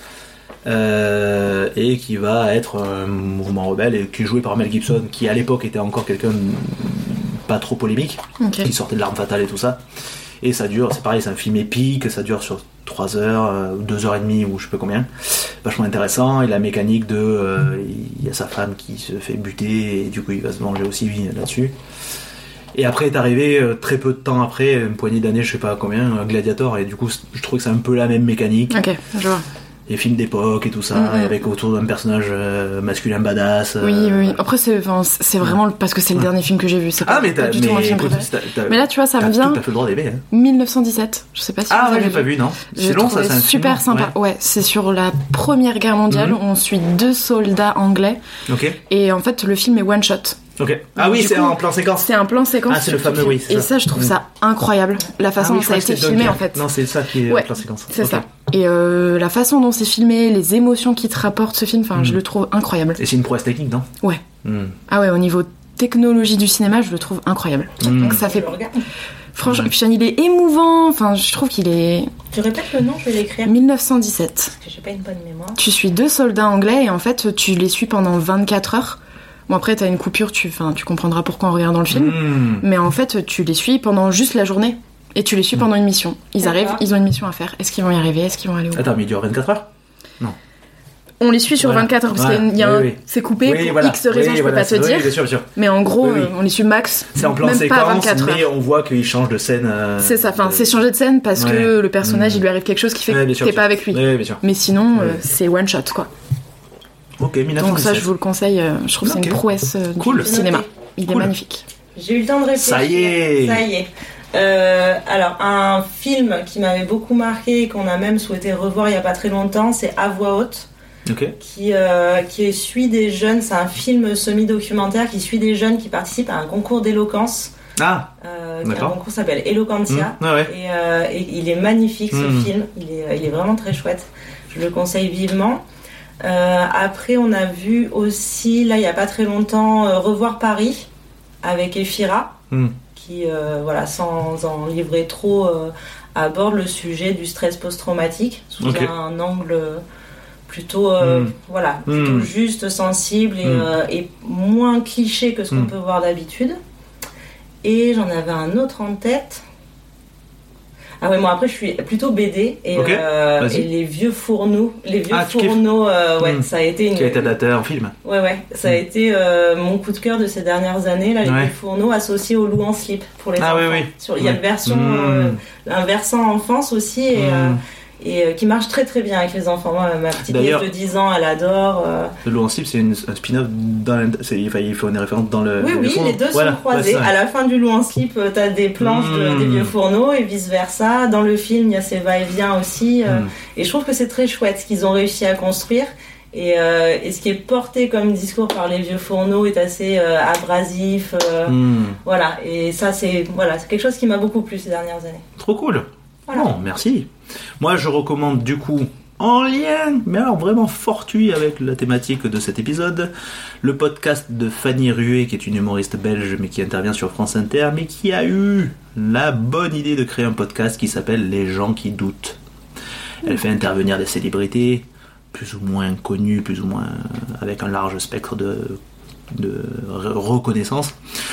Euh, et qui va être un mouvement rebelle et qui est joué par Mel Gibson, qui à l'époque était encore quelqu'un pas trop polémique, okay. qui sortait de L'Arme Fatale et tout ça. Et ça dure, c'est pareil, c'est un film épique, ça dure sur trois heures, euh, deux heures et demie ou je sais pas combien. Vachement intéressant. Et la mécanique de, euh, il y a sa femme qui se fait buter et du coup il va se venger aussi là-dessus. Et après est arrivé euh, très peu de temps après, une poignée d'années, je sais pas combien, Gladiator, et du coup je trouve que c'est un peu la même mécanique. Ok, je vois. Les films d'époque et tout ça, mm-hmm. avec autour d'un personnage euh, masculin badass. Euh... Oui, oui. Après, c'est, c'est vraiment ouais. parce que c'est le ouais. dernier film que j'ai vu. C'est pas, ah, mais pas du tout mon film préféré. Mais là, tu vois, ça me vient. T'as fait le droit d'aimer. Hein. dix-neuf cent dix-sept. Je sais pas si. Ah vous ouais, avez j'ai vu. pas vu, non. J'ai c'est long, ça, c'est un super film, sympa. Ouais. ouais, c'est sur la Première Guerre mondiale. Mm-hmm. On suit deux soldats anglais. Ok. Et en fait, le film est one shot. Ok. Ah oui, c'est coup, un plan séquence. C'est un plan séquence. Ah, c'est le fameux, oui. Et ça, je trouve ça incroyable. La façon dont ça a été filmé, en fait. Non, c'est ça qui est ouais, un plan séquence. C'est ça. Et euh, la façon dont c'est filmé, les émotions qui te rapportent ce film, enfin, mm. je le trouve incroyable. Et c'est une prouesse technique, non? Ouais. Mm. Ah ouais, au niveau technologie du cinéma, je le trouve incroyable. Mm. Donc ça fait. Franchement, mm. puis il est émouvant. Enfin, je trouve qu'il est. Tu répètes le nom, je vais l'écrire. dix-neuf cent dix-sept. Parce que j'ai pas une bonne mémoire. Tu suis deux soldats anglais et en fait, tu les suis pendant vingt-quatre heures. Bon, après, t'as une coupure, tu, tu comprendras pourquoi en regardant le film. Mmh. Mais en fait, tu les suis pendant juste la journée. Et tu les suis mmh. pendant une mission. Ils D'accord. arrivent, ils ont une mission à faire. Est-ce qu'ils vont y arriver? Est-ce qu'ils vont aller où? Attends, mais il dure vingt-quatre heures? Non. On les suit sur voilà. vingt-quatre heures, parce ouais. qu'il y a un... oui, oui. c'est coupé oui, pour voilà. X raisons, oui, je peux voilà. pas te oui, dire. Bien sûr, bien sûr. Mais en gros, oui, oui. on les suit max. C'est en plan même séquence, pas vingt-quatre mais heures. on voit qu'il change de scène. Euh... C'est ça, enfin, euh... c'est changer de scène parce ouais. que le personnage, mmh. il lui arrive quelque chose qui fait ouais, que sûr, t'es pas avec lui. Oui, bien sûr. Mais sinon, ouais. euh, c'est one shot, quoi. Ok, mille neuf cent dix-sept. Donc ça, je vous le conseille. Je trouve que okay. c'est une prouesse cool. du cinéma. Il cool. est magnifique. J'ai eu le temps de réfléchir. Ça y est. Ça y est. Euh, alors, un film qui m'avait beaucoup marqué et qu'on a même souhaité revoir il y a pas très longtemps, c'est À voix haute. Okay. Qui, euh, qui suit des jeunes. C'est un film semi-documentaire qui suit des jeunes qui participent à un concours d'éloquence. Ah. Euh, un concours qui s'appelle Eloquentia. Mmh. Ah ouais. et, euh, et il est magnifique ce mmh. film. Il est, il est vraiment très chouette. Je le conseille vivement. Euh, après, on a vu aussi, là, il n'y a pas très longtemps, euh, Revoir Paris avec Efira, mm. qui, euh, voilà, sans en livrer trop, euh, aborde le sujet du stress post-traumatique sous okay. un angle plutôt, euh, mm. voilà, plutôt mm. juste, sensible et, mm. euh, et moins cliché que ce qu'on mm. peut voir d'habitude. Et j'en avais un autre en tête. Ah ouais, moi après je suis plutôt B D et, okay, euh, et les vieux fourneaux, les vieux ah, fourneaux, euh, ouais, mmh. ça a été une. Qui a été adapté en film. Ouais, ouais, ça mmh. a été euh, mon coup de cœur de ces dernières années, là, les ouais. vieux fourneaux associés au loup en slip pour les ah, enfants. Oui, oui. Sur, il y a une version, mmh. euh, un versant enfance aussi et. Mmh. Euh, et euh, qui marche très très bien avec les enfants. Moi, ma petite nièce de dix ans, elle adore. Euh... Le loup en slip, c'est une, un spin-off dans c'est, enfin, il faut une référence dans le. Oui, le oui, fourneau. les deux voilà. sont croisés. Ouais, à la fin du loup en slip, t'as des planches mmh. de, des vieux fourneaux et vice versa. Dans le film, il y a ces va-et-vient aussi. Euh, mmh. Et je trouve que c'est très chouette ce qu'ils ont réussi à construire. Et, euh, et ce qui est porté comme discours par les vieux fourneaux est assez euh, abrasif. Euh, mmh. Voilà, et ça, c'est, voilà, c'est quelque chose qui m'a beaucoup plu ces dernières années. Trop cool. Voilà. Bon, merci. Moi, je recommande du coup, en lien, mais alors vraiment fortuit avec la thématique de cet épisode, le podcast de Fanny Rué, qui est une humoriste belge, mais qui intervient sur France Inter, mais qui a eu la bonne idée de créer un podcast qui s'appelle Les gens qui doutent. Elle fait intervenir des célébrités, plus ou moins connu, plus ou moins avec un large spectre de, de reconnaissance.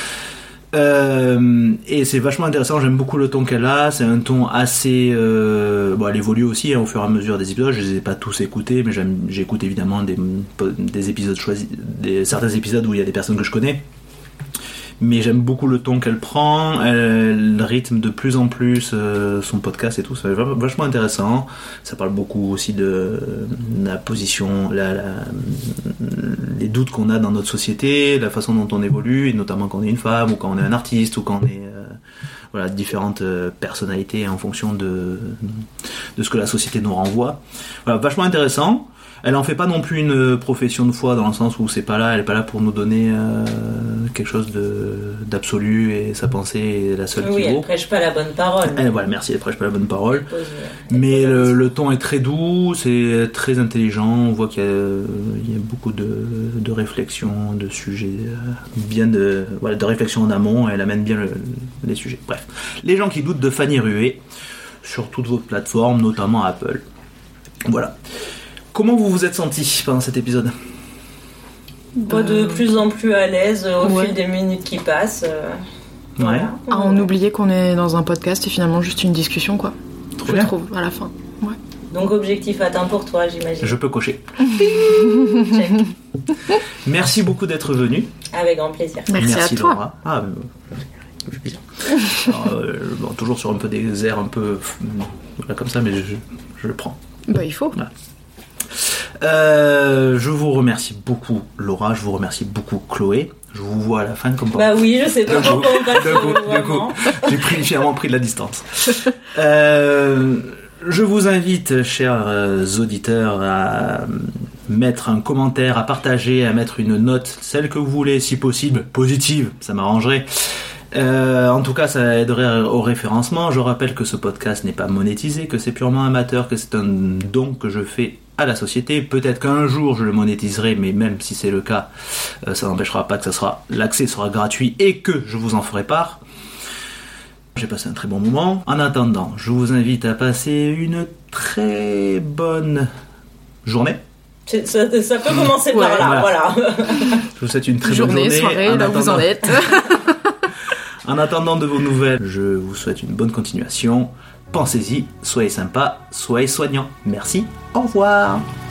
Euh, et c'est vachement intéressant, j'aime beaucoup le ton qu'elle a, c'est un ton assez... Euh, bon, elle évolue aussi hein, au fur et à mesure des épisodes, je les ai pas tous écoutés, mais j'aime, j'écoute évidemment des, des épisodes choisis, des, certains épisodes où il y a des personnes que je connais. Mais j'aime beaucoup le ton qu'elle prend, elle rythme de plus en plus euh, son podcast et tout, c'est vachement intéressant. Ça parle beaucoup aussi de, de la position, la, la, les doutes qu'on a dans notre société, la façon dont on évolue, et notamment quand on est une femme, ou quand on est un artiste, ou quand on est euh, voilà, différentes euh, personnalités en fonction de, de ce que la société nous renvoie. Voilà, vachement intéressant. Elle en fait pas non plus une profession de foi dans le sens où c'est pas là, elle est pas là pour nous donner euh, quelque chose de, d'absolu et sa pensée est la seule oui, qui vaut. Oui, elle prêche pas la bonne parole. Elle, voilà, merci, elle prêche pas la bonne parole. Pose, euh, mais le, le ton est très doux, c'est très intelligent, on voit qu'il y a, il y a beaucoup de, de réflexion, de sujets, bien de, voilà, de réflexion en amont, elle amène bien le, les sujets. Bref, Les gens qui doutent de Fanny Rué sur toutes vos plateformes, notamment Apple. Voilà. Comment vous vous êtes senti pendant cet épisode ? Pas de plus en plus à l'aise au ouais. fil des minutes qui passent. Euh, ouais. Voilà. Ah, on oubliait qu'on est dans un podcast et finalement juste une discussion, quoi. Trop je bien. trouve, à la fin. Ouais. Donc objectif atteint pour toi, j'imagine. Je peux cocher. Merci beaucoup d'être venu. Avec grand plaisir. Merci, Merci à toi. Laura. Ah, euh, plaisir. Alors, euh, bon, toujours sur un peu des airs un peu voilà, comme ça, mais je, je le prends. Bah il faut. Voilà. Euh, je vous remercie beaucoup Laura, je vous remercie beaucoup Chloé. Je vous vois à la fin comme Bah oui, je sais pas pourquoi on passe coup, coup, coup, j'ai pris, finalement pris de la distance. Euh, je vous invite, chers auditeurs, à mettre un commentaire, à partager, à mettre une note, celle que vous voulez, si possible, positive, ça m'arrangerait. Euh, en tout cas, ça aiderait au référencement. Je rappelle que ce podcast n'est pas monétisé, que c'est purement amateur, que c'est un don que je fais à la société. Peut-être qu'un jour je le monétiserai, mais même si c'est le cas, euh, ça n'empêchera pas que ça sera, l'accès sera gratuit et que je vous en ferai part. J'ai passé un très bon moment. En attendant, je vous invite à passer une très bonne journée. Ça, ça peut commencer ouais, par là, voilà. voilà. Je vous souhaite une très journée, bonne journée. Soirée, là où vous en êtes. En attendant de vos nouvelles, je vous souhaite une bonne continuation. Pensez-y, soyez sympa, soyez soignants. Merci, au revoir.